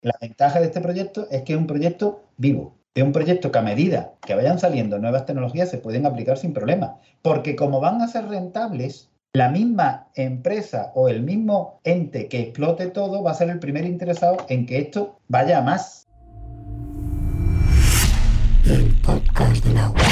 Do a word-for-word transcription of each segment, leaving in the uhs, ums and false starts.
La ventaja de este proyecto es que es un proyecto vivo. Es un proyecto que a medida que vayan saliendo nuevas tecnologías se pueden aplicar sin problema. Porque como van a ser rentables, la misma empresa o el mismo ente que explote todo va a ser el primer interesado en que esto vaya a más. El podcast del agua.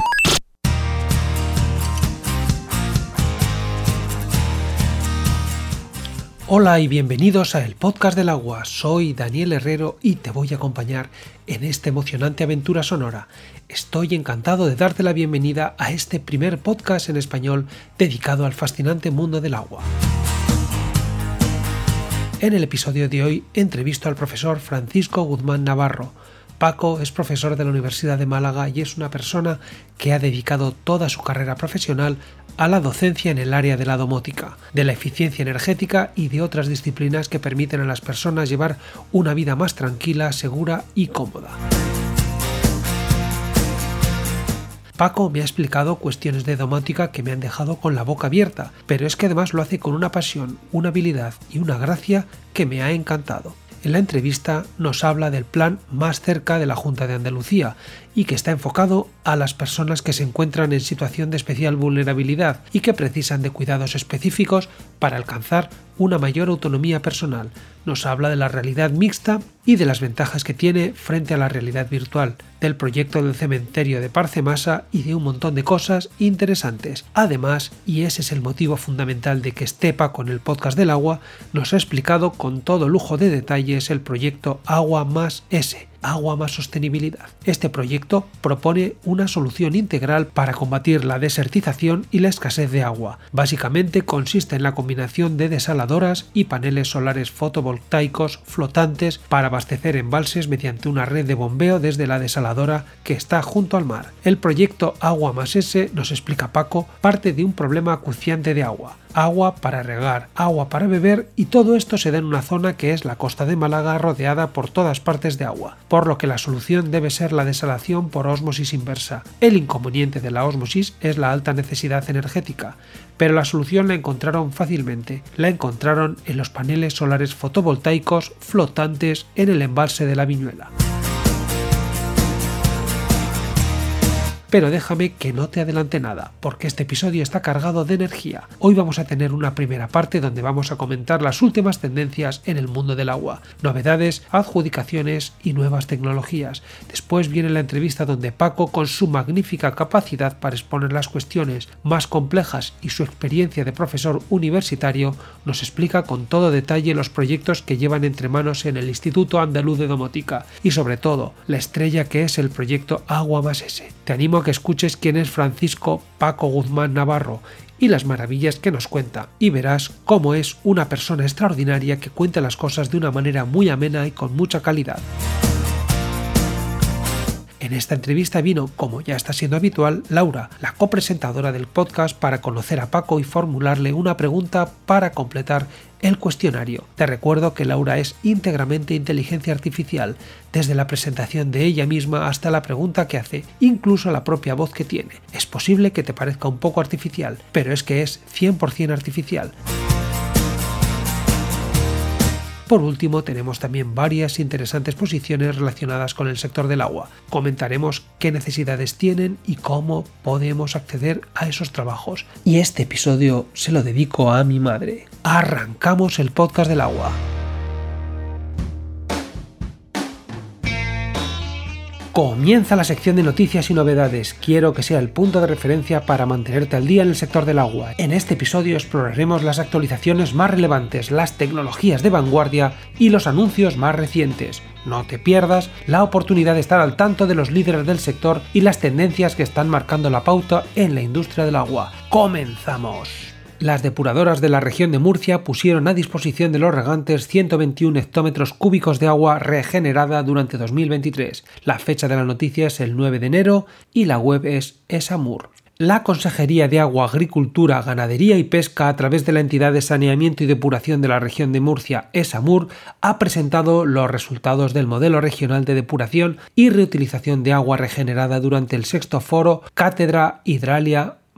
Hola y bienvenidos a El Podcast del Agua. Soy Daniel Herrero y te voy a acompañar en esta emocionante aventura sonora. Estoy encantado de darte la bienvenida a este primer podcast en español dedicado al fascinante mundo del agua. En el episodio de hoy entrevisto al profesor Francisco Guzmán Navarro. Paco es profesor de la Universidad de Málaga y es una persona que ha dedicado toda su carrera profesional a la docencia en el área de la domótica, de la eficiencia energética y de otras disciplinas que permiten a las personas llevar una vida más tranquila, segura y cómoda. Paco me ha explicado cuestiones de domótica que me han dejado con la boca abierta, pero es que además lo hace con una pasión, una habilidad y una gracia que me ha encantado. En la entrevista nos habla del plan Más Cerca de la Junta de Andalucía y que está enfocado a las personas que se encuentran en situación de especial vulnerabilidad y que precisan de cuidados específicos para alcanzar una mayor autonomía personal. Nos habla de la realidad mixta y de las ventajas que tiene frente a la realidad virtual, del proyecto del cementerio de Parcemasa y de un montón de cosas interesantes. Además, y ese es el motivo fundamental de que esté Paco en el podcast del agua, nos ha explicado con todo lujo de detalles el proyecto Agua más S. Agua más sostenibilidad. Este proyecto propone una solución integral para combatir la desertización y la escasez de agua. Básicamente consiste en la combinación de desaladoras y paneles solares fotovoltaicos flotantes para abastecer embalses mediante una red de bombeo desde la desaladora que está junto al mar. El proyecto Agua más S, nos explica Paco, parte de un problema acuciante de agua. Agua para regar, agua para beber y todo esto se da en una zona que es la costa de Málaga rodeada por todas partes de agua, por lo que la solución debe ser la desalación por ósmosis inversa. El inconveniente de la ósmosis es la alta necesidad energética, pero la solución la encontraron fácilmente. La encontraron en los paneles solares fotovoltaicos flotantes en el embalse de la Viñuela. Pero déjame que no te adelante nada, porque este episodio está cargado de energía. Hoy vamos a tener una primera parte donde vamos a comentar las últimas tendencias en el mundo del agua, novedades, adjudicaciones y nuevas tecnologías. Después viene la entrevista donde Paco, con su magnífica capacidad para exponer las cuestiones más complejas y su experiencia de profesor universitario, nos explica con todo detalle los proyectos que llevan entre manos en el Instituto Andaluz de Domótica y sobre todo la estrella que es el proyecto Agua más S. Te animo a que escuches quién es Francisco Paco Guzmán Navarro y las maravillas que nos cuenta, y verás cómo es una persona extraordinaria que cuenta las cosas de una manera muy amena y con mucha calidad. En esta entrevista vino, como ya está siendo habitual, Laura, la copresentadora del podcast, para conocer a Paco y formularle una pregunta para completar el cuestionario. Te recuerdo que Laura es íntegramente inteligencia artificial, desde la presentación de ella misma hasta la pregunta que hace, incluso la propia voz que tiene. Es posible que te parezca un poco artificial, pero es que es cien por ciento artificial. Por último, tenemos también varias interesantes posiciones relacionadas con el sector del agua. Comentaremos qué necesidades tienen y cómo podemos acceder a esos trabajos. Y este episodio se lo dedico a mi madre. Arrancamos el podcast del agua. Comienza la sección de noticias y novedades. Quiero que sea el punto de referencia para mantenerte al día en el sector del agua. En este episodio exploraremos las actualizaciones más relevantes, las tecnologías de vanguardia y los anuncios más recientes. No te pierdas la oportunidad de estar al tanto de los líderes del sector y las tendencias que están marcando la pauta en la industria del agua. ¡Comenzamos! Las depuradoras de la región de Murcia pusieron a disposición de los regantes ciento veintiún hectómetros cúbicos de agua regenerada durante dos mil veintitrés. La fecha de la noticia es el nueve de enero y la web es Esamur. La Consejería de Agua, Agricultura, Ganadería y Pesca, a través de la entidad de saneamiento y depuración de la región de Murcia, Esamur, ha presentado los resultados del modelo regional de depuración y reutilización de agua regenerada durante el sexto foro Cátedra Hidralia más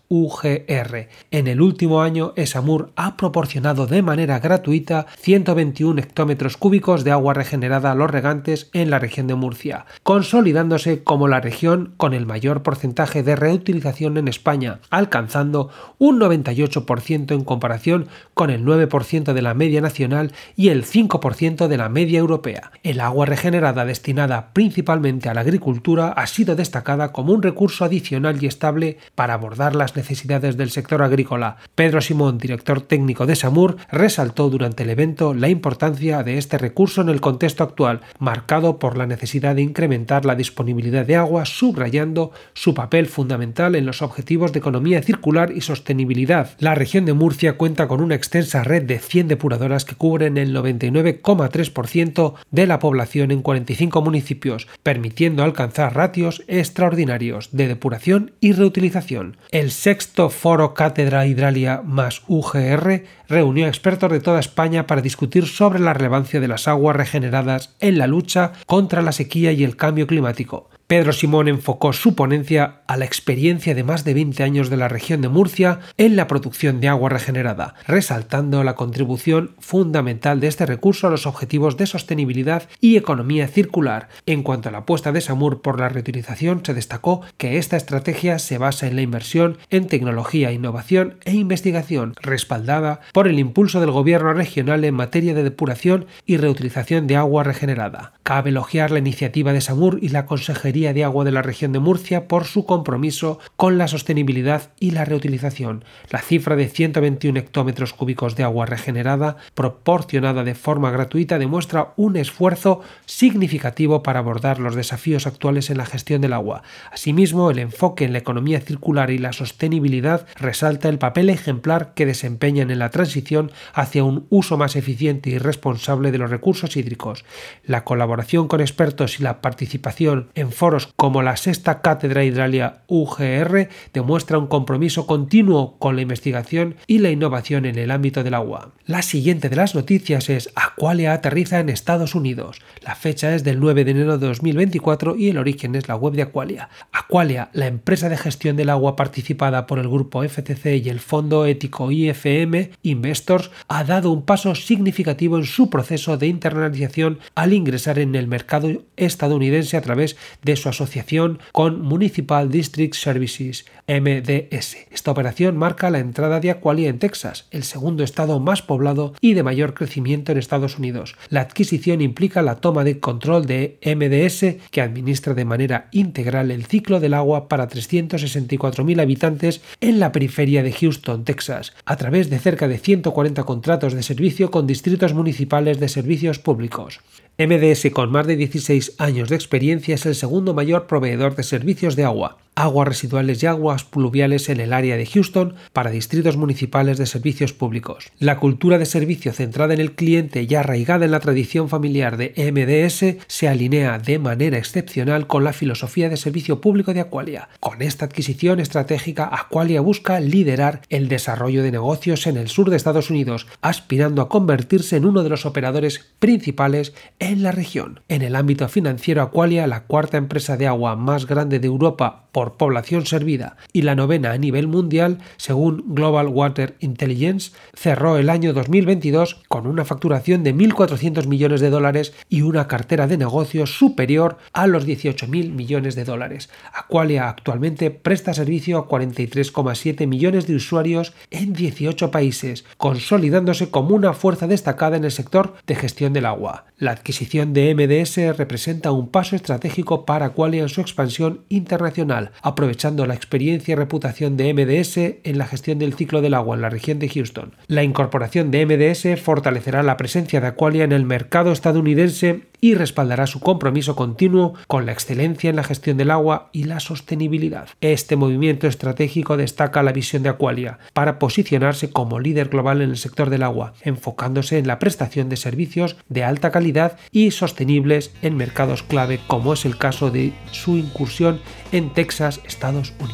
U G R. En el último año, Esamur ha proporcionado de manera gratuita ciento veintiún hectómetros cúbicos de agua regenerada a los regantes en la región de Murcia, consolidándose como la región con el mayor porcentaje de reutilización en España, alcanzando un noventa y ocho por ciento en comparación con el nueve por ciento de la media nacional y el cinco por ciento de la media europea. El agua regenerada destinada principalmente a la agricultura ha sido destacada como un recurso adicional y estable para abordar las necesidades del sector agrícola. Pedro Simón, director técnico de Esamur, resaltó durante el evento la importancia de este recurso en el contexto actual, marcado por la necesidad de incrementar la disponibilidad de agua, subrayando su papel fundamental en los objetivos de economía circular y sostenibilidad. La región de Murcia cuenta con una extensa red de cien depuradoras que cubren el noventa y nueve coma tres por ciento de la población en cuarenta y cinco municipios, permitiendo alcanzar ratios extraordinarios de depuración y reutilización. El sexto Foro Cátedra Hidralia más U G R reunió a expertos de toda España para discutir sobre la relevancia de las aguas regeneradas en la lucha contra la sequía y el cambio climático. Pedro Simón enfocó su ponencia a la experiencia de más de veinte años de la región de Murcia en la producción de agua regenerada, resaltando la contribución fundamental de este recurso a los objetivos de sostenibilidad y economía circular. En cuanto a la apuesta de Esamur por la reutilización, se destacó que esta estrategia se basa en la inversión en tecnología, innovación e investigación, respaldada por el impulso del gobierno regional en materia de depuración y reutilización de agua regenerada. Cabe elogiar la iniciativa de Esamur y la Consejería de Agua de la región de Murcia por su compromiso con la sostenibilidad y la reutilización. La cifra de ciento veintiún hectómetros cúbicos de agua regenerada proporcionada de forma gratuita demuestra un esfuerzo significativo para abordar los desafíos actuales en la gestión del agua. Asimismo, el enfoque en la economía circular y la sostenibilidad resalta el papel ejemplar que desempeñan en la transición hacia un uso más eficiente y responsable de los recursos hídricos. La colaboración con expertos y la participación en foros como la sexta Cátedra Hidralia U G R demuestra un compromiso continuo con la investigación y la innovación en el ámbito del agua. La siguiente de las noticias es: Aqualia aterriza en Estados Unidos. La fecha es del nueve de enero de dos mil veinticuatro y el origen es la web de Aqualia. Aqualia, la empresa de gestión del agua participada por el grupo F T C y el fondo ético I F M Investors, ha dado un paso significativo en su proceso de internalización al ingresar en el mercado estadounidense a través de su asociación con Municipal District Services, M D S. Esta operación marca la entrada de Aqualia en Texas, el segundo estado más poblado y de mayor crecimiento en Estados Unidos. La adquisición implica la toma de control de M D S, que administra de manera integral el ciclo del agua para trescientos sesenta y cuatro mil habitantes en la periferia de Houston, Texas, a través de cerca de ciento cuarenta contratos de servicio con distritos municipales de servicios públicos. M D S, con más de dieciséis años de experiencia, es el segundo mayor proveedor de servicios de agua, aguas residuales y aguas pluviales en el área de Houston para distritos municipales de servicios públicos. La cultura de servicio centrada en el cliente y arraigada en la tradición familiar de M D S se alinea de manera excepcional con la filosofía de servicio público de Aqualia. Con esta adquisición estratégica, Aqualia busca liderar el desarrollo de negocios en el sur de Estados Unidos, aspirando a convertirse en uno de los operadores principales en la región. En el ámbito financiero, Aqualia, la cuarta empresa de agua más grande de Europa por población servida y la novena a nivel mundial, según Global Water Intelligence, cerró el año dos mil veintidós con una facturación de mil cuatrocientos millones de dólares y una cartera de negocios superior a los dieciocho mil millones de dólares. Aqualia actualmente presta servicio a cuarenta y tres coma siete millones de usuarios en dieciocho países, consolidándose como una fuerza destacada en el sector de gestión del agua. La adquisición de M D S representa un paso estratégico para Aqualia en su expansión internacional, aprovechando la experiencia y reputación de M D S en la gestión del ciclo del agua en la región de Houston. La incorporación de M D S fortalecerá la presencia de Aqualia en el mercado estadounidense y respaldará su compromiso continuo con la excelencia en la gestión del agua y la sostenibilidad. Este movimiento estratégico destaca la visión de Aqualia para posicionarse como líder global en el sector del agua, enfocándose en la prestación de servicios de alta calidad y sostenibles en mercados clave, como es el caso de su incursión en Texas, Estados Unidos.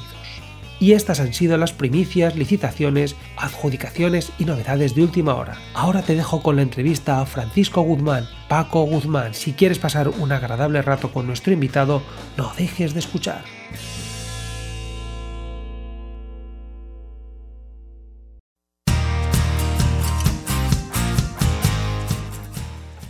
Y estas han sido las primicias, licitaciones, adjudicaciones y novedades de última hora. Ahora te dejo con la entrevista a Francisco Guzmán, Paco Guzmán. Si quieres pasar un agradable rato con nuestro invitado, no dejes de escuchar.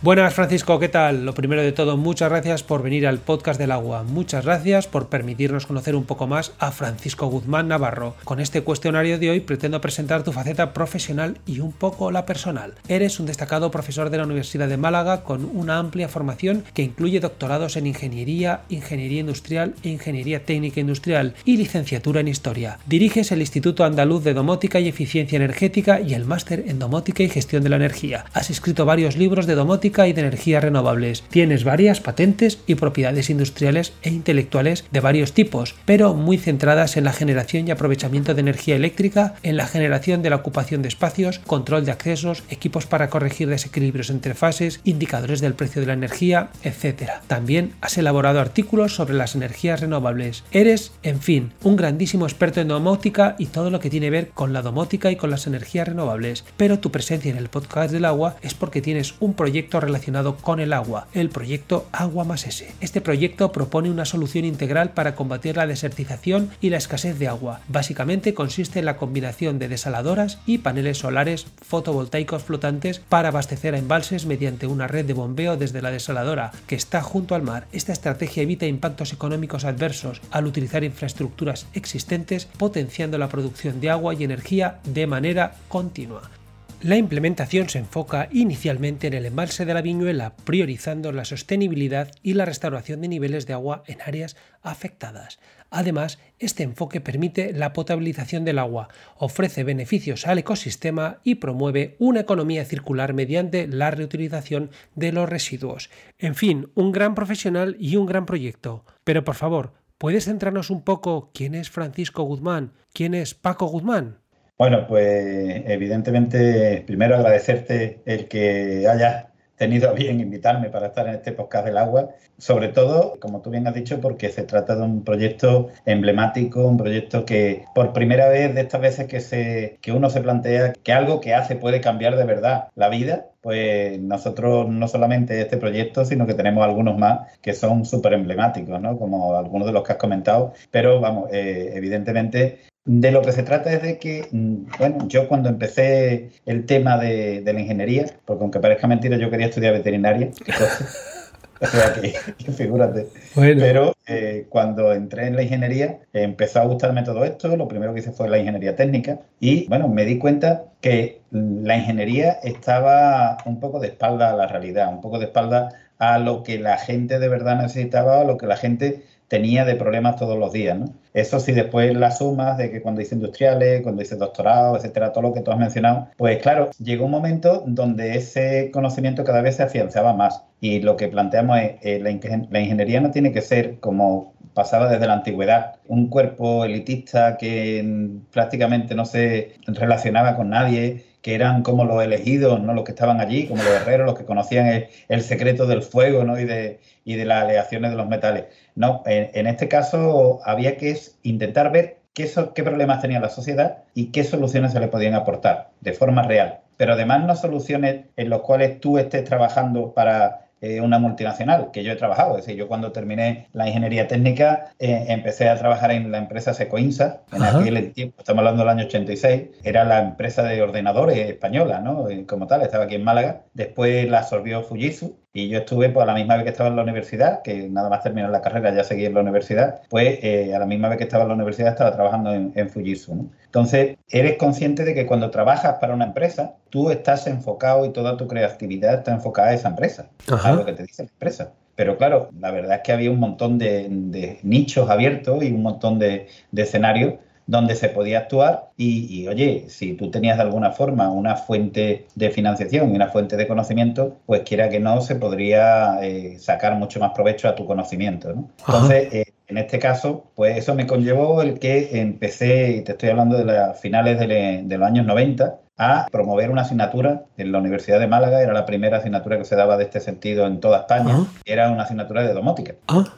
Buenas, Francisco, ¿qué tal? Lo primero de todo, muchas gracias por venir al podcast del agua. Muchas gracias por permitirnos conocer un poco más a Francisco Guzmán Navarro. Con este cuestionario de hoy pretendo presentar tu faceta profesional y un poco la personal. Eres un destacado profesor de la Universidad de Málaga con una amplia formación que incluye doctorados en Ingeniería, Ingeniería Industrial e Ingeniería Técnica Industrial y licenciatura en Historia. Diriges el Instituto Andaluz de Domótica y Eficiencia Energética y el Máster en Domótica y Gestión de la Energía. Has escrito varios libros de domótica y de energías renovables. Tienes varias patentes y propiedades industriales e intelectuales de varios tipos, pero muy centradas en la generación y aprovechamiento de energía eléctrica, en la generación de la ocupación de espacios, control de accesos, equipos para corregir desequilibrios entre fases, indicadores del precio de la energía, etcétera. También has elaborado artículos sobre las energías renovables. Eres, en fin, un grandísimo experto en domótica y todo lo que tiene que ver con la domótica y con las energías renovables, pero tu presencia en el podcast del agua es porque tienes un proyecto relacionado con el agua, el proyecto Agua más S. Este proyecto propone una solución integral para combatir la desertización y la escasez de agua. Básicamente consiste en la combinación de desaladoras y paneles solares fotovoltaicos flotantes para abastecer a embalses mediante una red de bombeo desde la desaladora que está junto al mar. Esta estrategia evita impactos económicos adversos al utilizar infraestructuras existentes, potenciando la producción de agua y energía de manera continua. La implementación se enfoca inicialmente en el embalse de la Viñuela, priorizando la sostenibilidad y la restauración de niveles de agua en áreas afectadas. Además, este enfoque permite la potabilización del agua, ofrece beneficios al ecosistema y promueve una economía circular mediante la reutilización de los residuos. En fin, un gran profesional y un gran proyecto. Pero por favor, ¿puedes centrarnos un poco quién es Francisco Guzmán? ¿Quién es Paco Guzmán? Bueno, pues evidentemente primero agradecerte el que hayas tenido a bien invitarme para estar en este podcast del agua, sobre todo, como tú bien has dicho, porque se trata de un proyecto emblemático, un proyecto que por primera vez de estas veces que, se, que uno se plantea que algo que hace puede cambiar de verdad la vida, pues nosotros no solamente este proyecto, sino que tenemos algunos más que son súper emblemáticos, ¿no? Como algunos de los que has comentado, pero vamos, eh, evidentemente de lo que se trata es de que, bueno, yo cuando empecé el tema de, de la ingeniería, porque aunque parezca mentira, yo quería estudiar veterinaria, qué cosa, o sea que, que figúrate, bueno. Pero eh, cuando entré en la ingeniería eh, empezó a gustarme todo esto, lo primero que hice fue la ingeniería técnica y, bueno, me di cuenta que la ingeniería estaba un poco de espalda a la realidad, un poco de espalda a lo que la gente de verdad necesitaba, a lo que la gente tenía de problemas todos los días, ¿no? Eso sí, después las sumas de que cuando hice industriales, cuando hice doctorado, etcétera, todo lo que tú has mencionado, pues claro, llegó un momento donde ese conocimiento cada vez se afianzaba más y lo que planteamos es eh, la, ingen- la ingeniería no tiene que ser como pasaba desde la antigüedad, un cuerpo elitista que mm, prácticamente no se relacionaba con nadie, que eran como los elegidos, ¿no? Los que estaban allí, como los herreros, los que conocían el, el secreto del fuego, ¿no? y, de, y de las aleaciones de los metales. No, en, en este caso había que intentar ver qué, so, qué problemas tenía la sociedad y qué soluciones se le podían aportar de forma real. Pero además no soluciones en las cuales tú estés trabajando para eh, una multinacional, que yo he trabajado. Es decir, yo cuando terminé la ingeniería técnica eh, empecé a trabajar en la empresa Secoinsa. En Ajá. aquel tiempo, estamos hablando del año ochenta y seis, era la empresa de ordenadores española, ¿no? Como tal, estaba aquí en Málaga. Después la absorbió Fujitsu. Y yo estuve, pues a la misma vez que estaba en la universidad, que nada más terminar la carrera ya seguí en la universidad, pues eh, a la misma vez que estaba en la universidad estaba trabajando en, en Fujitsu, ¿no? Entonces, eres consciente de que cuando trabajas para una empresa, tú estás enfocado y toda tu creatividad está enfocada a esa empresa, Ajá. a lo que te dice la empresa. Pero claro, la verdad es que había un montón de, de nichos abiertos y un montón de, de escenarios donde se podía actuar y, y, oye, si tú tenías de alguna forma una fuente de financiación y una fuente de conocimiento, pues quiera que no, se podría eh, sacar mucho más provecho a tu conocimiento, ¿no? Entonces, eh, en este caso, pues eso me conllevó el que empecé, y te estoy hablando de las finales de, de los años noventa, a promover una asignatura en la Universidad de Málaga. Era la primera asignatura que se daba de este sentido en toda España. Uh-huh. Era una asignatura de domótica. Uh-huh.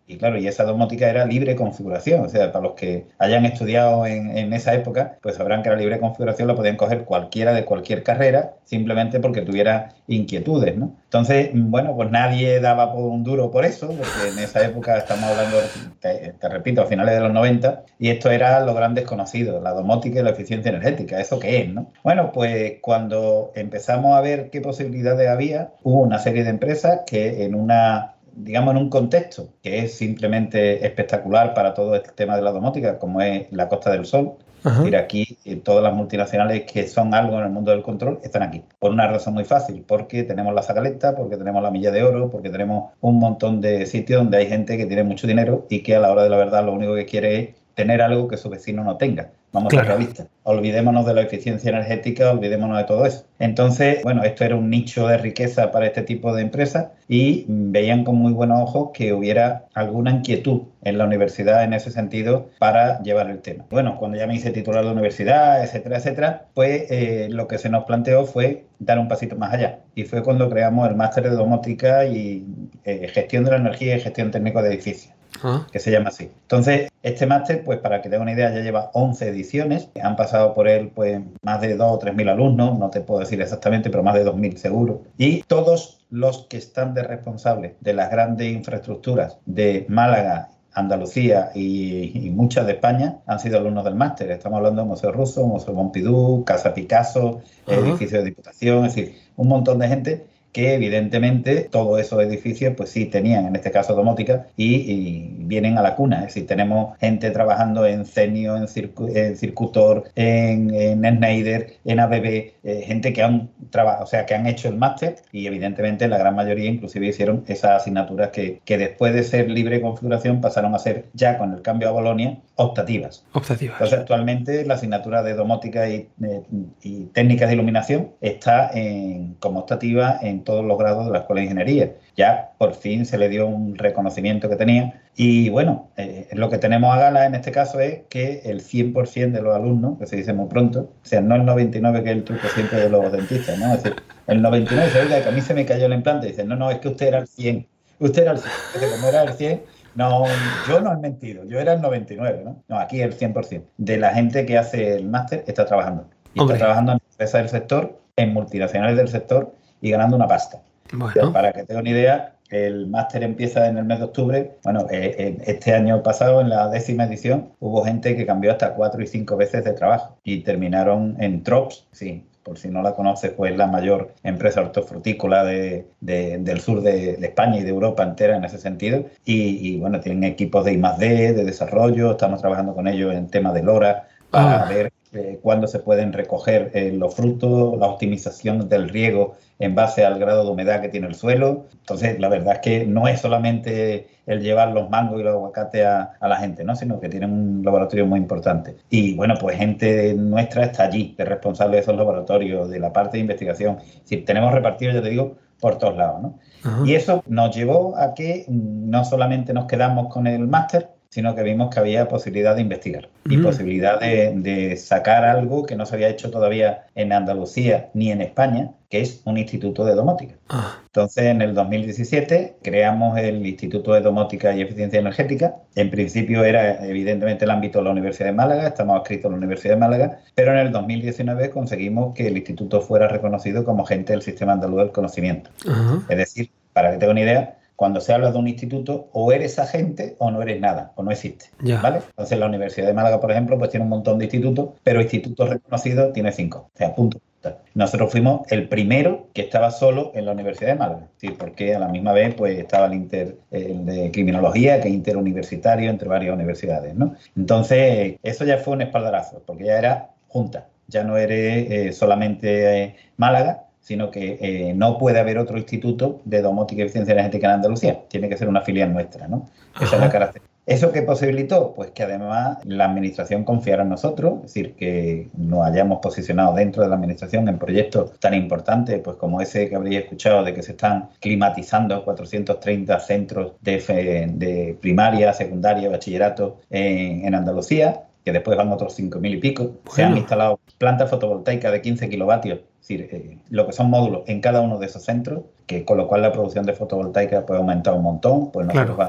Y claro, y esa domótica era libre configuración, o sea, para los que hayan estudiado en, en esa época, pues sabrán que la libre configuración la podían coger cualquiera de cualquier carrera, simplemente porque tuviera inquietudes, ¿no? Entonces, bueno, pues nadie daba por un duro por eso, porque en esa época estamos hablando, te, te repito, a finales de los noventa, y esto era lo gran desconocido, la domótica y la eficiencia energética, ¿eso qué es, no? Bueno, pues cuando empezamos a ver qué posibilidades había, hubo una serie de empresas que en una digamos, en un contexto que es simplemente espectacular para todo este tema de la domótica, como es la Costa del Sol. Ajá. Es decir, aquí eh, todas las multinacionales que son algo en el mundo del control están aquí. Por una razón muy fácil, porque tenemos la Zacaleta, porque tenemos la Milla de Oro, porque tenemos un montón de sitios donde hay gente que tiene mucho dinero y que a la hora de la verdad lo único que quiere es tener algo que su vecino no tenga. Vamos claro. a ser realistas. Olvidémonos de la eficiencia energética, olvidémonos de todo eso. Entonces, bueno, esto era un nicho de riqueza para este tipo de empresas y veían con muy buenos ojos que hubiera alguna inquietud en la universidad en ese sentido para llevar el tema. Bueno, cuando ya me hice titular de universidad, etcétera, etcétera, pues eh, lo que se nos planteó fue dar un pasito más allá. Y fue cuando creamos el máster de domótica y eh, gestión de la energía y gestión técnica de edificios. ¿Ah? Que se llama así. Entonces, este máster, pues para que te hagas una idea, ya lleva once ediciones. Han pasado por él pues más de dos o tres mil alumnos, no te puedo decir exactamente, pero más de dos mil seguro. Y todos los que están de responsables de las grandes infraestructuras de Málaga, Andalucía y, y muchas de España han sido alumnos del máster. Estamos hablando de Museo Ruso, Museo Pompidou, Casa Picasso, uh-huh. edificios de Diputación, es decir, un montón de gente que evidentemente todos esos edificios pues sí tenían en este caso domótica y, y vienen a la cuna, es decir, tenemos gente trabajando en Cenio, en, Circu en Circutor, en, en Schneider, en A B B, eh, gente que han trabajado, o sea, que han hecho el máster y evidentemente la gran mayoría inclusive hicieron esas asignaturas que, que después de ser libre de configuración pasaron a ser ya con el cambio a Bolonia optativas. Optativas. Entonces actualmente la asignatura de domótica y, eh, y técnicas de iluminación está en, como optativa en todos los grados de la Escuela de Ingeniería. Ya por fin se le dio un reconocimiento que tenía y bueno, eh, lo que tenemos a gala en este caso es que el cien por ciento de los alumnos, que se dice muy pronto, o sea, no el noventa y nueve por ciento que es el truco siempre de los dentistas, ¿no? Es decir, el noventa y nueve por ciento se oiga que a mí se me cayó el implante y dicen, no, no, es que usted era el cien, usted era el cien, porque como era el cien, no, yo no he mentido, yo era el noventa y nueve, ¿no? No, aquí el cien por ciento de la gente que hace el máster está trabajando. Y Hombre. está trabajando en empresas del sector, en multinacionales del sector y ganando una pasta. Bueno. Para que tenga una idea, el máster empieza en el mes de octubre. Bueno, eh, este año pasado, en la décima edición, hubo gente que cambió hasta cuatro y cinco veces de trabajo y terminaron en Trops, sí. Por si no la conoces, pues es la mayor empresa hortofrutícola de, de, del sur de, de España y de Europa entera en ese sentido. Y, y bueno, tienen equipos de I más D, de desarrollo, estamos trabajando con ellos en tema de LoRa para ah. ver eh, cuándo se pueden recoger eh, los frutos, la optimización del riego en base al grado de humedad que tiene el suelo. Entonces, la verdad es que no es solamente el llevar los mangos y los aguacates a, a la gente, ¿no? Sino que tienen un laboratorio muy importante. Y bueno, pues gente nuestra está allí, de responsable de esos laboratorios, de la parte de investigación. Es decir, tenemos repartidos, ya te digo, por todos lados, ¿no? Uh-huh. Y eso nos llevó a que no solamente nos quedamos con el máster, sino que vimos que había posibilidad de investigar mm. y posibilidad de, de sacar algo que no se había hecho todavía en Andalucía ni en España, que es un instituto de domótica. Ah. Entonces, en el dos mil diecisiete creamos el Instituto de Domótica y Eficiencia Energética. En principio era evidentemente el ámbito de la Universidad de Málaga, estamos adscritos a la Universidad de Málaga, pero en el dos mil diecinueve conseguimos que el instituto fuera reconocido como agente del Sistema Andaluz del Conocimiento. Uh-huh. Es decir, para que tenga una idea, cuando se habla de un instituto, o eres agente o no eres nada, o no existe, yeah. ¿vale? Entonces, la Universidad de Málaga, por ejemplo, pues tiene un montón de institutos, pero institutos reconocidos tiene cinco, o sea, punto. Nosotros fuimos el primero que estaba solo en la Universidad de Málaga, ¿sí? Porque a la misma vez pues estaba el Inter el de Criminología, que es interuniversitario entre varias universidades, ¿no? Entonces, eso ya fue un espaldarazo, porque ya era junta, ya no eres eh, solamente eh, Málaga, sino que eh, no puede haber otro instituto de domótica y eficiencia energética en Andalucía. Tiene que ser una filial nuestra, ¿no? Esa Ajá. es la característica. ¿Eso qué posibilitó? Pues que además la administración confiara en nosotros, es decir, que nos hayamos posicionado dentro de la administración en proyectos tan importantes, pues como ese que habréis escuchado, de que se están climatizando cuatrocientos treinta centros de, fe, de primaria, secundaria, bachillerato en, en Andalucía, que después van otros cinco mil y pico. Bueno. Se han instalado plantas fotovoltaicas de quince kilovatios, es decir, eh, lo que son módulos en cada uno de esos centros, que con lo cual la producción de fotovoltaica puede aumentar un montón, pues nosotros claro. estamos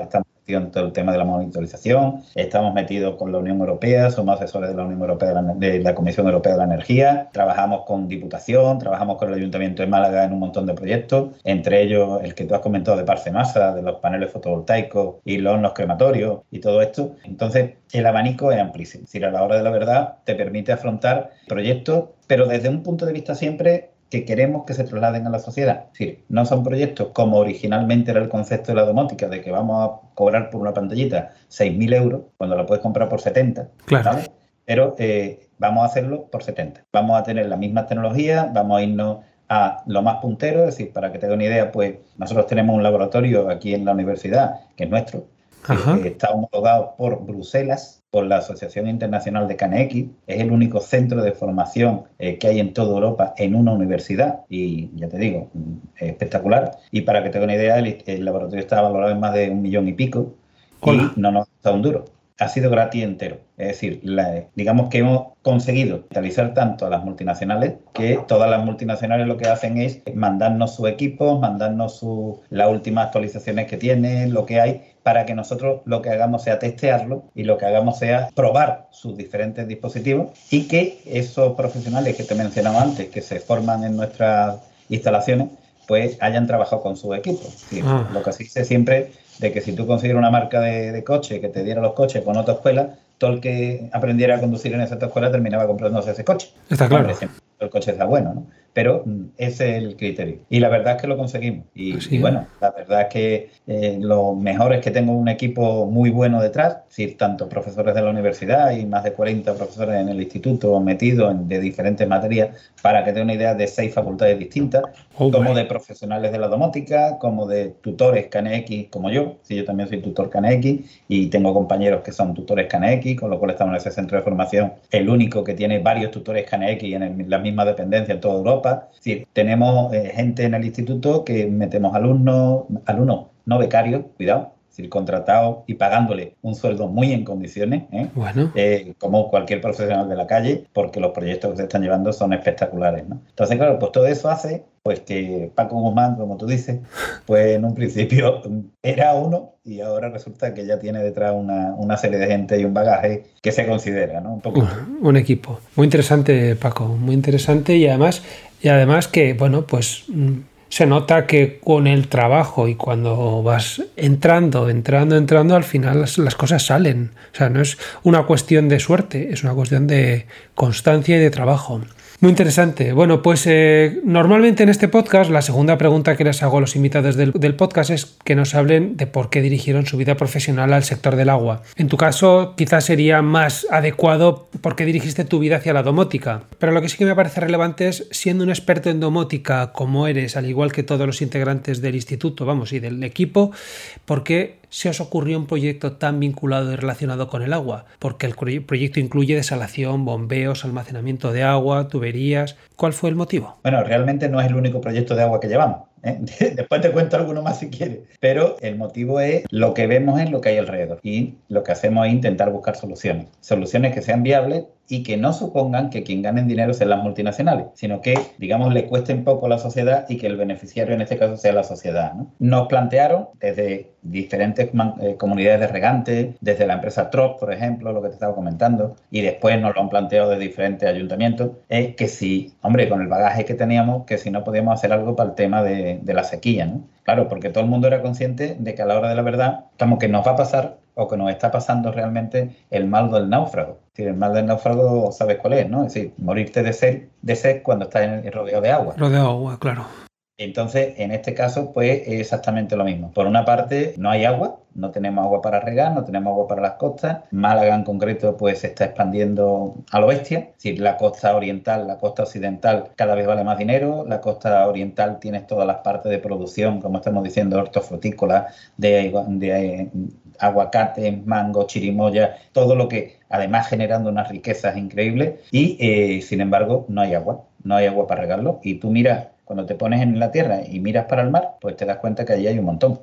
metidos en todo el tema de la monitorización, estamos metidos con la Unión Europea, somos asesores de la Unión Europea, de la, de la Comisión Europea de la Energía, trabajamos con Diputación, trabajamos con el Ayuntamiento de Málaga en un montón de proyectos, entre ellos el que tú has comentado de Parcemasa, de los paneles fotovoltaicos y los hornos crematorios y todo esto. Entonces, el abanico es amplísimo. Es decir, a la hora de la verdad te permite afrontar proyectos, pero desde un punto de vista siempre que queremos que se trasladen a la sociedad. Es decir, no son proyectos como originalmente era el concepto de la domótica, de que vamos a cobrar por una pantallita seis mil euros cuando la puedes comprar por setenta. Claro. ¿Vale? Pero eh, vamos a hacerlo por setenta. Vamos a tener las mismas tecnologías, vamos a irnos a lo más puntero. Es decir, para que te dé una idea, pues nosotros tenemos un laboratorio aquí en la universidad, que es nuestro, que está homologado por Bruselas, por la Asociación Internacional de CANX. Es el único centro de formación eh, que hay en toda Europa en una universidad y, ya te digo, es espectacular. Y para que te dé una idea, el, el laboratorio está valorado en más de un millón y pico. Hola. Y no nos ha costado un duro. Ha sido gratis entero. Es decir, la, digamos que hemos conseguido capitalizar tanto a las multinacionales que todas las multinacionales lo que hacen es mandarnos sus equipos, mandarnos su, las últimas actualizaciones que tienen, lo que hay, para que nosotros lo que hagamos sea testearlo y lo que hagamos sea probar sus diferentes dispositivos y que esos profesionales que te mencionaba antes, que se forman en nuestras instalaciones, pues hayan trabajado con sus equipos. Sí, ah. Lo que se dice siempre de que si tú consigues una marca de, de coche que te diera los coches con otra escuela, todo el que aprendiera a conducir en esa escuela terminaba comprándose ese coche. Está claro. Hombre, siempre el coche está bueno, ¿no? Pero ese es el criterio. Y la verdad es que lo conseguimos. Y, ¿Sí? y bueno, la verdad es que eh, lo mejor es que tengo un equipo muy bueno detrás, es decir, tanto profesores de la universidad y más de cuarenta profesores en el instituto metidos en, de diferentes materias, para que te dé una idea de seis facultades distintas, oh, como de profesionales de la domótica, como de tutores CANX como yo. Sí, yo también soy tutor CANX y tengo compañeros que son tutores CANX, con lo cual estamos en ese centro de formación, el único que tiene varios tutores CANX en el, la misma dependencia en toda Europa. Es decir, tenemos eh, gente en el instituto que metemos alumnos, alumnos no becarios, cuidado, es decir, contratados y pagándole un sueldo muy en condiciones, ¿eh? Bueno. Eh, como cualquier profesional de la calle, porque los proyectos que se están llevando son espectaculares, ¿no? Entonces, claro, pues todo eso hace pues que Paco Guzmán, como tú dices, pues en un principio era uno y ahora resulta que ya tiene detrás una, una serie de gente y un bagaje que se considera, ¿no? Un poco. Un, un equipo. Muy interesante, Paco, muy interesante y además, y además que, bueno, pues se nota que con el trabajo y cuando vas entrando, entrando, entrando, al final las, las cosas salen. O sea, no es una cuestión de suerte, es una cuestión de constancia y de trabajo. Muy interesante. Bueno, pues eh, normalmente en este podcast la segunda pregunta que les hago a los invitados del, del podcast es que nos hablen de por qué dirigieron su vida profesional al sector del agua. En tu caso quizás sería más adecuado por qué dirigiste tu vida hacia la domótica. Pero lo que sí que me parece relevante es, siendo un experto en domótica como eres, al igual que todos los integrantes del instituto, vamos, y del equipo, ¿por qué se os ocurrió un proyecto tan vinculado y relacionado con el agua? Porque el proyecto incluye desalación, bombeos, almacenamiento de agua, tuberías. ¿Cuál fue el motivo? Bueno, realmente no es el único proyecto de agua que llevamos, ¿eh? Después te cuento alguno más si quieres. Pero el motivo es lo que vemos es lo que hay alrededor. Y lo que hacemos es intentar buscar soluciones. Soluciones que sean viables y que no supongan que quien gane dinero sean las multinacionales, sino que, digamos, le cuesten poco a la sociedad y que el beneficiario en este caso sea la sociedad, ¿no? Nos plantearon desde diferentes man- eh, comunidades de regantes, desde la empresa Trop, por ejemplo, lo que te estaba comentando, y después nos lo han planteado de diferentes ayuntamientos, es que si, hombre, con el bagaje que teníamos, que si no podíamos hacer algo para el tema de, de la sequía, ¿no? Claro, porque todo el mundo era consciente de que a la hora de la verdad, como que nos va a pasar o que nos está pasando realmente el mal del náufrago. Es decir, el mal del náufrago, ¿sabes cuál es, no? Es decir, morirte de sed, de sed cuando estás en el rodeado de agua. Rodeado de agua, claro. Entonces, en este caso, pues es exactamente lo mismo. Por una parte, no hay agua, no tenemos agua para regar, no tenemos agua para las costas. Málaga, en concreto, pues se está expandiendo a lo bestia. Es decir, la costa oriental, la costa occidental cada vez vale más dinero. La costa oriental tienes todas las partes de producción, como estamos diciendo, hortofrutícolas, de, de aguacate, mango, chirimoya, todo lo que, además, generando unas riquezas increíbles. Y, eh, sin embargo, no hay agua, no hay agua para regarlo. Y tú miras, cuando te pones en la tierra y miras para el mar, pues te das cuenta que allí hay un montón.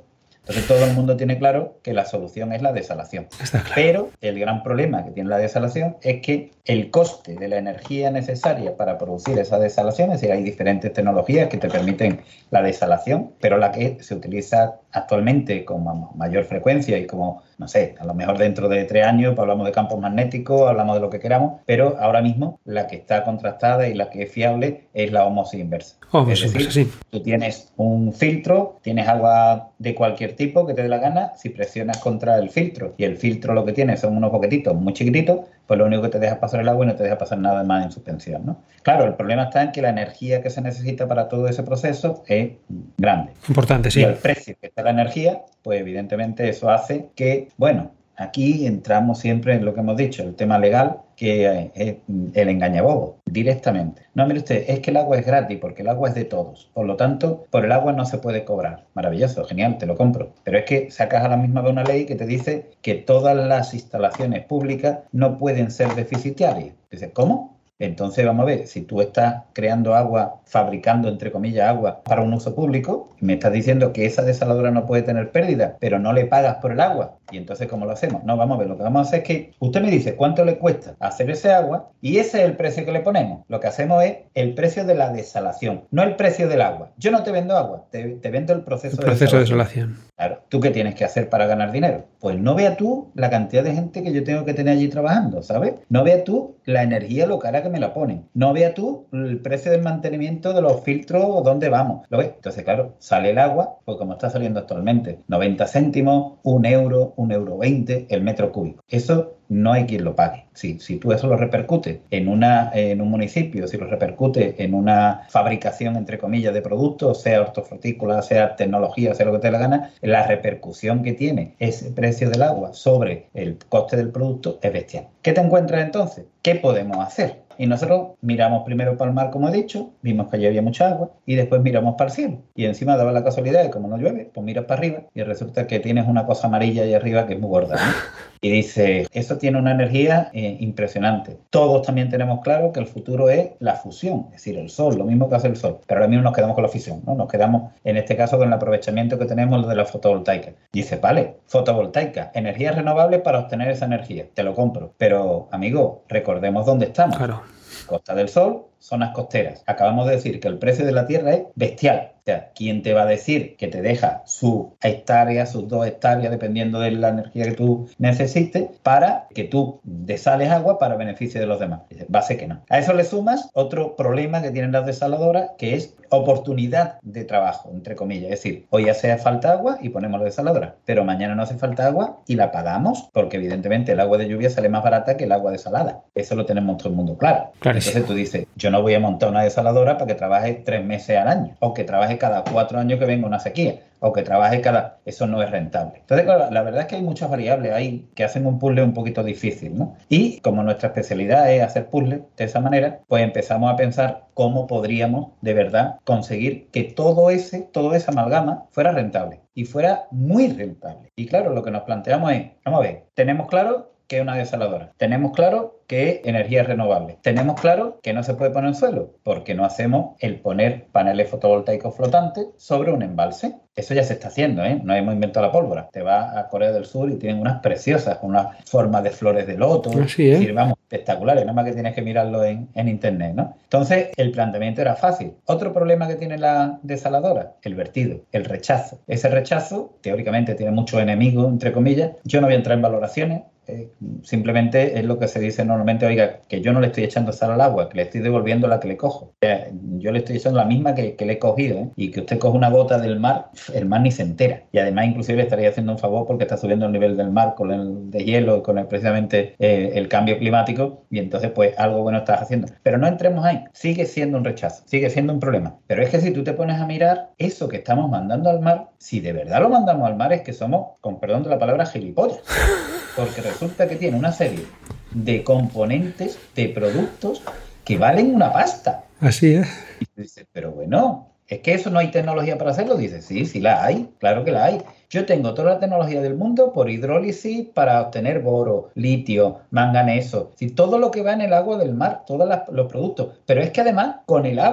Entonces todo el mundo tiene claro que la solución es la desalación. Está claro. Pero el gran problema que tiene la desalación es que el coste de la energía necesaria para producir esa desalación, es decir, hay diferentes tecnologías que te permiten la desalación, pero la que se utiliza actualmente con mayor frecuencia y como, no sé, a lo mejor dentro de tres años pues hablamos de campos magnéticos, hablamos de lo que queramos, pero ahora mismo la que está contrastada y la que es fiable es la ósmosis inversa. Ósmosis es decir, inversa, sí. Tú tienes un filtro, tienes agua de cualquier tipo que te dé la gana, si presionas contra el filtro y el filtro lo que tiene son unos boquetitos muy chiquititos, pues lo único que te deja pasar el agua y no te deja pasar nada más en suspensión, ¿no? Claro, el problema está en que la energía que se necesita para todo ese proceso es grande. Importante, sí. Y el precio que está la energía, pues evidentemente eso hace que, bueno, aquí entramos siempre en lo que hemos dicho, el tema legal, que es el engañabobo, directamente. No, mire usted, es que el agua es gratis porque el agua es de todos. Por lo tanto, por el agua no se puede cobrar. Maravilloso, genial, te lo compro. Pero es que sacas a la misma de una ley que te dice que todas las instalaciones públicas no pueden ser deficitarias. Dices, ¿cómo? Entonces, vamos a ver, si tú estás creando agua, fabricando, entre comillas, agua para un uso público, me estás diciendo que esa desaladora no puede tener pérdida, pero no le pagas por el agua. Y entonces, ¿cómo lo hacemos? No, vamos a ver, lo que vamos a hacer es que usted me dice cuánto le cuesta hacer ese agua y ese es el precio que le ponemos. Lo que hacemos es el precio de la desalación, no el precio del agua. Yo no te vendo agua, te, te vendo el proceso, el proceso de desalación. de desalación. Claro, ¿tú qué tienes que hacer para ganar dinero? Pues no vea tú la cantidad de gente que yo tengo que tener allí trabajando, ¿sabes? No vea tú la energía lo cara que me la ponen. No vea tú el precio del mantenimiento de los filtros o dónde vamos. ¿Lo ves? Entonces, claro, sale el agua, pues como está saliendo actualmente, noventa céntimos, un euro, un euro veinte el metro cúbico. Eso no hay quien lo pague. Sí, si tú eso lo repercutes en, una, en un municipio, si lo repercutes en una fabricación, entre comillas, de productos, sea hortofrutícola, sea tecnología, sea lo que te dé la gana, la repercusión que tiene ese precio del agua sobre el coste del producto es bestial. ¿Qué te encuentras entonces? ¿Qué podemos hacer? Y nosotros miramos primero para el mar, como he dicho, vimos que allí había mucha agua, y después miramos para el cielo. Y encima daba la casualidad de como no llueve, pues miras para arriba y resulta que tienes una cosa amarilla ahí arriba que es muy gorda, ¿no? Y dice, eso tiene una energía eh, impresionante. Todos también tenemos claro que el futuro es la fusión, es decir, el sol, lo mismo que hace el sol. Pero ahora mismo nos quedamos con la fisión, ¿no? Nos quedamos, en este caso, con el aprovechamiento que tenemos de la fotovoltaica. Dice, vale, fotovoltaica, energía renovable para obtener esa energía. Te lo compro. Pero, amigo, recordemos dónde estamos. Claro. Costa del Sol, zonas costeras. Acabamos de decir que el precio de la tierra es bestial. O sea, ¿quién te va a decir que te deja su hectárea, sus dos hectáreas, dependiendo de la energía que tú necesites, para que tú desales agua para beneficio de los demás? Dices, va a ser que no. A eso le sumas otro problema que tienen las desaladoras, que es oportunidad de trabajo, entre comillas. Es decir, hoy hace falta agua y ponemos la desaladora, pero mañana no hace falta agua y la pagamos, porque evidentemente el agua de lluvia sale más barata que el agua desalada. Eso lo tenemos todo el mundo claro. Clarísimo. Entonces tú dices, yo no voy a montar una desaladora para que trabaje tres meses al año, o que trabaje cada cuatro años que venga una sequía, o que trabaje cada... Eso no es rentable. Entonces, claro, la verdad es que hay muchas variables ahí que hacen un puzzle un poquito difícil, ¿no? Y como nuestra especialidad es hacer puzzles de esa manera, pues empezamos a pensar cómo podríamos de verdad conseguir que todo ese, toda esa amalgama fuera rentable y fuera muy rentable. Y claro, lo que nos planteamos es, vamos a ver, tenemos claro que es una desaladora. Tenemos claro que es energía renovable. Tenemos claro que no se puede poner en suelo, porque no hacemos el poner paneles fotovoltaicos flotantes sobre un embalse. Eso ya se está haciendo, ¿eh? No hemos inventado la pólvora. Te vas a Corea del Sur y tienen unas preciosas, con unas formas de flores de loto. Así es. Es decir, vamos, espectaculares, nada más que tienes que mirarlo en, en internet, ¿no? Entonces, el planteamiento era fácil. Otro problema que tiene la desaladora, el vertido, el rechazo. Ese rechazo, teóricamente, tiene muchos enemigos, entre comillas. Yo no voy a entrar en valoraciones. Eh, simplemente es lo que se dice normalmente, oiga, que yo no le estoy echando sal al agua, que le estoy devolviendo la que le cojo. O sea, yo le estoy echando la misma que, que le he cogido, ¿eh? Y que usted coge una gota del mar, el mar ni se entera. Y además inclusive le estaría haciendo un favor porque está subiendo el nivel del mar con el de hielo, con el, precisamente eh, el cambio climático, y entonces pues algo bueno estás haciendo. Pero no entremos ahí, sigue siendo un rechazo, sigue siendo un problema. Pero es que si tú te pones a mirar eso que estamos mandando al mar, si de verdad lo mandamos al mar es que somos, con perdón de la palabra, gilipollas. Porque resulta que tiene una serie de componentes, de productos que valen una pasta. Así es. Y tú dices, pero bueno, ¿es que eso no hay tecnología para hacerlo? Dices, sí, sí la hay, claro que la hay. Yo tengo toda la tecnología del mundo por hidrólisis para obtener boro, litio, manganeso, sí, todo lo que va en el agua del mar, todos los productos. Pero es que además, con el agua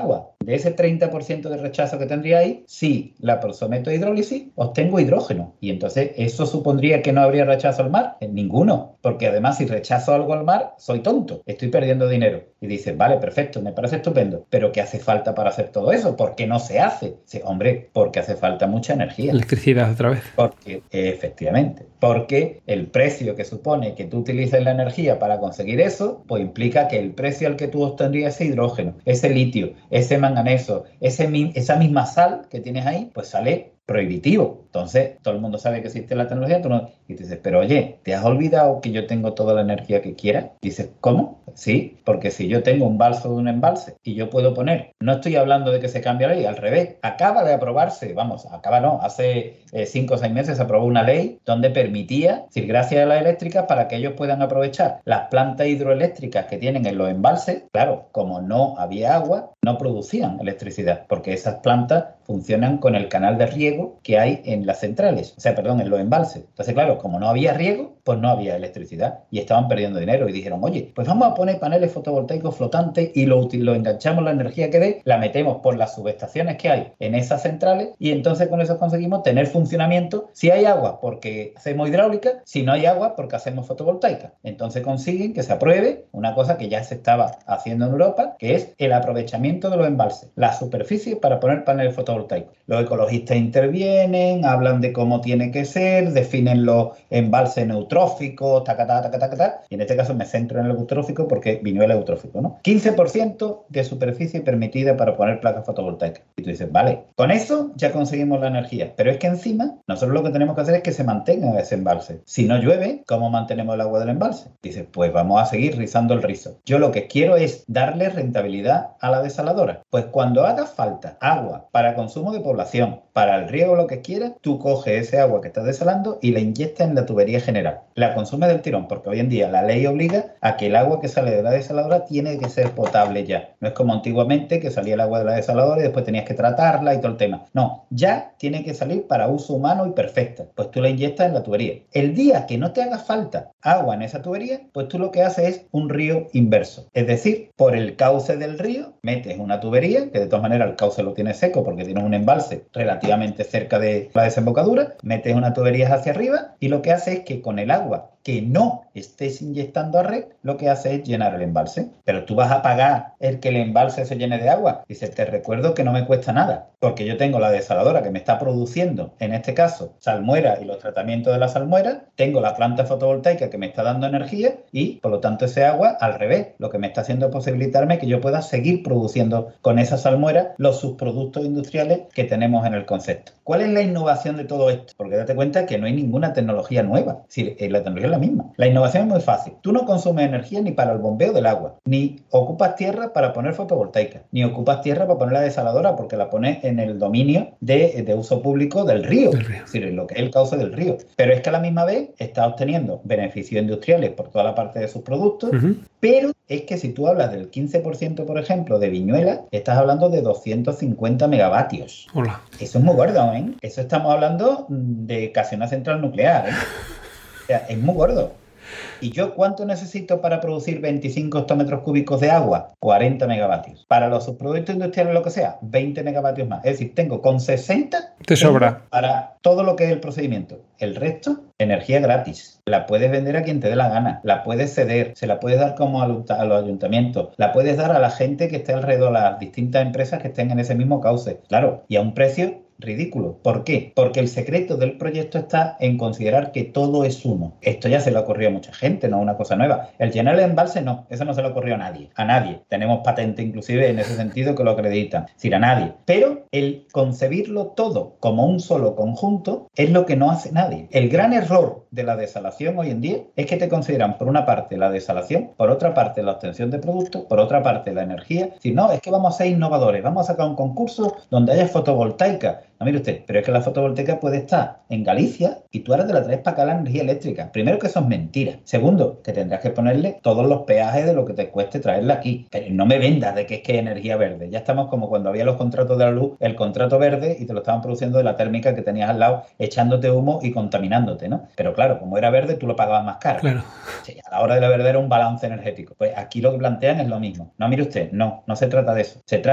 de ese treinta por ciento de rechazo que tendría ahí, si la someto a hidrólisis, obtengo hidrógeno. Y entonces, ¿eso supondría que no habría rechazo al mar? En ninguno. Porque además, si rechazo algo al mar, soy tonto, estoy perdiendo dinero. Y dices, vale, perfecto, me parece estupendo. Pero ¿qué hace falta para hacer todo eso? ¿Por qué no se hace? Sí, hombre, porque hace falta mucha energía. Electricidad otra vez. Porque, efectivamente, porque el precio que supone que tú utilices la energía para conseguir eso, pues implica que el precio al que tú obtendrías ese hidrógeno, ese litio, ese manganeso, ese, esa misma sal que tienes ahí, pues sale prohibitivo. Entonces, todo el mundo sabe que existe la tecnología, tú no, y te dices, pero oye, ¿te has olvidado que yo tengo toda la energía que quiera? Dices, ¿cómo? Sí, porque si yo tengo un balso de un embalse y yo puedo poner, no estoy hablando de que se cambie la ley, al revés, acaba de aprobarse, vamos, acaba no, hace eh, cinco o seis meses se aprobó una ley donde permitía, es decir, gracias a las eléctricas, para que ellos puedan aprovechar las plantas hidroeléctricas que tienen en los embalses. Claro, como no había agua, no producían electricidad, porque esas plantas funcionan con el canal de riego que hay en las centrales, o sea, perdón, en los embalses. Entonces, claro, como no había riego, pues no había electricidad y estaban perdiendo dinero y dijeron, oye, pues vamos a poner paneles fotovoltaicos flotantes y lo, lo enganchamos, la energía que dé, la metemos por las subestaciones que hay en esas centrales y entonces con eso conseguimos tener funcionamiento. Si hay agua, porque hacemos hidráulica; si no hay agua, porque hacemos fotovoltaica. Entonces consiguen que se apruebe una cosa que ya se estaba haciendo en Europa, que es el aprovechamiento de los embalses, la superficie para poner paneles fotovoltaicos. Los ecologistas intervienen, hablan de cómo tiene que ser, definen los embalses neutróficos, tacatá, tacatá, tacatá, y en este caso me centro en el eutrófico porque Viñuela es eutrófico, ¿no? quince por ciento de superficie permitida para poner placas fotovoltaicas. Y tú dices, vale, con eso ya conseguimos la energía, pero es que encima nosotros lo que tenemos que hacer es que se mantenga ese embalse. Si no llueve, ¿cómo mantenemos el agua del embalse? Dices, pues vamos a seguir rizando el rizo. Yo lo que quiero es darle rentabilidad a la desaladora. Pues cuando haga falta agua para consumo de población, para el riego, lo que quieras, tú coges ese agua que estás desalando y la inyectas en la tubería general. La consumes del tirón, porque hoy en día la ley obliga a que el agua que sale de la desaladora tiene que ser potable ya. No es como antiguamente, que salía el agua de la desaladora y después tenías que tratarla y todo el tema. No, ya tiene que salir para uso humano y perfecta. Pues tú la inyectas en la tubería. El día que no te haga falta agua en esa tubería, pues tú lo que haces es un río inverso. Es decir, por el cauce del río metes una tubería, que de todas maneras el cauce lo tienes seco porque tienes un embalse relativamente cerca de la desembocadura, metes una tubería hacia arriba y lo que hace es que con el agua que no estés inyectando a red, lo que hace es llenar el embalse. Pero tú vas a pagar el que el embalse se llene de agua. Dice, te recuerdo que no me cuesta nada, porque yo tengo la desaladora que me está produciendo, en este caso, salmuera y los tratamientos de la salmuera, tengo la planta fotovoltaica que me está dando energía y, por lo tanto, ese agua, al revés, lo que me está haciendo es posibilitarme que yo pueda seguir produciendo con esa salmuera los subproductos industriales que tenemos en el concepto. ¿Cuál es la innovación de todo esto? Porque date cuenta que no hay ninguna tecnología nueva. Es decir, la tecnología es la misma. La innovación es muy fácil. Tú no consumes energía ni para el bombeo del agua, ni ocupas tierra para poner fotovoltaica, ni ocupas tierra para poner la desaladora porque la pones en el dominio de, de uso público del río, del río. Es decir, en lo que es el cauce del río. Pero es que a la misma vez está obteniendo beneficios industriales por toda la parte de sus productos, uh-huh. Pero es que si tú hablas del quince por ciento, por ejemplo, de Viñuela, estás hablando de doscientos cincuenta megavatios. Hola. Eso es muy gordo, ¿eh? Eso estamos hablando de casi una central nuclear, ¿eh? O sea, es muy gordo. ¿Y yo cuánto necesito para producir veinticinco hectómetros cúbicos de agua? cuarenta megavatios. Para los subproductos industriales, lo que sea, veinte megavatios más. Es decir, tengo con sesenta... Te sobra. Para todo lo que es el procedimiento. El resto, energía gratis. La puedes vender a quien te dé la gana. La puedes ceder. Se la puedes dar como a los ayuntamientos. La puedes dar a la gente que esté alrededor, a las distintas empresas que estén en ese mismo cauce. Claro, y a un precio ridículo. ¿Por qué? Porque el secreto del proyecto está en considerar que todo es uno. Esto ya se le ha ocurrido a mucha gente, no es una cosa nueva. El llenar el embalse no, eso no se le ocurrió a nadie. A nadie. Tenemos patente inclusive en ese sentido que lo acreditan. Es decir, a nadie. Pero el concebirlo todo como un solo conjunto es lo que no hace nadie. El gran error de la desalación hoy en día es que te consideran por una parte la desalación, por otra parte la obtención de productos, por otra parte la energía. Es decir, no, es que vamos a ser innovadores, vamos a sacar un concurso donde haya fotovoltaica. No, mire usted, pero es que la fotovoltaica puede estar en Galicia y tú ahora te la traes para acá la energía eléctrica. Primero, que eso es mentira. Segundo, que tendrás que ponerle todos los peajes de lo que te cueste traerla aquí. Pero no me vendas de que es que es energía verde. Ya estamos como cuando había los contratos de la luz, el contrato verde, y te lo estaban produciendo de la térmica que tenías al lado, echándote humo y contaminándote, ¿no? Pero claro, como era verde, tú lo pagabas más caro. Claro. Sí, a la hora de la verde era un balance energético. Pues aquí lo que plantean es lo mismo. No, mire usted, no, no se trata de eso. Se trata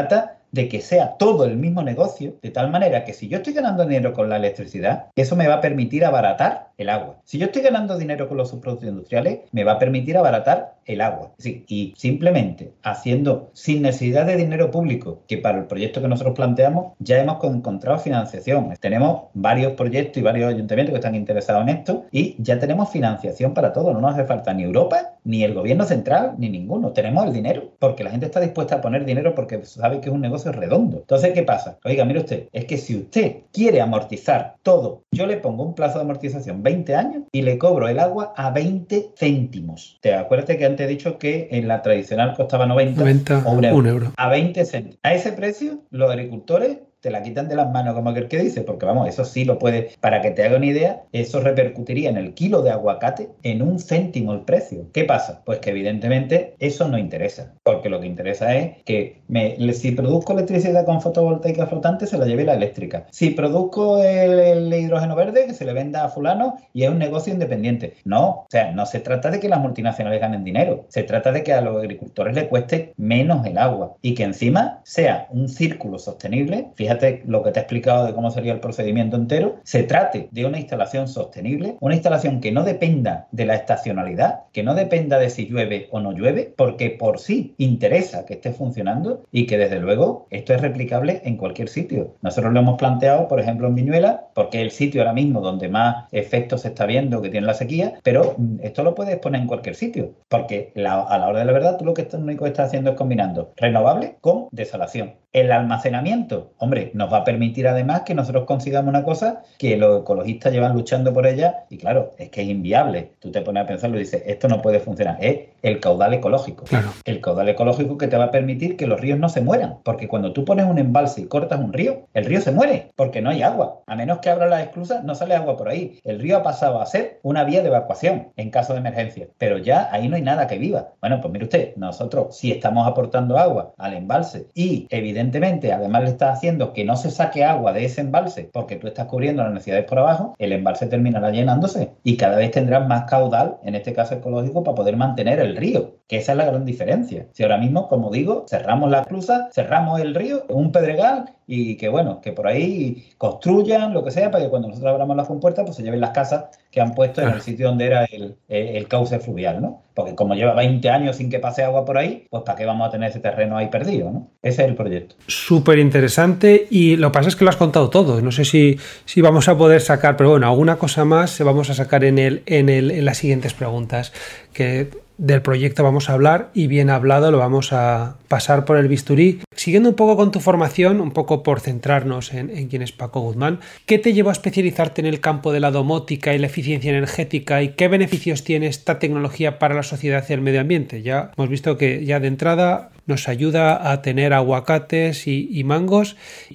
de que sea todo el mismo negocio, de tal manera que si yo estoy ganando dinero con la electricidad, eso me va a permitir abaratar el agua. Si yo estoy ganando dinero con los subproductos industriales, me va a permitir abaratar el agua. Sí, y simplemente haciendo sin necesidad de dinero público, que para el proyecto que nosotros planteamos ya hemos encontrado financiación. Tenemos varios proyectos y varios ayuntamientos que están interesados en esto y ya tenemos financiación para todo. No nos hace falta ni Europa, ni el gobierno central, ni ninguno. Tenemos el dinero, porque la gente está dispuesta a poner dinero porque sabe que es un negocio redondo. Entonces, ¿qué pasa? Oiga, mire usted, es que si usted quiere amortizar todo, yo le pongo un plazo de amortización veinte años y le cobro el agua a veinte céntimos. Te acuérdate que antes he dicho que en la tradicional costaba noventa, noventa o un euro, un euro. A veinte céntimos. A ese precio, los agricultores te la quitan de las manos, como aquel que dice, porque vamos, eso sí lo puede, para que te haga una idea, eso repercutiría en el kilo de aguacate en un céntimo el precio. ¿Qué pasa? Pues que evidentemente eso no interesa, porque lo que interesa es que me, si produzco electricidad con fotovoltaica flotante, se la lleve la eléctrica. Si produzco el, el hidrógeno verde, que se le venda a fulano y es un negocio independiente. No, o sea, no se trata de que las multinacionales ganen dinero, se trata de que a los agricultores les cueste menos el agua y que encima sea un círculo sostenible. Fíjate Fíjate lo que te he explicado de cómo sería el procedimiento entero. Se trate de una instalación sostenible, una instalación que no dependa de la estacionalidad, que no dependa de si llueve o no llueve, porque por sí interesa que esté funcionando y que desde luego esto es replicable en cualquier sitio. Nosotros lo hemos planteado, por ejemplo, en Viñuela, porque es el sitio ahora mismo donde más efectos se está viendo que tiene la sequía, pero esto lo puedes poner en cualquier sitio, porque la, a la hora de la verdad tú lo que estás, lo único que estás haciendo es combinando renovable con desalación. El almacenamiento, hombre, nos va a permitir además que nosotros consigamos una cosa que los ecologistas llevan luchando por ella y claro, es que es inviable. Tú te pones a pensarlo y dices, esto no puede funcionar. Es el caudal ecológico. Claro. El caudal ecológico que te va a permitir que los ríos no se mueran, porque cuando tú pones un embalse y cortas un río, el río se muere porque no hay agua. A menos que abra las esclusas, no sale agua por ahí. El río ha pasado a ser una vía de evacuación en caso de emergencia, pero ya ahí no hay nada que viva. Bueno, pues mire usted, nosotros si estamos aportando agua al embalse y evidentemente Evidentemente, además le estás haciendo que no se saque agua de ese embalse porque tú estás cubriendo las necesidades por abajo, el embalse terminará llenándose y cada vez tendrás más caudal, en este caso ecológico, para poder mantener el río, que esa es la gran diferencia. Si ahora mismo, como digo, cerramos la esclusa, cerramos el río, un pedregal y que bueno, que por ahí construyan lo que sea para que cuando nosotros abramos la compuerta pues se lleven las casas que han puesto en el sitio donde era el, el cauce fluvial, ¿no? Porque como lleva veinte años sin que pase agua por ahí, pues ¿para qué vamos a tener ese terreno ahí perdido, ¿no? Ese es el proyecto. Súper interesante y lo que pasa es que lo has contado todo. No sé si, si vamos a poder sacar, pero bueno, alguna cosa más se vamos a sacar en, el, en, el, en las siguientes preguntas. Que del proyecto vamos a hablar y bien hablado lo vamos a pasar por el bisturí. Siguiendo un poco con tu formación, un poco por centrarnos en, en quién es Paco Guzmán, ¿qué te llevó a especializarte en el campo de la domótica y la eficiencia energética y qué beneficios tiene esta tecnología para la sociedad y el medio ambiente? Ya hemos visto que ya de entrada nos ayuda a tener aguacates y, y mangos,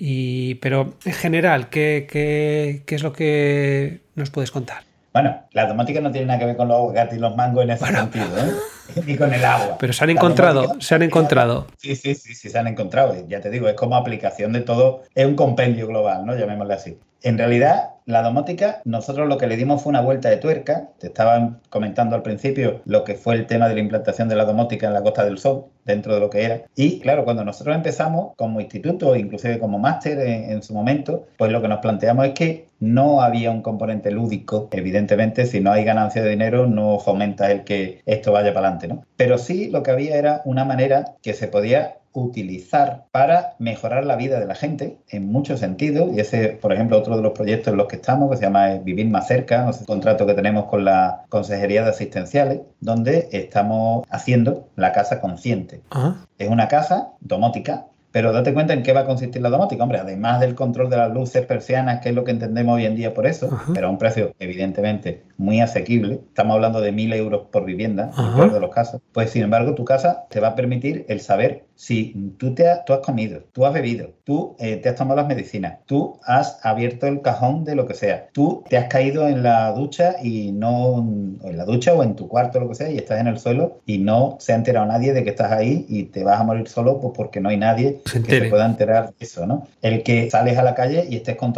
y, pero en general, ¿qué, qué, qué es lo que nos puedes contar? Bueno, la domótica no tiene nada que ver con los aguacates y los mangos en ese bueno, sentido, ¿eh? Ni con el agua. Pero se han encontrado, domótica, se han encontrado. Sí, sí, sí, sí, se han encontrado. Ya te digo, es como aplicación de todo, es un compendio global, ¿no? Llamémosle así. En realidad, la domótica, nosotros lo que le dimos fue una vuelta de tuerca. Te estaban comentando al principio lo que fue el tema de la implantación de la domótica en la Costa del Sol, dentro de lo que era. Y claro, cuando nosotros empezamos como instituto, inclusive como máster en, en su momento, pues lo que nos planteamos es que no había un componente lúdico. Evidentemente, si no hay ganancia de dinero, no fomenta el que esto vaya para adelante, ¿no? Pero sí lo que había era una manera que se podía utilizar para mejorar la vida de la gente en muchos sentidos, y ese, por ejemplo, otro de los proyectos en los que estamos, que se llama Vivir Más Cerca, ese contrato que tenemos con la Consejería de Asistenciales, donde estamos haciendo la casa consciente. Uh-huh. Es una casa domótica, pero date cuenta en qué va a consistir la domótica. Hombre, además del control de las luces, persianas, que es lo que entendemos hoy en día por eso, uh-huh. pero a un precio evidentemente muy asequible. Estamos hablando de mil euros por vivienda, uh-huh. en el peor de los casos. Pues sin embargo, tu casa te va a permitir el saber si tú, te ha, tú has comido, tú has bebido, tú eh, te has tomado las medicinas, tú has abierto el cajón de lo que sea, tú te has caído en la ducha y no, en la ducha o en tu cuarto, lo que sea, y estás en el suelo y no se ha enterado nadie de que estás ahí y te vas a morir solo pues porque no hay nadie se que se pueda enterar de eso, ¿no? El que sales a la calle y estés controlado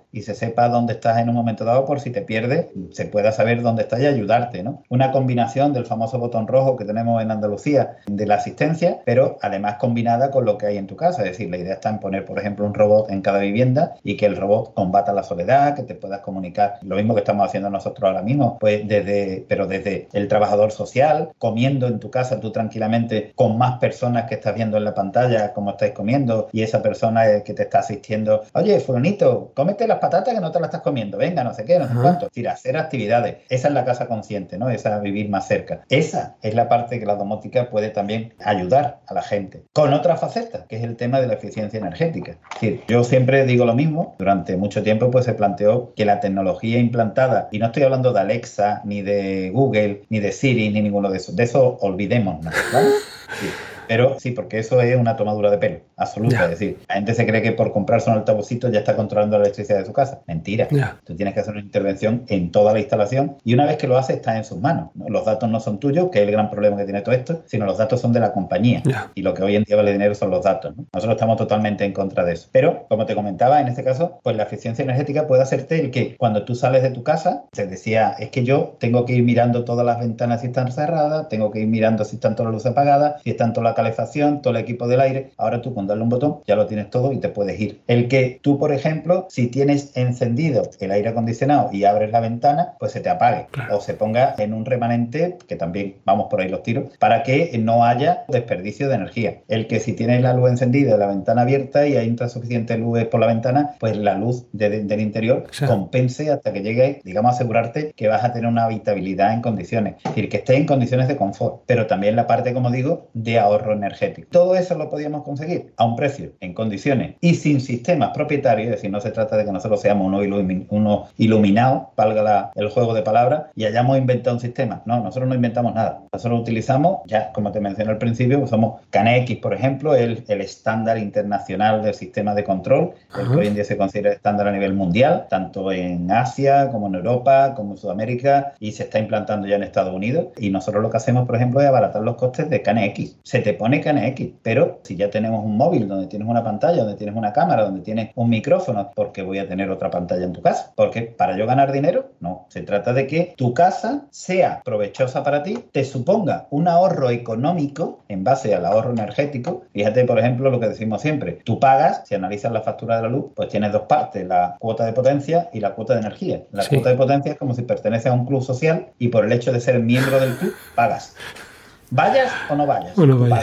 y se sepa dónde estás en un momento dado por si te pierdes, se pueda saber dónde estás y ayudarte, ¿no? Una combinación del famoso botón rojo que tenemos en Andalucía de la asistencia, pero además combinada con lo que hay en tu casa. Es decir, la idea está en poner, por ejemplo, un robot en cada vivienda y que el robot combata la soledad, que te puedas comunicar, lo mismo que estamos haciendo nosotros ahora mismo, pues desde, pero desde el trabajador social, comiendo en tu casa tú tranquilamente con más personas que estás viendo en la pantalla cómo estáis comiendo y esa persona que te está asistiendo, oye, fulanito, cómete las patatas que no te las estás comiendo, venga, no sé qué, no sé cuánto. Es decir, hacer actividades. Esa es la casa consciente, ¿no? Esa vivir más cerca. Esa es la parte que la domótica puede también ayudar a la gente. Con otra faceta, que es el tema de la eficiencia energética. Es decir, yo siempre digo lo mismo, durante mucho tiempo pues se planteó que la tecnología implantada, y no estoy hablando de Alexa, ni de Google, ni de Siri, ni ninguno de esos, de eso olvidémonos, ¿vale? Sí. Pero sí, porque eso es una tomadura de pelo absoluta. Yeah. Es decir, la gente se cree que por comprarse un altavocito ya está controlando la electricidad de su casa. Mentira. Yeah. Tú tienes que hacer una intervención en toda la instalación y una vez que lo haces está en sus manos, ¿no? Los datos no son tuyos, que es el gran problema que tiene todo esto, sino los datos son de la compañía. Yeah. Y lo que hoy en día vale dinero son los datos, ¿no? Nosotros estamos totalmente en contra de eso. Pero, como te comentaba, en este caso, pues la eficiencia energética puede hacerte el que cuando tú sales de tu casa, te decía, es que yo tengo que ir mirando todas las ventanas si están cerradas, tengo que ir mirando si están todas las luces apagadas, si están todas las calefacción, todo el equipo del aire. Ahora tú con darle un botón ya lo tienes todo y te puedes ir. El que tú, por ejemplo, si tienes encendido el aire acondicionado y abres la ventana, pues se te apague. Claro. O se ponga en un remanente, que también vamos por ahí los tiros, para que no haya desperdicio de energía. El que si tienes la luz encendida, la ventana abierta y hay suficiente luz por la ventana, pues la luz de, de, del interior sí. compense hasta que llegue, digamos, asegurarte que vas a tener una habitabilidad en condiciones. Es decir, que estés en condiciones de confort, pero también la parte, como digo, de ahorro energético. Todo eso lo podíamos conseguir a un precio, en condiciones y sin sistemas propietarios. Es decir, no se trata de que nosotros seamos unos ilumi uno iluminados, valga la, el juego de palabras, y hayamos inventado un sistema. No, nosotros no inventamos nada. Nosotros utilizamos, ya como te mencioné al principio, pues somos CANX, por ejemplo, el, el estándar internacional del sistema de control, el que hoy en día se considera estándar a nivel mundial, tanto en Asia como en Europa, como en Sudamérica, y se está implantando ya en Estados Unidos. Y nosotros lo que hacemos, por ejemplo, es abaratar los costes de CANX. Se te pone CANX, pero si ya tenemos un móvil donde tienes una pantalla, donde tienes una cámara, donde tienes un micrófono, ¿por qué voy a tener otra pantalla en tu casa? Porque para yo ganar dinero, no. Se trata de que tu casa sea provechosa para ti, te suponga un ahorro económico en base al ahorro energético. Fíjate, por ejemplo, lo que decimos siempre. Tú pagas, si analizas la factura de la luz, pues tienes dos partes, la cuota de potencia y la cuota de energía. La sí. cuota de potencia es como si perteneces a un club social y por el hecho de ser miembro del club, pagas. ¿Vayas o no vayas? O no vayas.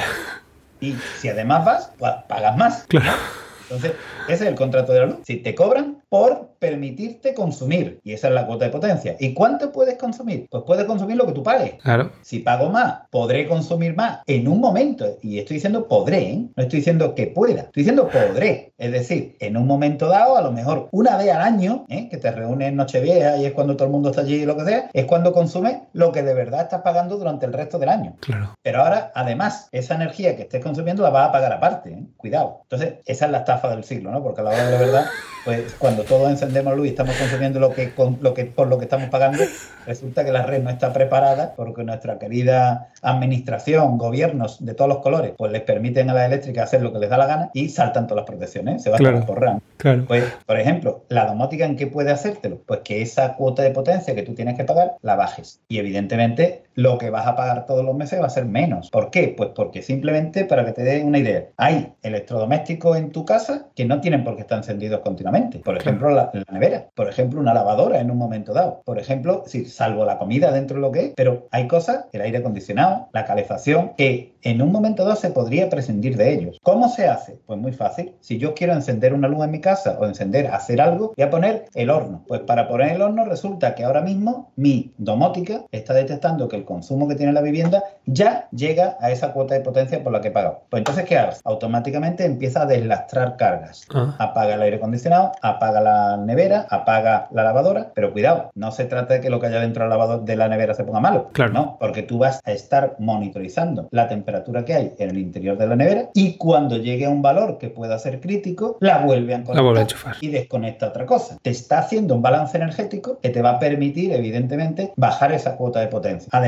Y si además vas, pues pagas más. Claro. Entonces, ese es el contrato de la luz. Si te cobran por permitirte consumir, y esa es la cuota de potencia. ¿Y cuánto puedes consumir? Pues puedes consumir lo que tú pagues. Claro. Si pago más, podré consumir más en un momento. Y estoy diciendo podré, ¿eh? No estoy diciendo que pueda. Estoy diciendo podré. Es decir, en un momento dado, a lo mejor una vez al año, ¿eh? que te reúnes en Nochevieja y es cuando todo el mundo está allí y lo que sea, es cuando consumes lo que de verdad estás pagando durante el resto del año. Claro. Pero ahora, además, esa energía que estés consumiendo la vas a pagar aparte, ¿eh? Cuidado. Entonces, esa es la estafa del siglo, ¿no? Porque a la hora de la verdad, pues cuando todos encendemos luz y estamos consumiendo lo que, con, lo que, por lo que estamos pagando, resulta que la red no está preparada porque nuestra querida administración, gobiernos de todos los colores, pues les permiten a las eléctricas hacer lo que les da la gana y saltan todas las protecciones, ¿eh? Se va claro, a porrar. Claro. Pues, por ejemplo, la domótica, ¿en qué puede hacértelo? Pues que esa cuota de potencia que tú tienes que pagar, la bajes. Y evidentemente, lo que vas a pagar todos los meses va a ser menos. ¿Por qué? Pues porque simplemente, para que te dé una idea, hay electrodomésticos en tu casa que no tienen por qué estar encendidos continuamente. Por ejemplo, la, la nevera. Por ejemplo, una lavadora en un momento dado. Por ejemplo, sí, salvo la comida dentro de lo que es, pero hay cosas, el aire acondicionado, la calefacción, que en un momento dado se podría prescindir de ellos. ¿Cómo se hace? Pues muy fácil. Si yo quiero encender una luz en mi casa o encender, hacer algo, voy a poner el horno. Pues para poner el horno resulta que ahora mismo mi domótica está detectando que el consumo que tiene la vivienda ya llega a esa cuota de potencia por la que he pagado. Pues entonces, ¿qué haces? Automáticamente empieza a deslastrar cargas. Ah. Apaga el aire acondicionado, apaga la nevera, apaga la lavadora, pero cuidado, no se trata de que lo que haya dentro del lavador de la nevera se ponga malo. Claro. No, porque tú vas a estar monitorizando la temperatura que hay en el interior de la nevera y cuando llegue a un valor que pueda ser crítico, la vuelve a conectar la vuelve a enchufar y desconecta otra cosa. Te está haciendo un balance energético que te va a permitir, evidentemente, bajar esa cuota de potencia. Además,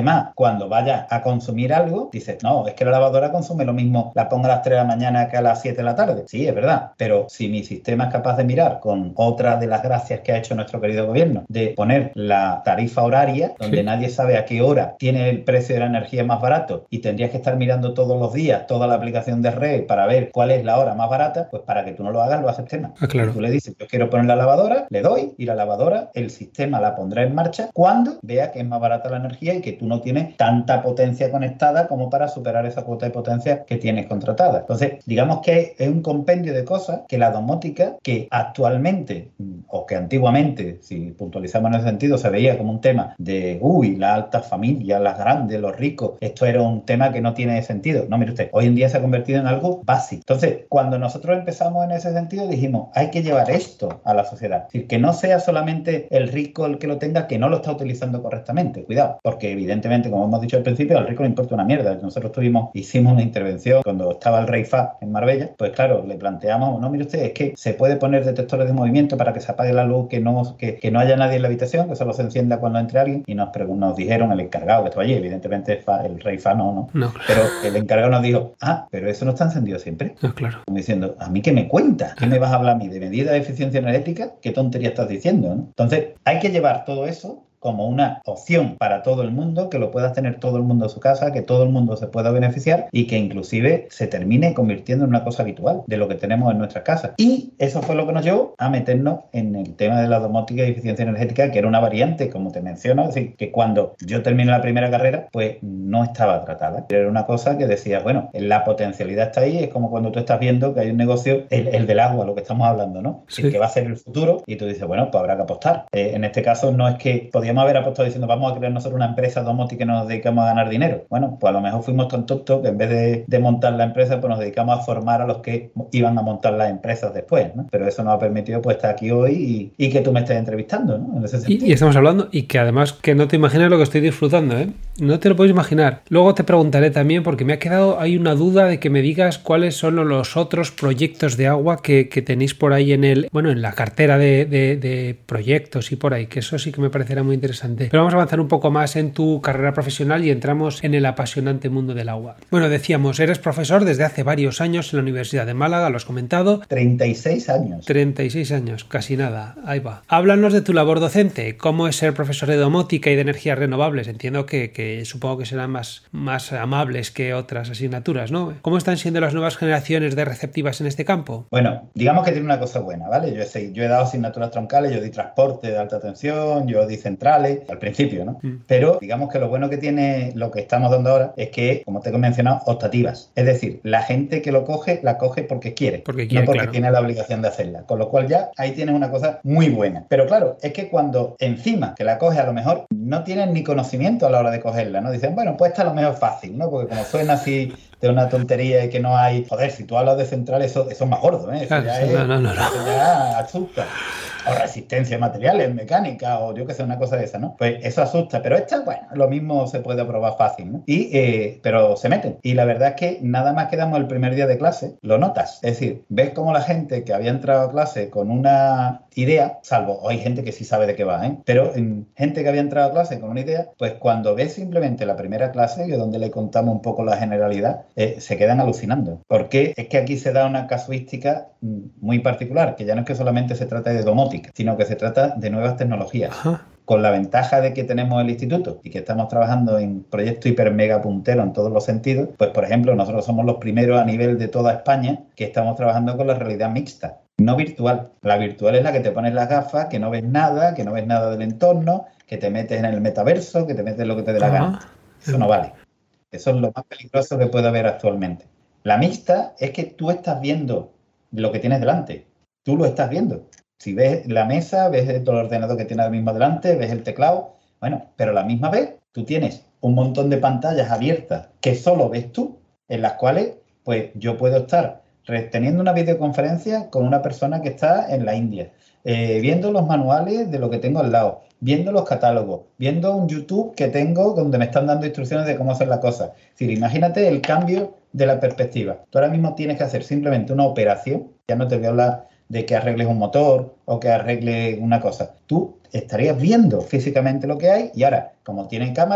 además, cuando vayas a consumir algo, dices, no, es que la lavadora consume lo mismo, la pongo a las tres de la mañana que a las siete de la tarde. Sí, es verdad, pero si mi sistema es capaz de mirar con otra de las gracias que ha hecho nuestro querido gobierno, de poner la tarifa horaria, donde sí. nadie sabe a qué hora tiene el precio de la energía más barato y tendrías que estar mirando todos los días toda la aplicación de red para ver cuál es la hora más barata, pues para que tú no lo hagas, lo hace el sistema. Ah, claro. Y tú le dices, yo quiero poner la lavadora, le doy y la lavadora, el sistema la pondrá en marcha cuando vea que es más barata la energía y que tú no tienes tanta potencia conectada como para superar esa cuota de potencia que tienes contratada. Entonces, digamos que es un compendio de cosas que la domótica, que actualmente, o que antiguamente, si puntualizamos en ese sentido, se veía como un tema de, uy, las altas familias, las grandes, los ricos, esto era un tema que no tiene sentido. No, mire usted, hoy en día se ha convertido en algo básico. Entonces, cuando nosotros empezamos en ese sentido, dijimos, hay que llevar esto a la sociedad. Es decir, que no sea solamente el rico el que lo tenga, que no lo está utilizando correctamente. Cuidado, porque evidentemente, como hemos dicho al principio, al rico le importa una mierda. Nosotros tuvimos, hicimos una intervención cuando estaba el Rey Fahd en Marbella, pues claro, le planteamos, no, mire usted, es que se puede poner detectores de movimiento para que se apague la luz, que no, que, que no haya nadie en la habitación, que solo se encienda cuando entre alguien, y nos, nos dijeron, el encargado que estaba allí, evidentemente el Rey Fahd no, no, no, pero el encargado nos dijo, ah, pero eso no está encendido siempre. No, claro. Como diciendo, ¿a mí qué me cuentas? ¿Qué me vas a hablar a mí de medida de eficiencia energética? ¿Qué tontería estás diciendo, ¿no? Entonces, hay que llevar todo eso como una opción para todo el mundo, que lo pueda tener todo el mundo en su casa, que todo el mundo se pueda beneficiar y que inclusive se termine convirtiendo en una cosa habitual de lo que tenemos en nuestras casas. Y eso fue lo que nos llevó a meternos en el tema de la domótica y eficiencia energética, que era una variante, como te menciono, es decir, que cuando yo terminé la primera carrera, pues no estaba tratada. Era una cosa que decía, bueno, la potencialidad está ahí, es como cuando tú estás viendo que hay un negocio, el, el del agua, lo que estamos hablando, ¿no? Sí. El que va a ser el futuro, y tú dices, bueno, pues habrá que apostar. Eh, en este caso no es que podíamos haber apostado diciendo vamos a crear nosotros una empresa domótica y nos dedicamos a ganar dinero. Bueno, pues a lo mejor fuimos tan tontos que en vez de, de montar la empresa, pues nos dedicamos a formar a los que iban a montar las empresas después, ¿no? Pero eso nos ha permitido pues estar aquí hoy y, y que tú me estés entrevistando, ¿no? En ese sentido. Y, y estamos hablando, y que además que no te imaginas lo que estoy disfrutando, ¿eh? No te lo puedes imaginar. Luego te preguntaré también, porque me ha quedado hay una duda de que me digas cuáles son los otros proyectos de agua que, que tenéis por ahí en el, bueno, en la cartera de, de, de proyectos y por ahí, que eso sí que me parecerá muy interesante. Pero vamos a avanzar un poco más en tu carrera profesional y entramos en el apasionante mundo del agua. Bueno, decíamos, eres profesor desde hace varios años en la Universidad de Málaga, lo has comentado. treinta y seis años. treinta y seis años, casi nada. Ahí va. Háblanos de tu labor docente. ¿Cómo es ser profesor de domótica y de energías renovables? Entiendo que, que supongo que serán más, más amables que otras asignaturas, ¿no? ¿Cómo están siendo las nuevas generaciones de receptivas en este campo? Bueno, digamos que tiene una cosa buena, ¿vale? Yo he, yo he dado asignaturas troncales, yo di transporte de alta tensión, yo di centrales, al principio, ¿no? Mm. Pero digamos que lo bueno que tiene lo que estamos dando ahora es que, como te he mencionado, optativas. Es decir, la gente que lo coge, la coge porque quiere, porque quiere no porque claro. tiene la obligación de hacerla. Con lo cual ya ahí tienes una cosa muy buena. Pero claro, es que cuando encima que la coge a lo mejor no tienes ni conocimiento a la hora de cogerla, ¿no? Dicen, bueno, pues esta a lo mejor es fácil, ¿no? Porque como suena así de una tontería y que no hay... Joder, si tú hablas de central, eso, eso es más gordo, ¿eh? Eso claro, ya sí, es... No, no, no, no. Eso ya asusta. O resistencia a materiales, mecánica, o yo que sé, una cosa de esa, ¿no? Pues eso asusta. Pero esta, bueno, lo mismo se puede aprobar fácil, ¿no? Y, eh, pero se meten. Y la verdad es que nada más que damos el primer día de clase, lo notas. Es decir, ves como la gente que había entrado a clase con una idea, salvo, o hay gente que sí sabe de qué va, ¿eh? Pero en gente que había entrado a clase con una idea, pues cuando ves simplemente la primera clase, que es donde le contamos un poco la generalidad, eh, se quedan alucinando. Porque es que aquí se da una casuística muy particular, que ya no es que solamente se trata de domótica, sino que se trata de nuevas tecnologías. Ajá. Con la ventaja de que tenemos el instituto y que estamos trabajando en proyectos hiper mega punteros en todos los sentidos, pues por ejemplo nosotros somos los primeros a nivel de toda España que estamos trabajando con la realidad mixta, no virtual. La virtual es la que te pones las gafas, que no ves nada, que no ves nada del entorno, que te metes en el metaverso, que te metes lo que te dé la gana. Eso no vale. Eso es lo más peligroso que puede haber actualmente. La mixta es que tú estás viendo lo que tienes delante. Tú lo estás viendo. Si ves la mesa, ves el ordenador que tienes ahora mismo delante, ves el teclado, bueno, pero a la misma vez tú tienes un montón de pantallas abiertas que solo ves tú, en las cuales pues yo puedo estar teniendo una videoconferencia con una persona que está en la India, eh, viendo los manuales de lo que tengo al lado, viendo los catálogos, viendo un YouTube que tengo donde me están dando instrucciones de cómo hacer la cosa. Es decir, imagínate el cambio de la perspectiva. Tú ahora mismo tienes que hacer simplemente una operación, ya no te voy a hablar de que arregles un motor o que arregles una cosa. Tú estarías viendo físicamente lo que hay y ahora, como tienen cámara,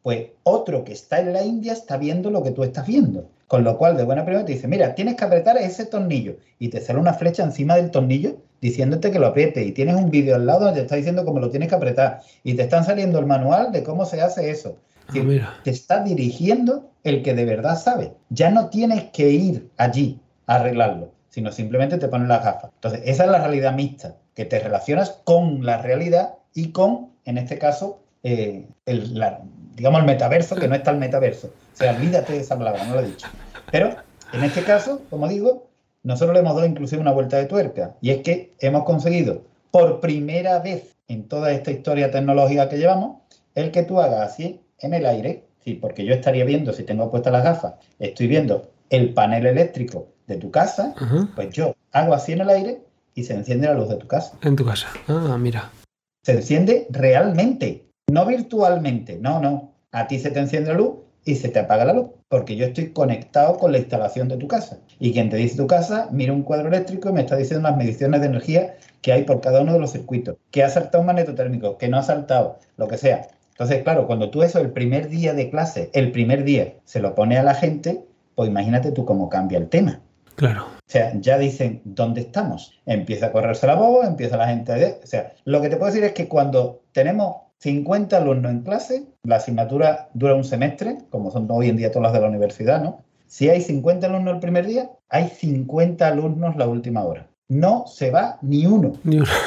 pues otro que está en la India está viendo lo que tú estás viendo. Con lo cual, de buena primera te dice, mira, tienes que apretar ese tornillo. Y te sale una flecha encima del tornillo diciéndote que lo apriete. Y tienes un vídeo al lado donde te está diciendo cómo lo tienes que apretar. Y te están saliendo el manual de cómo se hace eso. Es decir, ah, mira. Te está dirigiendo el que de verdad sabe. Ya no tienes que ir allí a arreglarlo, sino simplemente te pones las gafas. Entonces, esa es la realidad mixta, que te relacionas con la realidad y con, en este caso, eh, el, la, digamos el metaverso, que no está el metaverso. O sea, olvídate de esa palabra, no lo he dicho. Pero, en este caso, como digo, nosotros le hemos dado inclusive una vuelta de tuerca. Y es que hemos conseguido, por primera vez en toda esta historia tecnológica que llevamos, el que tú hagas así en el aire. Sí, porque yo estaría viendo, si tengo puestas las gafas, estoy viendo el panel eléctrico de tu casa, uh-huh. Pues yo hago así en el aire y se enciende la luz de tu casa. En tu casa. Ah, mira. Se enciende realmente, no virtualmente. No, no. A ti se te enciende la luz y se te apaga la luz, porque yo estoy conectado con la instalación de tu casa. Y quien te dice tu casa, mira un cuadro eléctrico y me está diciendo las mediciones de energía que hay por cada uno de los circuitos, que ha saltado un magnetotérmico, que no ha saltado, lo que sea. Entonces, claro, cuando tú eso el primer día de clase, el primer día, se lo pone a la gente, pues imagínate tú cómo cambia el tema. Claro. O sea, ya dicen, ¿dónde estamos? Empieza a correrse la voz, empieza la gente a... O sea, lo que te puedo decir es que cuando tenemos cincuenta alumnos en clase, la asignatura dura un semestre, como son hoy en día todas las de la universidad, ¿no? Si hay cincuenta alumnos el primer día, hay cincuenta alumnos la última hora. No se va ni uno. Ni uno.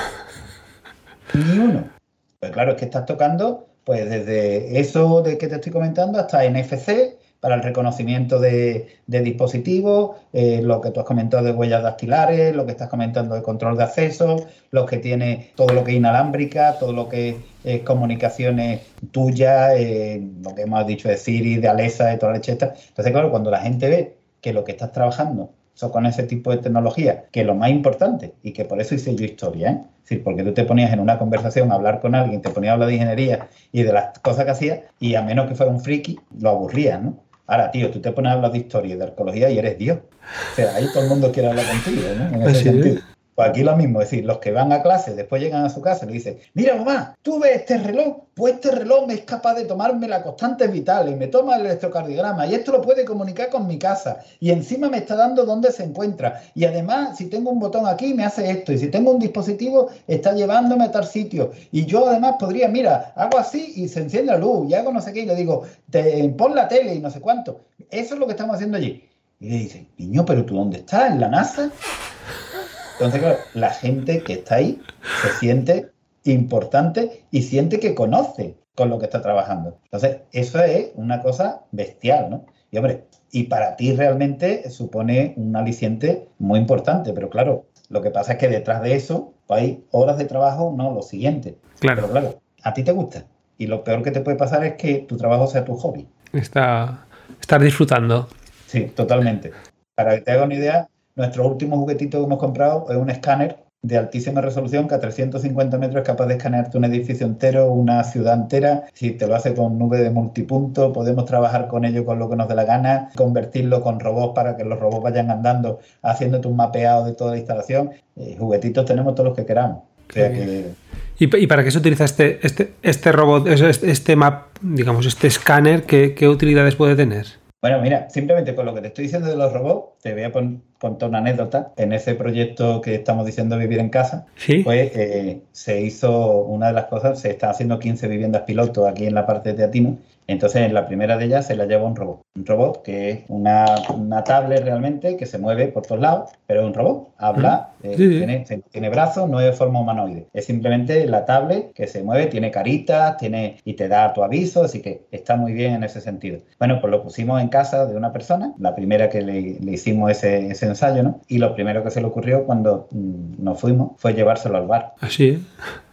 Ni uno. Pues claro, es que estás tocando, pues desde eso de que te estoy comentando hasta N F C, para el reconocimiento de, de dispositivos, eh, lo que tú has comentado de huellas dactilares, lo que estás comentando de control de acceso, lo que tiene todo lo que es inalámbrica, todo lo que es comunicaciones tuyas, eh, lo que hemos dicho de Siri, de Alexa, de toda la leche esta. Entonces, claro, cuando la gente ve que lo que estás trabajando son con ese tipo de tecnología, que es lo más importante, y que por eso hice yo historia, ¿eh? Es decir, porque tú te ponías en una conversación a hablar con alguien, te ponías a hablar de ingeniería y de las cosas que hacías, y a menos que fuera un friki, lo aburrías, ¿no? Ahora, tío, tú te pones a hablar de historia y de arqueología y eres Dios. O sea, ahí todo el mundo quiere hablar contigo, ¿no? En ese Así sentido. Es. Pues aquí lo mismo, es decir, los que van a clase, después llegan a su casa y le dicen, mira mamá, ¿tú ves este reloj? Pues este reloj me es capaz de tomarme las constantes vitales, me toma el electrocardiograma y esto lo puede comunicar con mi casa y encima me está dando dónde se encuentra y además si tengo un botón aquí me hace esto y si tengo un dispositivo está llevándome a tal sitio y yo además podría, mira, hago así y se enciende la luz y hago no sé qué y le digo, te, pon la tele y no sé cuánto. Eso es lo que estamos haciendo allí. Y le dicen, niño, ¿pero tú dónde estás? ¿En la NASA? Entonces, claro, la gente que está ahí se siente importante y siente que conoce con lo que está trabajando. Entonces, eso es una cosa bestial, ¿no? Y, hombre, y para ti realmente supone un aliciente muy importante, pero claro, lo que pasa es que detrás de eso pues hay horas de trabajo, no, lo siguiente. Claro. Pero claro, a ti te gusta. Y lo peor que te puede pasar es que tu trabajo sea tu hobby. Está, estar disfrutando. Sí, totalmente. Para que te haga una idea, nuestro último juguetito que hemos comprado es un escáner de altísima resolución que a trescientos cincuenta metros es capaz de escanearte un edificio entero, una ciudad entera. Si te lo hace con nube de multipunto, podemos trabajar con ello con lo que nos dé la gana, convertirlo con robots para que los robots vayan andando haciéndote un mapeado de toda la instalación. Eh, juguetitos tenemos todos los que queramos. O sea que... ¿Y, ¿Y para qué se utiliza este, este, este robot, este, este map, digamos, este escáner? ¿Qué, qué utilidades puede tener? Bueno, mira, simplemente con lo que te estoy diciendo de los robots, te voy a pon- contar una anécdota. En ese proyecto que estamos diciendo Vivir en Casa, ¿Sí? pues eh, se hizo una de las cosas, se están haciendo quince viviendas piloto aquí en la parte de Teatino. Entonces, en la primera de ellas se la lleva un robot. Un robot que es una, una tablet realmente que se mueve por todos lados, pero es un robot. Habla, eh, Sí, sí. tiene, tiene brazos, no es de forma humanoide. Es simplemente la tablet que se mueve, tiene caritas, tiene y te da tu aviso, así que está muy bien en ese sentido. Bueno, pues lo pusimos en casa de una persona, la primera que le, le hicimos ese, ese ensayo, ¿no? Y lo primero que se le ocurrió cuando mmm, nos fuimos fue llevárselo al bar. Así es.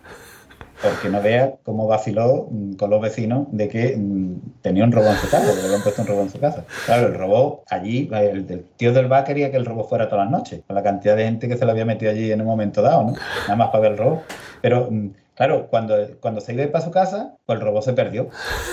Porque no veas cómo vaciló mmm, con los vecinos de que mmm, tenía un robot en su casa, que le habían puesto un robot en su casa. Claro, el robot allí, el, el tío del bar quería que el robot fuera todas las noches, con la cantidad de gente que se le había metido allí en un momento dado, ¿no? Nada más para ver el robot. Pero, mmm, claro, cuando, cuando se iba para su casa, pues el robot se perdió.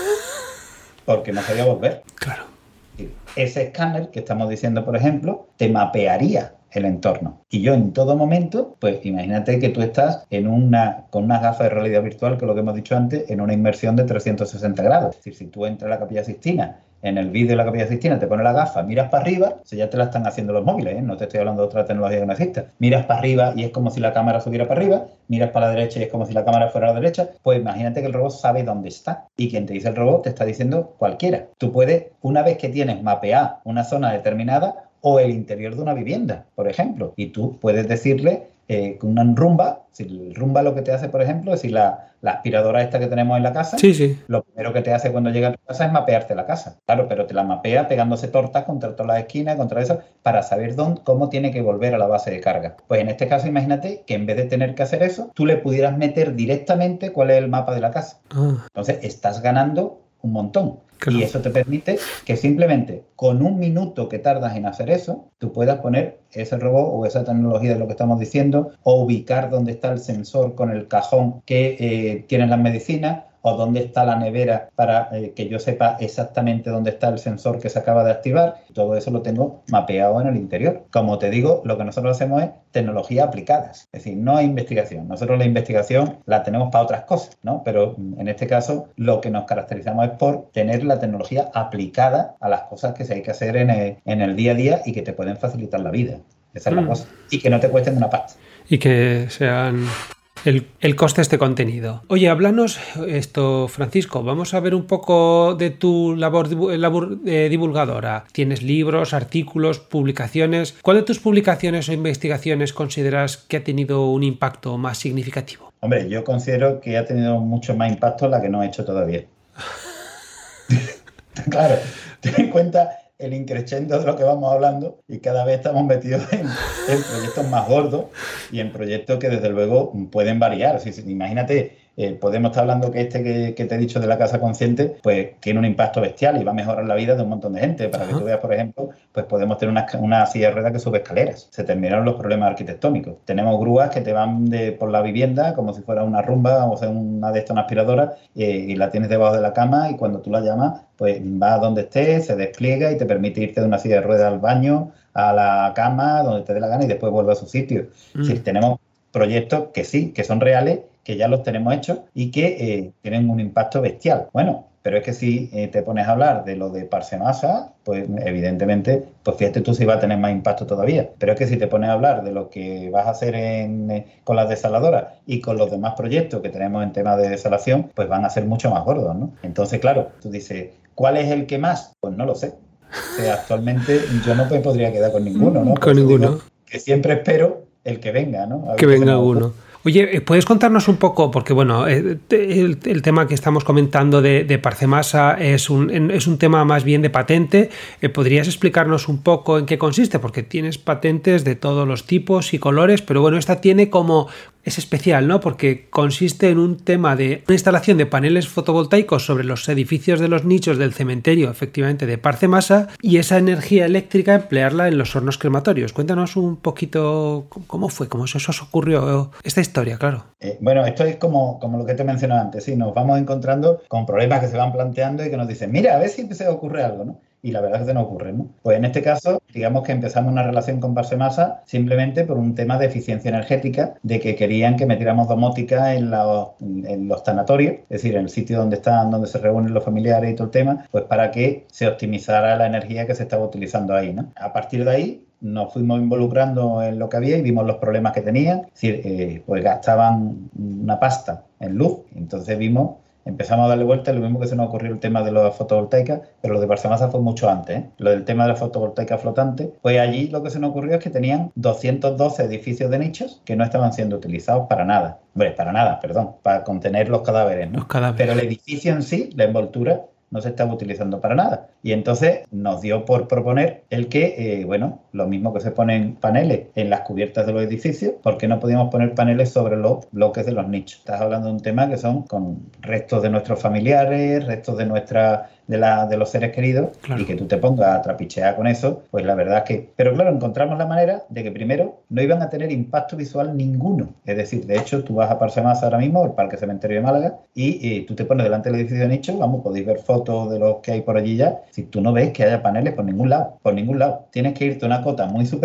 Porque no sabía volver. Claro. Ese escáner que estamos diciendo, por ejemplo, te mapearía el entorno. Y yo en todo momento, pues imagínate que tú estás en una, con unas gafas de realidad virtual, que es lo que hemos dicho antes, en una inmersión de trescientos sesenta grados. Es decir, si tú entras a la Capilla Sixtina, en el vídeo de la Capilla Sixtina te pones la gafa, miras para arriba, o sea, ya te la están haciendo los móviles, ¿eh? No te estoy hablando de otra tecnología que no exista. Miras para arriba y es como si la cámara subiera para arriba, miras para la derecha y es como si la cámara fuera a la derecha, pues imagínate que el robot sabe dónde está y quien te dice el robot te está diciendo cualquiera. Tú puedes, una vez que tienes mapeada una zona determinada o el interior de una vivienda, por ejemplo, y tú puedes decirle eh, con una rumba, si el rumba lo que te hace, por ejemplo, es si la, la aspiradora esta que tenemos en la casa, sí, sí. Lo primero que te hace cuando llega a tu casa es mapearte la casa. Claro, pero te la mapea pegándose tortas contra todas las esquinas, contra eso, para saber dónde, cómo tiene que volver a la base de carga. Pues en este caso, imagínate que en vez de tener que hacer eso, tú le pudieras meter directamente cuál es el mapa de la casa. Ah. Entonces, estás ganando un montón. Claro. Y eso te permite que simplemente con un minuto que tardas en hacer eso, tú puedas poner ese robot o esa tecnología de lo que estamos diciendo, o ubicar dónde está el sensor con el cajón que eh, tienen las medicinas, o dónde está la nevera para eh, que yo sepa exactamente dónde está el sensor que se acaba de activar. Todo eso lo tengo mapeado en el interior. Como te digo, lo que nosotros hacemos es tecnología aplicadas. Es decir, no hay investigación. Nosotros la investigación la tenemos para otras cosas, ¿no? Pero en este caso lo que nos caracterizamos es por tener la tecnología aplicada a las cosas que se hay que hacer en el, en el día a día y que te pueden facilitar la vida. Esa es mm. la cosa. Y que no te cuesten una pasta. Y que sean... El, el coste de este contenido. Oye, háblanos esto, Francisco. Vamos a ver un poco de tu labor, labor eh, divulgadora. ¿Tienes libros, artículos, publicaciones? ¿Cuál de tus publicaciones o investigaciones consideras que ha tenido un impacto más significativo? Hombre, yo considero que ha tenido mucho más impacto la que no he hecho todavía. Claro, ten en cuenta el increchendo de lo que vamos hablando y cada vez estamos metidos en, en proyectos más gordos y en proyectos que desde luego pueden variar. Si, si, imagínate, eh, podemos estar hablando que este que, que te he dicho de la casa consciente, pues tiene un impacto bestial y va a mejorar la vida de un montón de gente. Para Ajá. que tú veas, por ejemplo, pues podemos tener una, una silla de ruedas que sube escaleras. Se terminaron los problemas arquitectónicos. Tenemos grúas que te van de, por la vivienda como si fuera una rumba o sea una de estas, una aspiradora, eh, y la tienes debajo de la cama y cuando tú la llamas, pues va a donde estés, se despliega y te permite irte de una silla de ruedas al baño, a la cama, donde te dé la gana y después vuelve a su sitio. Mm. Es decir, tenemos proyectos que sí, que son reales, que ya los tenemos hechos y que eh, tienen un impacto bestial. Bueno, pero es que si eh, te pones a hablar de lo de Parsemasa, pues evidentemente, pues fíjate tú si va a tener más impacto todavía. Pero es que si te pones a hablar de lo que vas a hacer en, eh, con las desaladoras y con los demás proyectos que tenemos en tema de desalación, pues van a ser mucho más gordos, ¿no? Entonces, claro, tú dices, ¿cuál es el que más? Pues no lo sé. O sea, actualmente yo no me podría quedar con ninguno, ¿no? Con ninguno. Que siempre espero el que venga, ¿no? Que venga uno. Oye, ¿puedes contarnos un poco? Porque, bueno, el, el tema que estamos comentando de, de Parsemasa es un, es un tema más bien de patente. ¿Podrías explicarnos un poco en qué consiste? Porque tienes patentes de todos los tipos y colores, pero bueno, esta tiene como... Es especial, ¿no? Porque consiste en un tema de una instalación de paneles fotovoltaicos sobre los edificios de los nichos del cementerio, efectivamente, de Parsemasa, y esa energía eléctrica emplearla en los hornos crematorios. Cuéntanos un poquito cómo fue, cómo eso os ocurrió, esta historia, claro. Eh, bueno, esto es como, como lo que te mencionaba antes, sí, nos vamos encontrando con problemas que se van planteando y que nos dicen, mira, a ver si se ocurre algo, ¿no? Y la verdad es que se nos ocurre, ¿no? Pues en este caso, digamos que empezamos una relación con Parsemasa simplemente por un tema de eficiencia energética, de que querían que metiéramos domótica en, la, en los tanatorios, es decir, en el sitio donde están, donde se reúnen los familiares y todo el tema, pues para que se optimizara la energía que se estaba utilizando ahí, ¿no? A partir de ahí, nos fuimos involucrando en lo que había y vimos los problemas que tenían, es decir, eh, pues gastaban una pasta en luz, entonces vimos... Empezamos a darle vuelta, lo mismo que se nos ocurrió el tema de las fotovoltaicas, pero lo de Parsemasa fue mucho antes, ¿eh? Lo del tema de la fotovoltaica flotante, pues allí lo que se nos ocurrió es que tenían doscientos doce edificios de nichos que no estaban siendo utilizados para nada. Hombre, para nada, perdón, para contener los cadáveres, ¿no? Los cadáveres. Pero el edificio en sí, la envoltura, no se estaba utilizando para nada. Y entonces nos dio por proponer el que, eh, bueno, lo mismo que se ponen paneles en las cubiertas de los edificios, ¿por qué no podíamos poner paneles sobre los bloques de los nichos? Estás hablando de un tema que son con restos de nuestros familiares, restos de nuestra... De, la, de los seres queridos, claro. Y que tú te pongas a trapichear con eso, pues la verdad es que... Pero claro, encontramos la manera de que primero no iban a tener impacto visual ninguno. Es decir, de hecho, tú vas a Parsemasa ahora mismo, el Parque Cementerio de Málaga, y, y tú te pones delante del edificio de nicho, vamos, podéis ver fotos de los que hay por allí ya. Si tú no ves que haya paneles por ningún lado, por ningún lado. Tienes que irte a una cota muy superior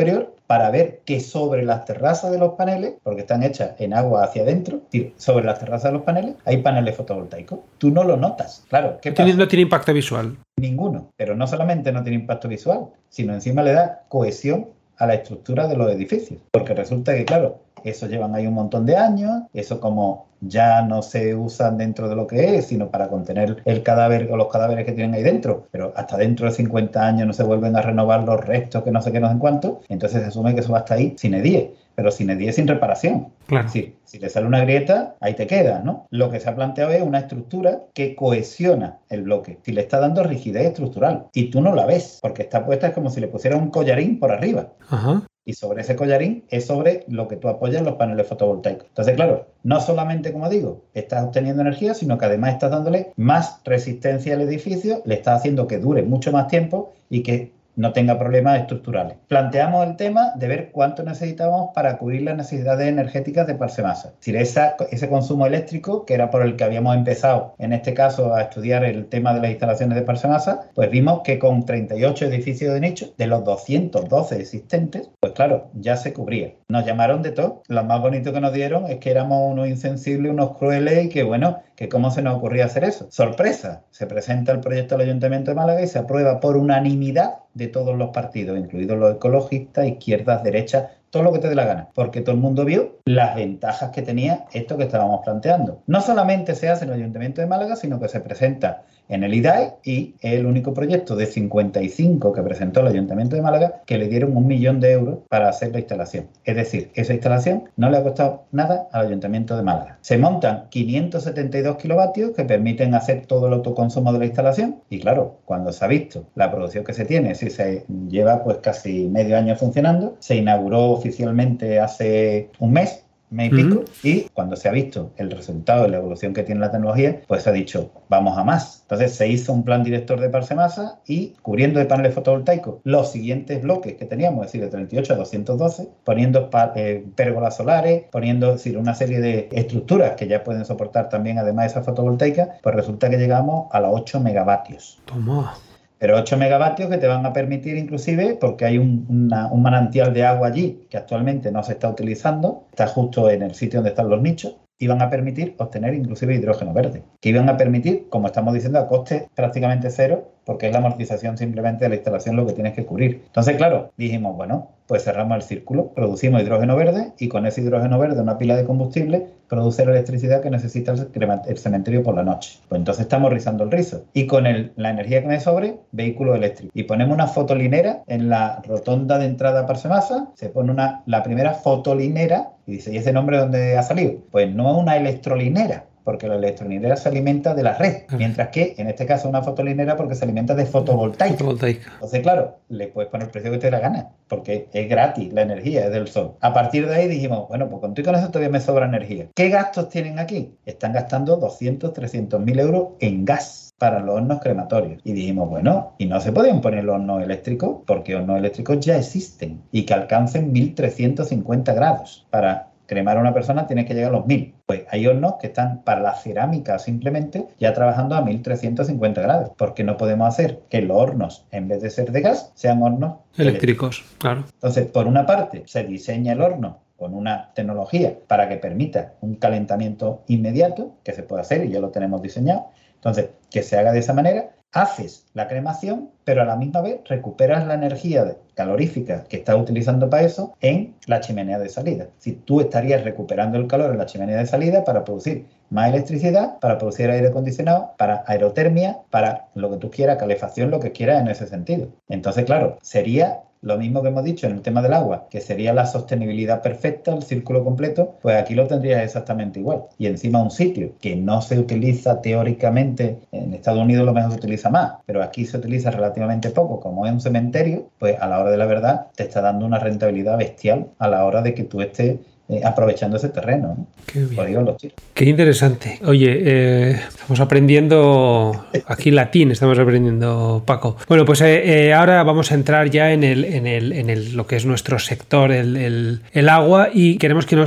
para ver que sobre las terrazas de los paneles, porque están hechas en agua hacia adentro, sobre las terrazas de los paneles hay paneles fotovoltaicos. Tú no lo notas. Claro, ¿qué pasa? No tiene impacto visual. Ninguno. Pero no solamente no tiene impacto visual, sino encima le da cohesión a la estructura de los edificios. Porque resulta que, claro, eso llevan ahí un montón de años, eso como ya no se usan dentro de lo que es, sino para contener el cadáver o los cadáveres que tienen ahí dentro, pero hasta dentro de cincuenta años no se vuelven a renovar los restos, que no sé qué, no sé en cuánto, entonces se asume que eso va hasta ahí sin edie, pero sin edie sin reparación. Claro. Es decir, si le sale una grieta, ahí te queda, ¿no? Lo que se ha planteado es una estructura que cohesiona el bloque, si le está dando rigidez estructural, y tú no la ves, porque está puesta, es como si le pusieras un collarín por arriba. Ajá. Y sobre ese collarín es sobre lo que tú apoyas en los paneles fotovoltaicos. Entonces, claro, no solamente, como digo, estás obteniendo energía, sino que además estás dándole más resistencia al edificio, le estás haciendo que dure mucho más tiempo y que no tenga problemas estructurales. Planteamos el tema de ver cuánto necesitábamos para cubrir las necesidades energéticas de Parsemasa. Es decir, esa, ese consumo eléctrico, que era por el que habíamos empezado, en este caso, a estudiar el tema de las instalaciones de Parsemasa, pues vimos que con treinta y ocho edificios de nicho, de los doscientos doce existentes, pues claro, ya se cubría. Nos llamaron de todo. Lo más bonito que nos dieron es que éramos unos insensibles, unos crueles y que, bueno, que cómo se nos ocurría hacer eso. Sorpresa, se presenta el proyecto al Ayuntamiento de Málaga y se aprueba por unanimidad de todos los partidos, incluidos los ecologistas, izquierdas, derechas, todo lo que te dé la gana, porque todo el mundo vio las ventajas que tenía esto que estábamos planteando. No solamente se hace en el Ayuntamiento de Málaga, sino que se presenta en el I D A E y es el único proyecto de cincuenta y cinco que presentó el Ayuntamiento de Málaga que le dieron un millón de euros para hacer la instalación. Es decir, esa instalación no le ha costado nada al Ayuntamiento de Málaga. Se montan quinientos setenta y dos kilovatios que permiten hacer todo el autoconsumo de la instalación y claro, cuando se ha visto la producción que se tiene, si se lleva pues casi medio año funcionando, se inauguró oficialmente hace un mes, mes y pico, uh-huh. Y cuando se ha visto el resultado de la evolución que tiene la tecnología, pues se ha dicho, vamos a más. Entonces se hizo un plan director de Parsemasa y cubriendo de paneles fotovoltaicos los siguientes bloques que teníamos, es decir, de treinta y ocho a doscientos doce, poniendo eh, pérgolas solares, poniendo es decir, una serie de estructuras que ya pueden soportar también, además de esa fotovoltaica, pues resulta que llegamos a los ocho megavatios. Toma. Pero ocho megavatios que te van a permitir inclusive, porque hay un, una, un manantial de agua allí que actualmente no se está utilizando, está justo en el sitio donde están los nichos, y van a permitir obtener inclusive hidrógeno verde, que iban a permitir, como estamos diciendo, a coste prácticamente cero, porque es la amortización simplemente de la instalación lo que tienes que cubrir. Entonces, claro, dijimos, bueno, pues cerramos el círculo, producimos hidrógeno verde y con ese hidrógeno verde una pila de combustible produce la electricidad que necesita el, el cementerio por la noche. Pues entonces estamos rizando el rizo. Y con el, la energía que me sobre, vehículo eléctrico. Y ponemos una fotolinera en la rotonda de entrada a Parsemasa, se pone una, la primera fotolinera y dice, ¿y ese nombre dónde ha salido? Pues no es una electrolinera, porque la electrolinera se alimenta de la red, mientras que en este caso una fotolinera porque se alimenta de fotovoltaica. fotovoltaica. Entonces, claro, le puedes poner el precio que te dé la gana, porque es gratis la energía, es del sol. A partir de ahí dijimos, bueno, pues con todo y con eso todavía me sobra energía. ¿Qué gastos tienen aquí? Están gastando doscientos, trescientos mil euros en gas para los hornos crematorios. Y dijimos, bueno, y no se podían poner los hornos eléctricos, porque hornos eléctricos ya existen y que alcancen mil trescientos cincuenta grados. Para cremar a una persona tienes que llegar a los mil. Pues hay hornos que están para la cerámica simplemente ya trabajando a mil trescientos cincuenta grados, porque no podemos hacer que los hornos, en vez de ser de gas, sean hornos eléctricos. Claro. Entonces, por una parte, se diseña el horno con una tecnología para que permita un calentamiento inmediato, que se puede hacer y ya lo tenemos diseñado. Entonces, que se haga de esa manera, haces la cremación, pero a la misma vez recuperas la energía calorífica que estás utilizando para eso en la chimenea de salida. Si tú estarías recuperando el calor en la chimenea de salida para producir más electricidad, para producir aire acondicionado, para aerotermia, para lo que tú quieras, calefacción, lo que quieras en ese sentido. Entonces, claro, sería lo mismo que hemos dicho en el tema del agua, que sería la sostenibilidad perfecta, el círculo completo, pues aquí lo tendrías exactamente igual. Y encima un sitio que no se utiliza teóricamente, en Estados Unidos lo mejor se utiliza más, pero aquí se utiliza relativamente poco, como es un cementerio, pues a la hora de la verdad te está dando una rentabilidad bestial a la hora de que tú estés Eh, aprovechando ese terreno, ¿no? Qué bien. Los Qué interesante. Oye, eh, estamos aprendiendo aquí latín, estamos aprendiendo, Paco. Bueno, pues eh, eh, ahora vamos a entrar ya en el, en el, en el, lo que es nuestro sector, el, el, el agua, y queremos que nos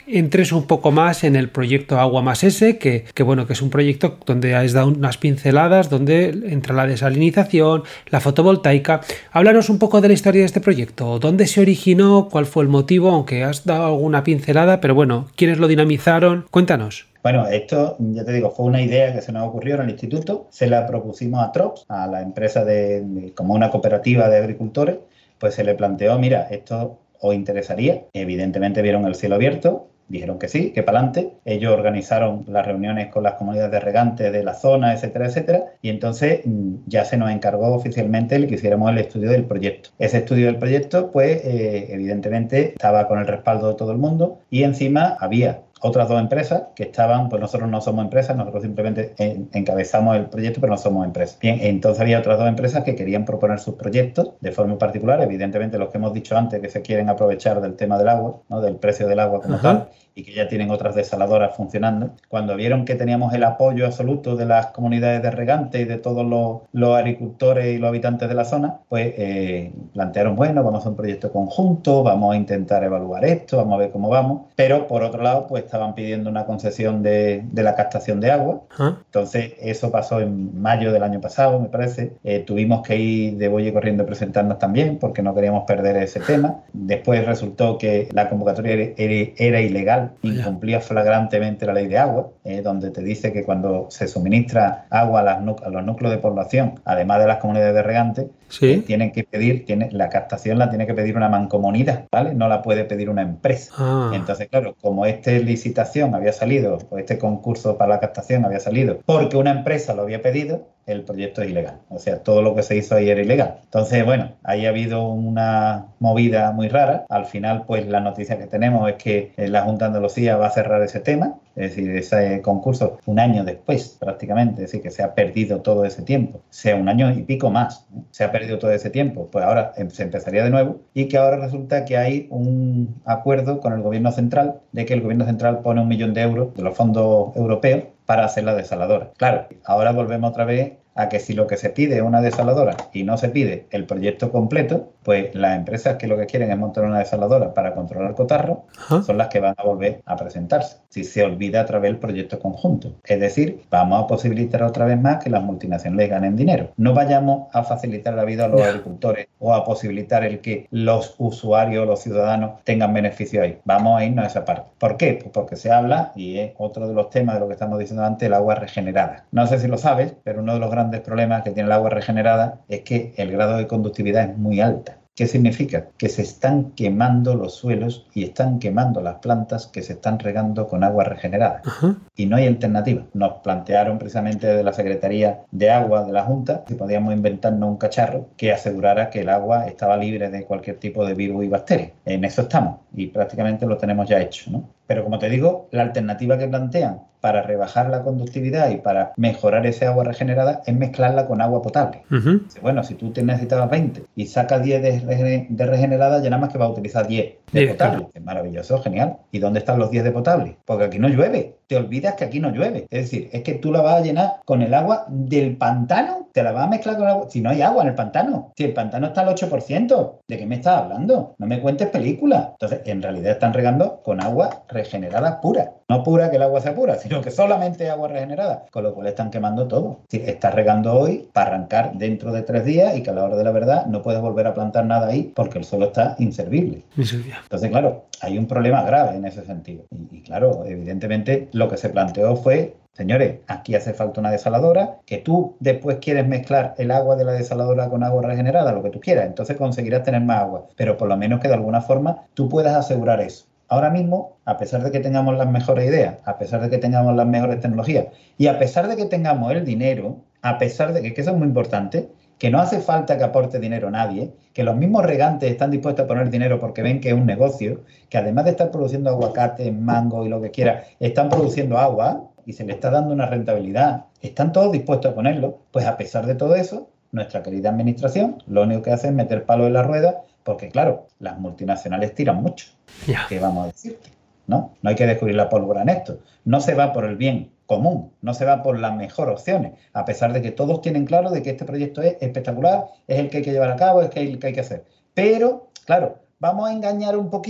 entres un poco más en el proyecto Agua Más S, que, que bueno, que es un proyecto donde has dado unas pinceladas, donde entra la desalinización, la fotovoltaica. Háblanos un poco de la historia de este proyecto. ¿Dónde se originó? ¿Cuál fue el motivo? Aunque has dado alguna pincelada, pero bueno, ¿quiénes lo dinamizaron? Cuéntanos. Bueno, esto, ya te digo, fue una idea que se nos ocurrió en el instituto, se la propusimos a Trops, a la empresa de, de como una cooperativa de agricultores, pues se le planteó, mira, esto os interesaría. Evidentemente vieron el cielo abierto, dijeron que sí, que para adelante. Ellos organizaron las reuniones con las comunidades de regantes de la zona, etcétera, etcétera, y entonces ya se nos encargó oficialmente el que hiciéramos el estudio del proyecto. Ese estudio del proyecto, pues, eh, evidentemente estaba con el respaldo de todo el mundo y encima había otras dos empresas que estaban, pues nosotros no somos empresas, nosotros simplemente encabezamos el proyecto, pero no somos empresas. Bien, entonces había otras dos empresas que querían proponer sus proyectos de forma particular, evidentemente los que hemos dicho antes, que se quieren aprovechar del tema del agua, ¿no? Del precio del agua como Ajá. tal, y que ya tienen otras desaladoras funcionando. Cuando vieron que teníamos el apoyo absoluto de las comunidades de regantes y de todos los, los agricultores y los habitantes de la zona, pues eh, plantearon, bueno, vamos a hacer un proyecto conjunto, vamos a intentar evaluar esto, vamos a ver cómo vamos, pero por otro lado, pues estaban pidiendo una concesión de, de la captación de agua. ¿Ah? Entonces, eso pasó en mayo del año pasado, me parece. Eh, tuvimos que ir de bolle corriendo a presentarnos también porque no queríamos perder ese tema. Después resultó que la convocatoria era, era, era ilegal, incumplía flagrantemente la ley de agua, eh, donde te dice que cuando se suministra agua a, las, a los núcleos de población, además de las comunidades de regantes, ¿sí? eh, tienen que pedir, tiene, la captación la tiene que pedir una mancomunidad, ¿vale? No la puede pedir una empresa. Ah. Entonces, claro, como este licitación había salido, o este concurso para la captación había salido porque una empresa lo había pedido, el proyecto es ilegal. O sea, todo lo que se hizo ahí era ilegal. Entonces, bueno, ahí ha habido una movida muy rara. Al final, pues la noticia que tenemos es que la Junta de Andalucía va a cerrar ese tema, es decir, ese concurso un año después prácticamente, es decir, que se ha perdido todo ese tiempo, sea un año y pico más, ¿no? Se ha perdido todo ese tiempo, pues ahora se empezaría de nuevo y que ahora resulta que hay un acuerdo con el gobierno central de que el gobierno central pone un millón de euros de los fondos europeos para hacer la desaladora. Claro, ahora volvemos otra vez a que si lo que se pide es una desaladora y no se pide el proyecto completo, pues las empresas que lo que quieren es montar una desaladora para controlar cotarro Ajá. son las que van a volver a presentarse, si se olvida a través del proyecto conjunto. Es decir, vamos a posibilitar otra vez más que las multinacionales ganen dinero. No vayamos a facilitar la vida a los yeah. agricultores o a posibilitar el que los usuarios, los ciudadanos tengan beneficio ahí. Vamos a irnos a esa parte. ¿Por qué? Pues porque se habla, y es otro de los temas de lo que estamos diciendo antes, el agua regenerada. No sé si lo sabes, pero uno de los grandes problemas que tiene el agua regenerada es que el grado de conductividad es muy alta. ¿Qué significa? Que se están quemando los suelos y están quemando las plantas que se están regando con agua regenerada. Uh-huh. Y no hay alternativa. Nos plantearon precisamente de la Secretaría de Agua de la Junta que podíamos inventarnos un cacharro que asegurara que el agua estaba libre de cualquier tipo de virus y bacterias. En eso estamos y prácticamente lo tenemos ya hecho, ¿no? Pero como te digo, la alternativa que plantean para rebajar la conductividad y para mejorar ese agua regenerada es mezclarla con agua potable. Uh-huh. Bueno, si tú te necesitabas veinte y sacas diez de, de regenerada, ya nada más que vas a utilizar diez de sí, potable. Claro. Es maravilloso, genial. ¿Y dónde están los diez de potable? Porque aquí no llueve. Te olvidas que aquí no llueve. Es decir, es que tú la vas a llenar con el agua del pantano. Te la vas a mezclar con agua. Si no hay agua en el pantano. Si el pantano está al ocho por ciento. ¿De qué me estás hablando? No me cuentes películas. Entonces, en realidad están regando con agua regenerada pura. No pura que el agua sea pura, sino que solamente agua regenerada. Con lo cual están quemando todo. Es decir, estás regando hoy para arrancar dentro de tres días y que a la hora de la verdad no puedes volver a plantar nada ahí porque el suelo está inservible. Entonces, claro, hay un problema grave en ese sentido. Y, y claro, evidentemente lo que se planteó fue, señores, aquí hace falta una desaladora, que tú después quieres mezclar el agua de la desaladora con agua regenerada, lo que tú quieras, entonces conseguirás tener más agua, pero por lo menos que de alguna forma tú puedas asegurar eso. Ahora mismo, a pesar de que tengamos las mejores ideas, a pesar de que tengamos las mejores tecnologías y a pesar de que tengamos el dinero, a pesar de que, que eso es muy importante, que no hace falta que aporte dinero nadie, que los mismos regantes están dispuestos a poner dinero porque ven que es un negocio, que además de estar produciendo aguacate, mango y lo que quiera, están produciendo agua y se le está dando una rentabilidad, están todos dispuestos a ponerlo, pues a pesar de todo eso, nuestra querida administración lo único que hace es meter palo en la rueda, porque claro, las multinacionales tiran mucho. Yeah. ¿Qué vamos a decirte? ¿No? No hay que descubrir la pólvora en esto. No se va por el bien común, no se va por las mejores opciones, a pesar de que todos tienen claro de que este proyecto es espectacular, es el que hay que llevar a cabo, es el que hay que hacer. Pero, claro, vamos a engañar un poquito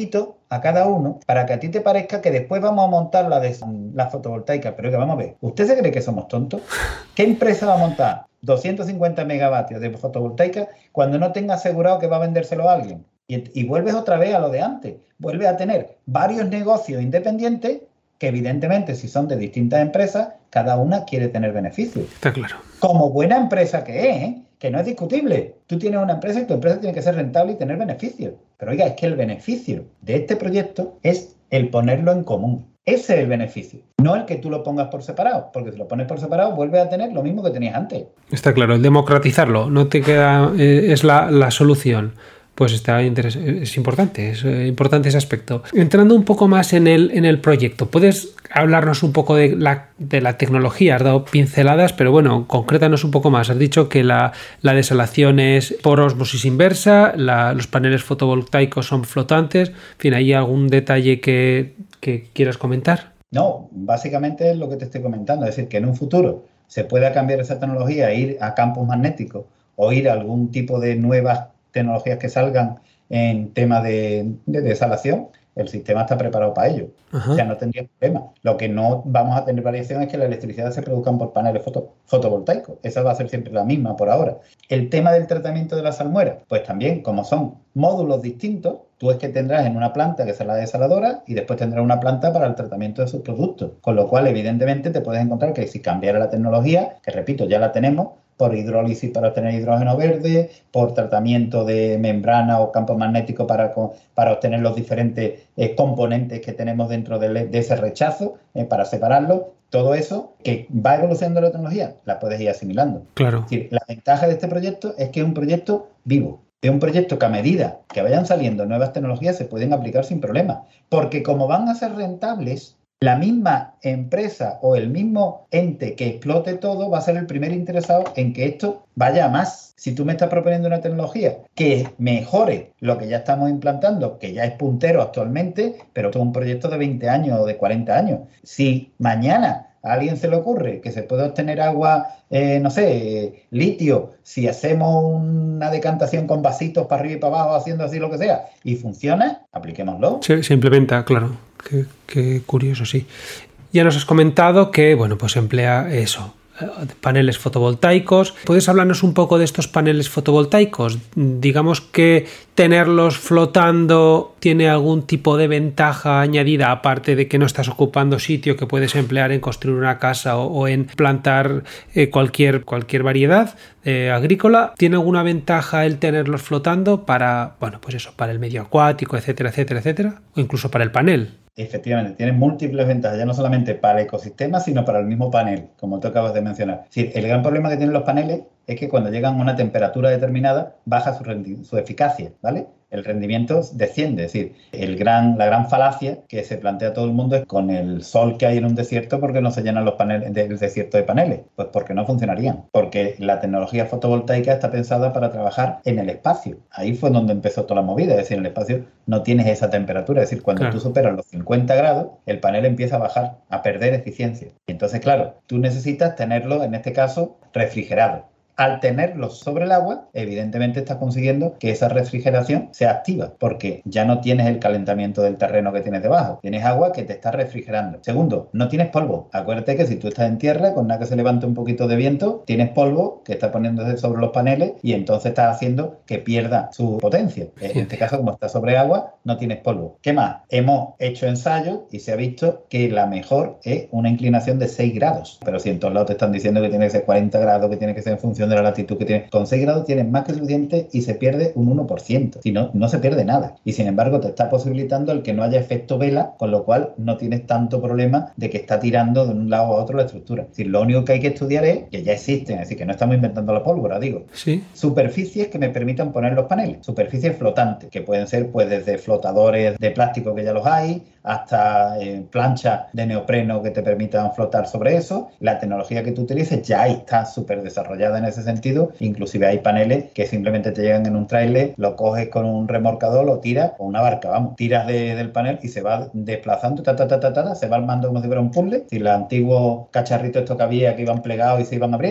a cada uno para que a ti te parezca que después vamos a montar la, de, la fotovoltaica. Pero oiga, vamos a ver, ¿usted se cree que somos tontos? ¿Qué empresa va a montar doscientos cincuenta megavatios de fotovoltaica cuando no tenga asegurado que va a vendérselo a alguien? Y, y vuelves otra vez a lo de antes. Vuelves a tener varios negocios independientes que evidentemente, si son de distintas empresas, cada una quiere tener beneficios. Está claro. Como buena empresa que es, ¿eh? Que no es discutible. Tú tienes una empresa y tu empresa tiene que ser rentable y tener beneficios. Pero oiga, es que el beneficio de este proyecto es el ponerlo en común. Ese es el beneficio, no el que tú lo pongas por separado, porque si lo pones por separado vuelves a tener lo mismo que tenías antes. Está claro, el democratizarlo no te queda, eh, es la, la solución. Pues está interes- es importante, es eh, importante ese aspecto. Entrando un poco más en el, en el proyecto, ¿puedes hablarnos un poco de la, de la tecnología? Has dado pinceladas, pero bueno, concrétanos un poco más. Has dicho que la, la desalación es por ósmosis inversa, la, los paneles fotovoltaicos son flotantes. En fin, ¿hay algún detalle que, que quieras comentar? No, básicamente es lo que te estoy comentando, es decir, que en un futuro se pueda cambiar esa tecnología, ir a campos magnéticos o ir a algún tipo de nuevas tecnologías que salgan en tema de, de desalación, el sistema está preparado para ello. Ajá. O sea, no tendría problema. Lo que no vamos a tener variación es que la electricidad se produzca por paneles foto, fotovoltaicos. Esa va a ser siempre la misma por ahora. El tema del tratamiento de la salmuera, pues también, como son módulos distintos, tú es que tendrás en una planta que será la desaladora y después tendrás una planta para el tratamiento de sus productos. Con lo cual, evidentemente, te puedes encontrar que si cambiara la tecnología, que repito, ya la tenemos, por hidrólisis para obtener hidrógeno verde, por tratamiento de membrana o campo magnético para, para obtener los diferentes eh, componentes que tenemos dentro de, de ese rechazo, eh, para separarlos. Todo eso que va evolucionando la tecnología, la puedes ir asimilando. Claro. Es decir, la ventaja de este proyecto es que es un proyecto vivo. Es un proyecto que a medida que vayan saliendo nuevas tecnologías se pueden aplicar sin problema. Porque como van a ser rentables, la misma empresa o el mismo ente que explote todo va a ser el primer interesado en que esto vaya a más. Si tú me estás proponiendo una tecnología que mejore lo que ya estamos implantando, que ya es puntero actualmente, pero esto es un proyecto de veinte años o de cuarenta años. Si mañana a alguien se le ocurre que se puede obtener agua, eh, no sé, litio, si hacemos una decantación con vasitos para arriba y para abajo, haciendo así lo que sea, y funciona, apliquémoslo. Se, se implementa, claro. Qué, qué curioso, sí. Ya nos has comentado que, bueno, pues emplea eso, paneles fotovoltaicos. ¿Puedes hablarnos un poco de estos paneles fotovoltaicos? Digamos que tenerlos flotando tiene algún tipo de ventaja añadida, aparte de que no estás ocupando sitio que puedes emplear en construir una casa o, o en plantar eh, cualquier, cualquier variedad eh, agrícola. ¿Tiene alguna ventaja el tenerlos flotando para, bueno, pues eso, para el medio acuático, etcétera, etcétera, etcétera? O incluso para el panel. Efectivamente, tiene múltiples ventajas, ya no solamente para el ecosistema, sino para el mismo panel, como tú acabas de mencionar. Es decir, el gran problema que tienen los paneles es que cuando llegan a una temperatura determinada, baja su, rendi- su eficacia, ¿vale? El rendimiento desciende. Es decir, el gran, la gran falacia que se plantea todo el mundo es con el sol que hay en un desierto, ¿por qué no se llenan los paneles del desierto de paneles? Pues porque no funcionarían. Porque la tecnología fotovoltaica está pensada para trabajar en el espacio. Ahí fue donde empezó toda la movida. Es decir, en el espacio no tienes esa temperatura. Es decir, cuando claro. tú superas los cincuenta grados, el panel empieza a bajar, a perder eficiencia. Y entonces, claro, tú necesitas tenerlo, en este caso, refrigerado. Al tenerlo sobre el agua, evidentemente estás consiguiendo que esa refrigeración sea activa, porque ya no tienes el calentamiento del terreno que tienes debajo. Tienes agua que te está refrigerando. Segundo, no tienes polvo. Acuérdate que si tú estás en tierra, con nada que se levante un poquito de viento, tienes polvo que está poniéndose sobre los paneles y entonces estás haciendo que pierda su potencia. En este caso, como está sobre agua, no tienes polvo. ¿Qué más? Hemos hecho ensayos y se ha visto que la mejor es una inclinación de seis grados. Pero si en todos lados te están diciendo que tiene que ser cuarenta grados, que tiene que ser en función de la latitud que tiene, con seis grados tienes más que suficiente y se pierde un uno por ciento. Si no, no se pierde nada. Y sin embargo, te está posibilitando el que no haya efecto vela, con lo cual no tienes tanto problema de que está tirando de un lado a otro la estructura. Es decir, lo único que hay que estudiar es que ya existen, es decir, que no estamos inventando la pólvora, digo. Sí. Superficies que me permitan poner los paneles. Superficies flotantes, que pueden ser pues desde flotadores de plástico que ya los hay, hasta eh, planchas de neopreno que te permitan flotar sobre eso. La tecnología que tú utilices ya está súper desarrollada en ese sentido. Inclusive hay paneles que simplemente te llegan en un tráiler, lo coges con un remolcador, lo tiras, o una barca, vamos, tiras de, del panel y se va desplazando, ta, ta, ta, ta, ta, se va armando como si fuera un puzzle. Si los antiguos cacharritos estos que había que iban plegados y se iban abriendo,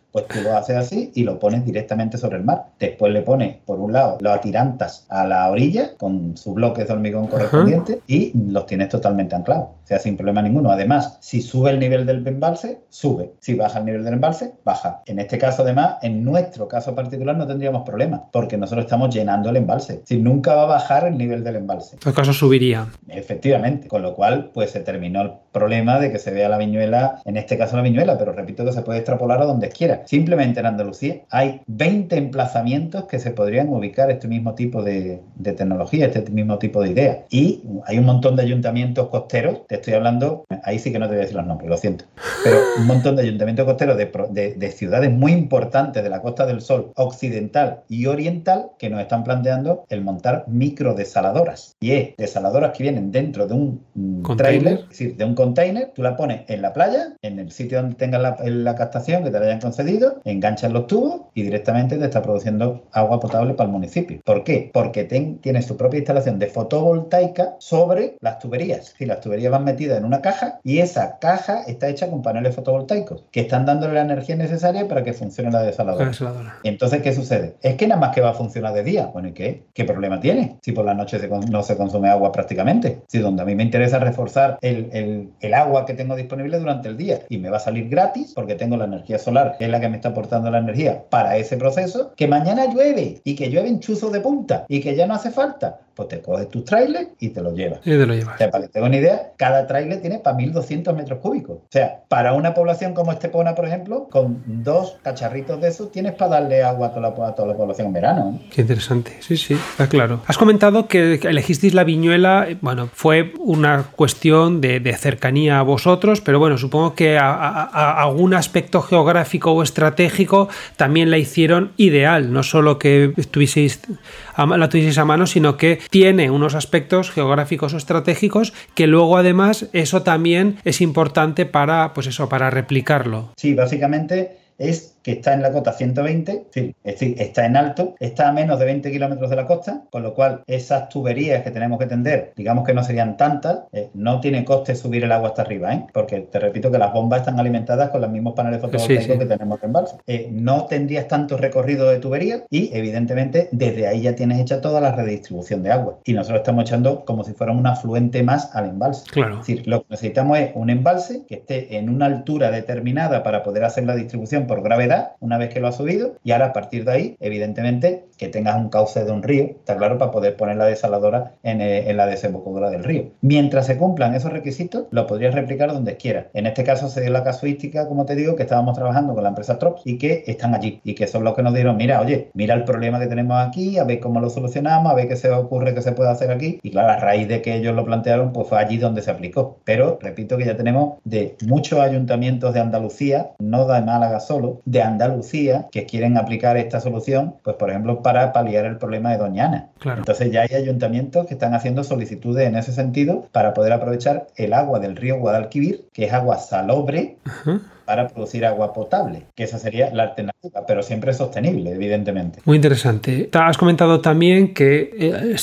Pues tú lo haces así y lo pones directamente sobre el mar. Después le pones, por un lado, lo atirantas a la orilla con sus bloques de hormigón correspondientes uh-huh. y los tienes totalmente anclados. O sea, sin problema ninguno. Además, si sube el nivel del embalse, sube. Si baja el nivel del embalse, baja. En este caso, además, en nuestro caso particular no tendríamos problema, porque nosotros estamos llenando el embalse. Si nunca va a bajar el nivel del embalse. En caso subiría. Efectivamente. Con lo cual, pues se terminó el problema de que se vea la viñuela, en este caso la viñuela, pero repito que se puede extrapolar a donde quiera. Simplemente en Andalucía hay veinte emplazamientos que se podrían ubicar este mismo tipo de, de tecnología, este mismo tipo de idea. Y hay un montón de ayuntamientos costeros, te estoy hablando, ahí sí que no te voy a decir los nombres, lo siento, pero un montón de ayuntamientos costeros de, de, de ciudades muy importantes de la Costa del Sol occidental y oriental que nos están planteando el montar microdesaladoras. Y es desaladoras que vienen dentro de un trailer, es decir, de un container, tú la pones en la playa, en el sitio donde tengas la, la captación que te la hayan concedido, enganchas los tubos y directamente te está produciendo agua potable para el municipio. ¿Por qué? Porque ten, tiene su propia instalación de fotovoltaica sobre las tuberías. Es decir, las tuberías van metidas en una caja y esa caja está hecha con paneles fotovoltaicos que están dándole la energía necesaria para que funcione la desaladora. La desaladora. Y entonces, ¿qué sucede? Es que nada más que va a funcionar de día. Bueno, ¿y qué? ¿Qué problema tiene? Si por la noche se, no se consume agua prácticamente. Si donde a mí me interesa reforzar el, el, el agua que tengo disponible durante el día y me va a salir gratis porque tengo la energía solar, que es la que me está aportando la energía para ese proceso, que mañana llueve y que llueve en chuzos de punta y que ya no hace falta, pues te coges tus trailers y te los llevas. Y te lo llevas. O sea, para que tenga una idea, cada trailer tiene para mil doscientos metros cúbicos. O sea, para una población como Estepona, por ejemplo, con dos cacharritos de esos tienes para darle agua a toda la, a toda la población en verano, ¿eh? Qué interesante. Sí, sí, está claro. Has comentado que elegisteis la viñuela, bueno, fue una cuestión de, de cercanía a vosotros, pero bueno, supongo que a, a, a algún aspecto geográfico o estratégico también la hicieron ideal, no solo que estuvieseis a, la tuvieseis a mano, sino que tiene unos aspectos geográficos o estratégicos que luego además eso también es importante para, pues eso, para replicarlo. Sí, básicamente es que está en la cota ciento veinte, sí, es decir, está en alto, está a menos de veinte kilómetros de la costa, con lo cual esas tuberías que tenemos que tender, digamos que no serían tantas, eh, no tiene coste subir el agua hasta arriba, ¿eh? Porque te repito que las bombas están alimentadas con los mismos paneles fotovoltaicos sí, sí. que tenemos en embalse. Eh, no tendrías tanto recorrido de tubería y evidentemente desde ahí ya tienes hecha toda la redistribución de agua y nosotros estamos echando como si fuera un afluente más al embalse. Claro. Es decir, lo que necesitamos es un embalse que esté en una altura determinada para poder hacer la distribución por gravedad una vez que lo has subido y ahora a partir de ahí, evidentemente, que tengas un cauce de un río, está claro, para poder poner la desaladora en, eh, en la desembocadura del río. Mientras se cumplan esos requisitos, lo podrías replicar donde quieras. En este caso se dio la casuística, como te digo, que estábamos trabajando con la empresa Trops y que están allí y que son los que nos dieron, mira, oye, mira el problema que tenemos aquí, a ver cómo lo solucionamos, a ver qué se ocurre que se puede hacer aquí y claro, a raíz de que ellos lo plantearon, pues fue allí donde se aplicó. Pero, repito que ya tenemos de muchos ayuntamientos de Andalucía, no de Málaga solo, de Andalucía que quieren aplicar esta solución, pues por ejemplo para paliar el problema de Doñana. Claro. Entonces ya hay ayuntamientos que están haciendo solicitudes en ese sentido para poder aprovechar el agua del río Guadalquivir, que es agua salobre, uh-huh. para producir agua potable, que esa sería la alternativa, pero siempre sostenible, evidentemente. Muy interesante. Has comentado también que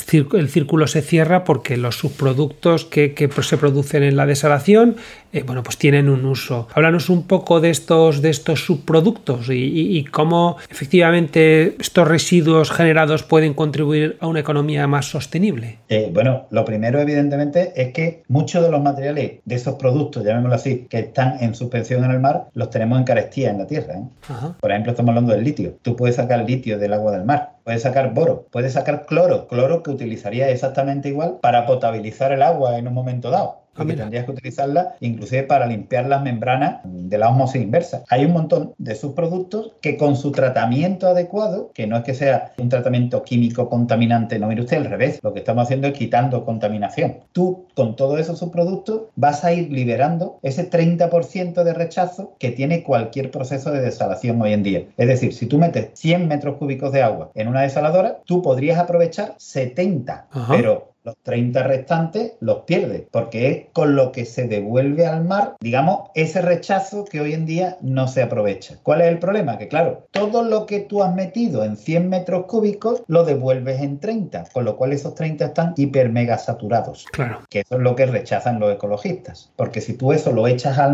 el círculo se cierra porque los subproductos que, que se producen en la desalación, eh, bueno, pues tienen un uso. Háblanos un poco de estos, de estos subproductos y, y, y cómo efectivamente estos residuos generados pueden contribuir a una economía más sostenible. Eh, bueno, lo primero, evidentemente, es que muchos de los materiales de esos productos, llamémoslo así, que están en suspensión en el mar, los tenemos en carestía en la tierra, ¿eh? Por ejemplo, estamos hablando del litio. Tú puedes sacar litio del agua del mar, puedes sacar boro, puedes sacar cloro, cloro que utilizaría exactamente igual para potabilizar el agua en un momento dado. Ah, que tendrías que utilizarla inclusive para limpiar las membranas de la ósmosis inversa. Hay un montón de subproductos que con su tratamiento adecuado, que no es que sea un tratamiento químico contaminante, no, mire usted, al revés, lo que estamos haciendo es quitando contaminación. Tú, con todos esos subproductos, vas a ir liberando ese treinta por ciento de rechazo que tiene cualquier proceso de desalación hoy en día. Es decir, si tú metes cien metros cúbicos de agua en una desaladora, tú podrías aprovechar setenta, Ajá. pero los treinta restantes los pierdes, porque es con lo que se devuelve al mar, digamos, ese rechazo que hoy en día no se aprovecha. ¿Cuál es el problema? Que claro, todo lo que tú has metido en cien metros cúbicos lo devuelves en treinta, con lo cual esos treinta están hiper mega saturados. Claro. Que eso es lo que rechazan los ecologistas, porque si tú eso lo echas al mar,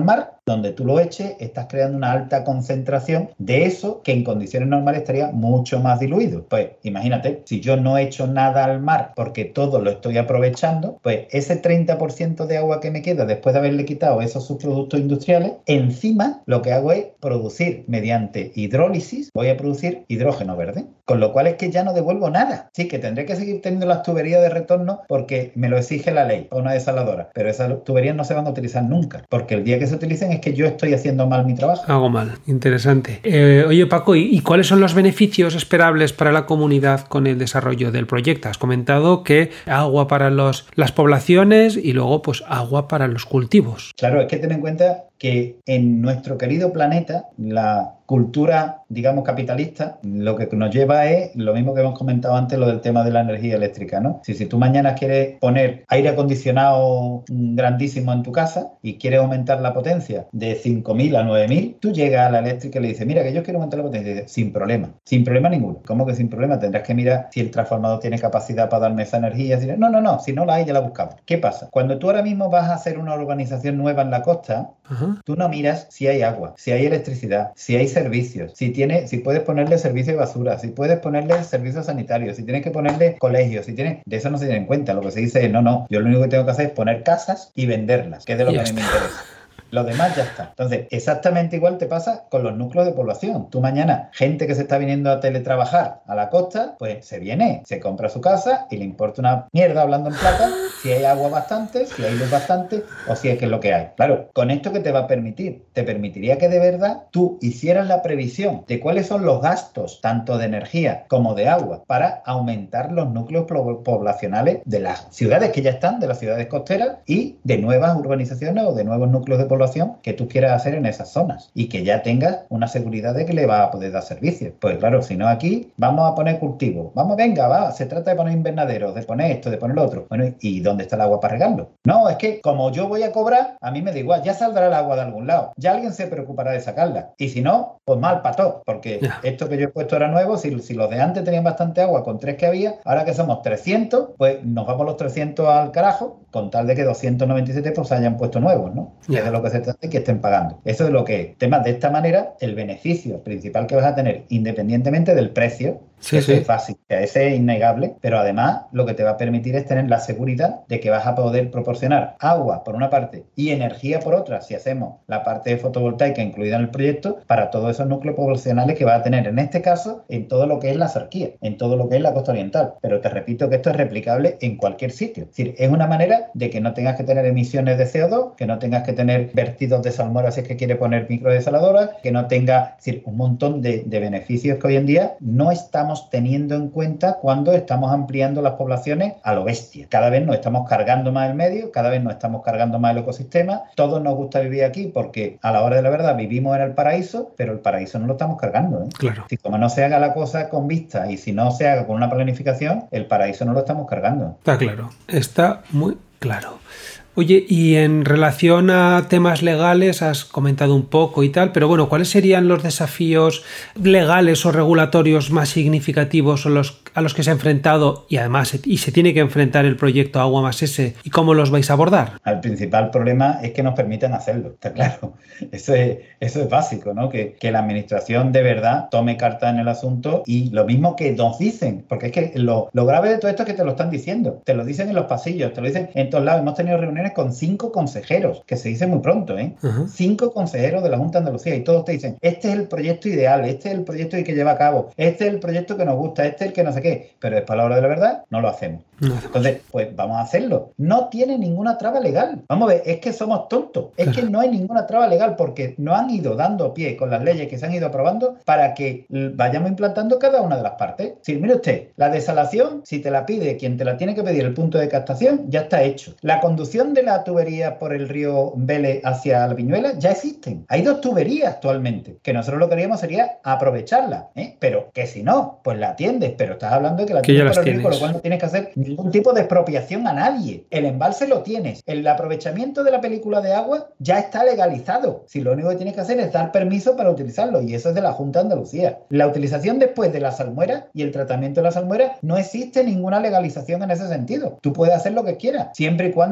donde tú lo eches, estás creando una alta concentración de eso que en condiciones normales estaría mucho más diluido. Pues imagínate, si yo no echo nada al mar porque todo lo estoy aprovechando, pues ese treinta por ciento de agua que me queda después de haberle quitado esos subproductos industriales, encima lo que hago es producir mediante hidrólisis, voy a producir hidrógeno verde. Con lo cual es que ya no devuelvo nada. Sí, que tendré que seguir teniendo las tuberías de retorno porque me lo exige la ley para una desaladora, pero esas tuberías no se van a utilizar nunca, porque el día que se utilicen es que yo estoy haciendo mal mi trabajo. Hago mal, interesante. Eh, oye Paco, ¿y, ¿y cuáles son los beneficios esperables para la comunidad con el desarrollo del proyecto? Has comentado que agua para los, las poblaciones y luego pues agua para los cultivos. Claro, es que ten en cuenta que en nuestro querido planeta la cultura, digamos, capitalista, lo que nos lleva es lo mismo que hemos comentado antes, lo del tema de la energía eléctrica, ¿no? Si, si tú mañana quieres poner aire acondicionado grandísimo en tu casa y quieres aumentar la potencia de cinco mil a nueve mil, tú llegas a la eléctrica y le dices, mira, que yo quiero aumentar la potencia. Y dices, sin problema, sin problema ninguno. ¿Cómo que sin problema? Tendrás que mirar si el transformador tiene capacidad para darme esa energía. Dices, no, no, no, si no la hay, ya la buscamos. ¿Qué pasa? Cuando tú ahora mismo vas a hacer una urbanización nueva en la costa, uh-huh. tú no miras si hay agua, si hay electricidad, si hay servicios, si tiene, si puedes ponerle servicio de basura, si puedes ponerle servicios sanitarios, si tienes que ponerle colegios, si tienes, de eso no se tiene en cuenta. Lo que se dice es, no, no, yo lo único que tengo que hacer es poner casas y venderlas, que es de lo que a mí me interesa. Lo demás ya está. Entonces, exactamente igual te pasa con los núcleos de población. Tú mañana, gente que se está viniendo a teletrabajar a la costa, pues se viene, se compra su casa y le importa una mierda, hablando en plata, si hay agua bastante, si hay luz bastante o si es que es lo que hay. Claro, con esto ¿qué te va a permitir? Te permitiría que de verdad tú hicieras la previsión de cuáles son los gastos, tanto de energía como de agua, para aumentar los núcleos poblacionales de las ciudades que ya están, de las ciudades costeras y de nuevas urbanizaciones o de nuevos núcleos de población que tú quieras hacer en esas zonas y que ya tengas una seguridad de que le va a poder dar servicio. Pues claro, si no aquí vamos a poner cultivos, vamos, venga, va, se trata de poner invernaderos, de poner esto, de poner lo otro. Bueno, ¿y dónde está el agua para regarlo? No, es que como yo voy a cobrar, a mí me da igual, ya saldrá el agua de algún lado, ya alguien se preocupará de sacarla y si no, pues mal para todo, porque yeah. esto que yo he puesto era nuevo, si, si los de antes tenían bastante agua con tres que había, ahora que somos trescientos, pues nos vamos los trescientos al carajo, con tal de que doscientos noventa y siete pues se hayan puesto nuevos, ¿no? Yeah. Es de lo que se trata y que estén pagando. Eso es lo que es. Temas de esta manera, el beneficio principal que vas a tener, independientemente del precio, sí, ese sí. es fácil, ese es innegable, pero además lo que te va a permitir es tener la seguridad de que vas a poder proporcionar agua por una parte y energía por otra, si hacemos la parte de fotovoltaica incluida en el proyecto, para todos esos núcleos poblacionales que vas a tener, en este caso, en todo lo que es la Sarquía, en todo lo que es la costa oriental. Pero te repito que esto es replicable en cualquier sitio. Es decir, es una manera de que no tengas que tener emisiones de C O dos, que no tengas que tener vertidos de salmuera si es que quiere poner microdesaladoras, que no tenga, es decir, un montón de, de beneficios que hoy en día no estamos teniendo en cuenta cuando estamos ampliando las poblaciones a lo bestia. Cada vez nos estamos cargando más el medio, cada vez nos estamos cargando más el ecosistema. Todos nos gusta vivir aquí porque a la hora de la verdad vivimos en el paraíso, pero el paraíso no lo estamos cargando, ¿eh? Claro. Si como no se haga la cosa con vista y si no se haga con una planificación, el paraíso no lo estamos cargando. Está claro, está muy claro. Oye, y en relación a temas legales, has comentado un poco y tal, pero bueno, ¿cuáles serían los desafíos legales o regulatorios más significativos a los, a los que se ha enfrentado y además y se tiene que enfrentar el proyecto Agua Más S y cómo los vais a abordar? El principal problema es que nos permitan hacerlo, está claro. Eso es, eso es básico, ¿no? Que, que la administración de verdad tome carta en el asunto y lo mismo que nos dicen, porque es que lo, lo grave de todo esto es que te lo están diciendo, te lo dicen en los pasillos, te lo dicen en todos lados. Hemos tenido reuniones con cinco consejeros, que se dice muy pronto, ¿eh? Uh-huh. Cinco consejeros de la Junta de Andalucía y todos te dicen, este es el proyecto ideal, este es el proyecto que lleva a cabo, este es el proyecto que nos gusta, este es el que no sé qué, pero después a la hora de la verdad no lo hacemos. No. Entonces, pues vamos a hacerlo. No tiene ninguna traba legal. Vamos a ver, es que somos tontos, es claro. que no hay ninguna traba legal porque nos han ido dando pie con las leyes que se han ido aprobando para que vayamos implantando cada una de las partes. Si mire usted, la desalación, si te la pide quien te la tiene que pedir el punto de captación, ya está hecho. La conducción de la tuberías por el río Vélez hacia la Viñuela ya existen. Hay dos tuberías actualmente, que nosotros lo que queríamos sería aprovecharla, ¿eh? Pero que si no, pues la atiendes, pero estás hablando de que la que tienes por el río, con lo cual no tienes que hacer ningún tipo de expropiación a nadie. El embalse lo tienes. El aprovechamiento de la película de agua ya está legalizado. Si lo único que tienes que hacer es dar permiso para utilizarlo, y eso es de la Junta de Andalucía. La utilización después de la salmuera y el tratamiento de la salmuera, no existe ninguna legalización en ese sentido. Tú puedes hacer lo que quieras, siempre y cuando no contamines.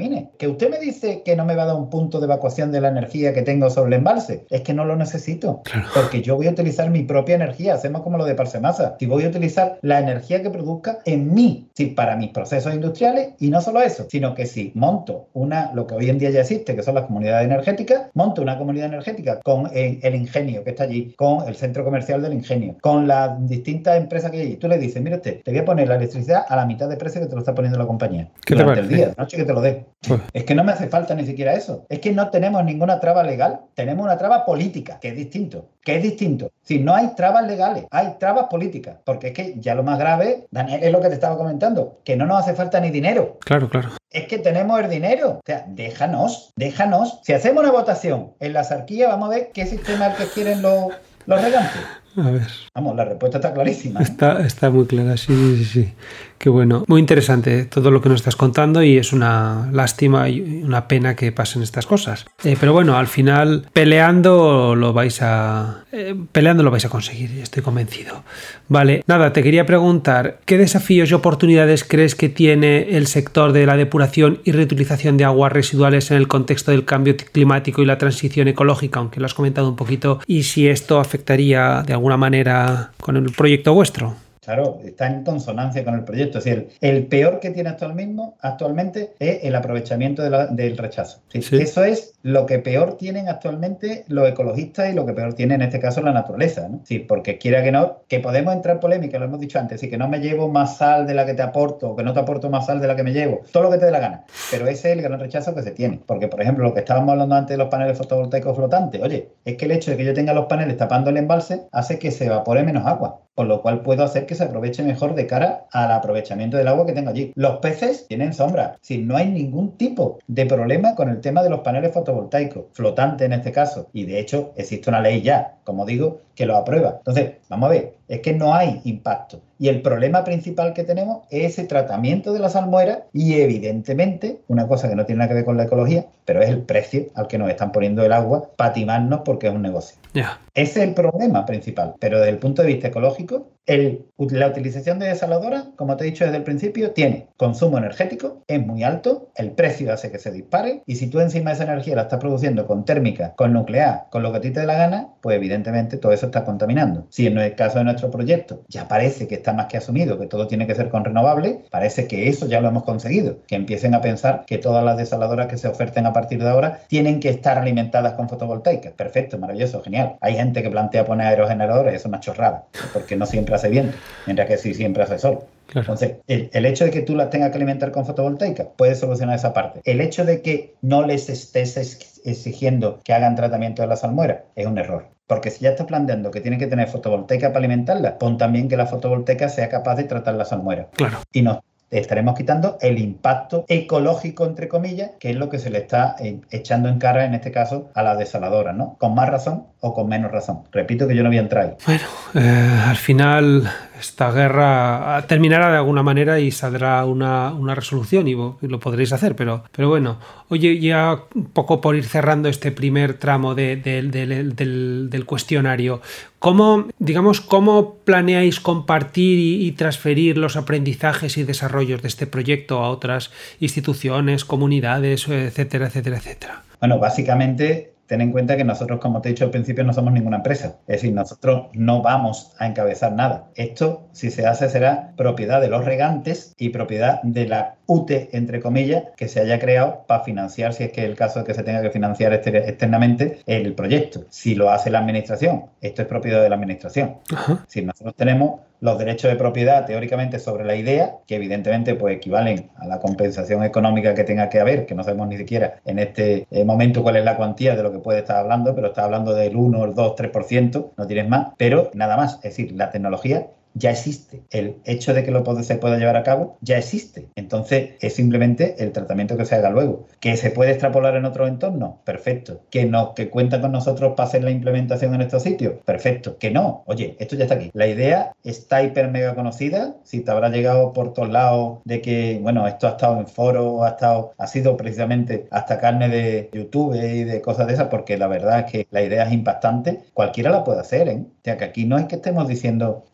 contamine. Que usted me dice que no me va a dar un punto de evacuación de la energía que tengo sobre el embalse, es que no lo necesito, claro. Porque yo voy a utilizar mi propia energía, hacemos como lo de Parsemasa, si voy a utilizar la energía que produzca en mí, sí, para mis procesos industriales, y no solo eso, sino que si monto una, lo que hoy en día ya existe, que son las comunidades energéticas, monto una comunidad energética con el, el ingenio que está allí, con el centro comercial del ingenio, con las distintas empresas que hay allí, tú le dices, mire usted, te voy a poner la electricidad a la mitad de precio que te lo está poniendo la compañía durante el día, de noche que te lo dé. Pues. Es que no me hace falta ni siquiera eso, es que no tenemos ninguna traba legal, tenemos una traba política, que es distinto, que es distinto. Si no hay trabas legales, hay trabas políticas, porque es que ya lo más grave, Daniel, es lo que te estaba comentando, que no nos hace falta ni dinero. Claro, claro. Es que tenemos el dinero. O sea, déjanos, déjanos. Si hacemos una votación en la sarquía, vamos a ver qué sistema es el que quieren los, los regantes. A ver. Vamos, la respuesta está clarísima. ¿Eh? Está, está muy clara, sí, sí, sí. Qué bueno. Muy interesante todo lo que nos estás contando y es una lástima y una pena que pasen estas cosas. Eh, pero bueno, al final peleando lo vais a eh, peleando lo vais a conseguir, estoy convencido. Vale, nada, te quería preguntar, ¿qué desafíos y oportunidades crees que tiene el sector de la depuración y reutilización de aguas residuales en el contexto del cambio climático y la transición ecológica, aunque lo has comentado un poquito, y si esto afectaría de alguna manera con el proyecto vuestro? Claro, está en consonancia con el proyecto. Es decir, el, el peor que tiene actualmente, actualmente es el aprovechamiento de la, del rechazo. ¿Sí? Sí. Eso es lo que peor tienen actualmente los ecologistas y lo que peor tiene en este caso la naturaleza, ¿no? Sí, porque quiera que no, que podemos entrar en polémica, lo hemos dicho antes, y que no me llevo más sal de la que te aporto, o que no te aporto más sal de la que me llevo, todo lo que te dé la gana. Pero ese es el gran rechazo que se tiene. Porque, por ejemplo, lo que estábamos hablando antes de los paneles fotovoltaicos flotantes, oye, es que el hecho de que yo tenga los paneles tapando el embalse hace que se evapore menos agua, por lo cual puedo hacer que se aproveche mejor de cara al aprovechamiento del agua que tengo allí. Los peces tienen sombra. Si no hay ningún tipo de problema con el tema de los paneles fotovoltaicos, flotantes en este caso, y de hecho existe una ley ya, como digo, que lo aprueba. Entonces, vamos a ver, es que no hay impacto. Y el problema principal que tenemos es ese tratamiento de la salmuera y evidentemente, una cosa que no tiene nada que ver con la ecología, pero es el precio al que nos están poniendo el agua para timarnos porque es un negocio. Yeah. Ese es el problema principal. Pero desde el punto de vista ecológico, el, la utilización de desaladoras, como te he dicho desde el principio, tiene consumo energético, es muy alto, el precio hace que se dispare y si tú encima esa energía la estás produciendo con térmica, con nuclear, con lo que a ti te dé la gana, pues evidentemente todo eso está contaminando. Si en el caso de nuestro proyecto ya parece que está más que asumido que todo tiene que ser con renovables, parece que eso ya lo hemos conseguido, que empiecen a pensar que todas las desaladoras que se oferten a partir de ahora tienen que estar alimentadas con fotovoltaicas. Perfecto, maravilloso, genial. Hay gente que plantea poner aerogeneradores, es una chorrada, porque no siempre hace viento, mientras que sí siempre hace sol. Claro. Entonces, el, el hecho de que tú las tengas que alimentar con fotovoltaica puede solucionar esa parte. El hecho de que no les estés exigiendo que hagan tratamiento de la salmuera es un error. Porque si ya estás planteando que tienen que tener fotovoltaica para alimentarla, pon también que la fotovoltaica sea capaz de tratar la salmuera. Claro. Y no estaremos quitando el impacto ecológico, entre comillas, que es lo que se le está eh, echando en cara, en este caso, a las desaladoras, ¿no? Con más razón o con menos razón. Repito que yo no voy a entrar ahí. Bueno, eh, al final esta guerra terminará de alguna manera y saldrá una, una resolución y, vos, y lo podréis hacer, pero, pero bueno, oye, ya un poco por ir cerrando este primer tramo de, de, de, de, del, del cuestionario, ¿cómo, digamos, cómo planeáis compartir y, y transferir los aprendizajes y desarrollos de este proyecto a otras instituciones, comunidades, etcétera, etcétera, etcétera? Bueno, básicamente, ten en cuenta que nosotros, como te he dicho al principio, no somos ninguna empresa. Es decir, nosotros no vamos a encabezar nada. Esto, si se hace, será propiedad de los regantes y propiedad de la U T E, entre comillas, que se haya creado para financiar, si es que es el caso de que se tenga que financiar externamente, el proyecto. Si lo hace la administración, esto es propiedad de la administración. Uh-huh. Si nosotros tenemos los derechos de propiedad teóricamente sobre la idea, que evidentemente pues equivalen a la compensación económica que tenga que haber, que no sabemos ni siquiera en este momento cuál es la cuantía de lo que puede estar hablando, pero está hablando del uno, el dos, tres por ciento, no tienes más, pero nada más. Es decir, la tecnología ya existe. El hecho de que lo puede, se pueda llevar a cabo ya existe. Entonces, es simplemente el tratamiento que se haga luego. ¿Que se puede extrapolar en otros entornos? Perfecto. ¿Que no, que cuentan con nosotros para hacer la implementación en estos sitios? Perfecto. ¿Que no? Oye, esto ya está aquí. La idea está hiper mega conocida. Si te habrá llegado por todos lados de que, bueno, esto ha estado en foros, ha estado, ha sido precisamente hasta carne de YouTube y de cosas de esas, porque la verdad es que la idea es impactante. Cualquiera la puede hacer, ¿eh? O sea, que aquí no es que estemos diciendo que, que esto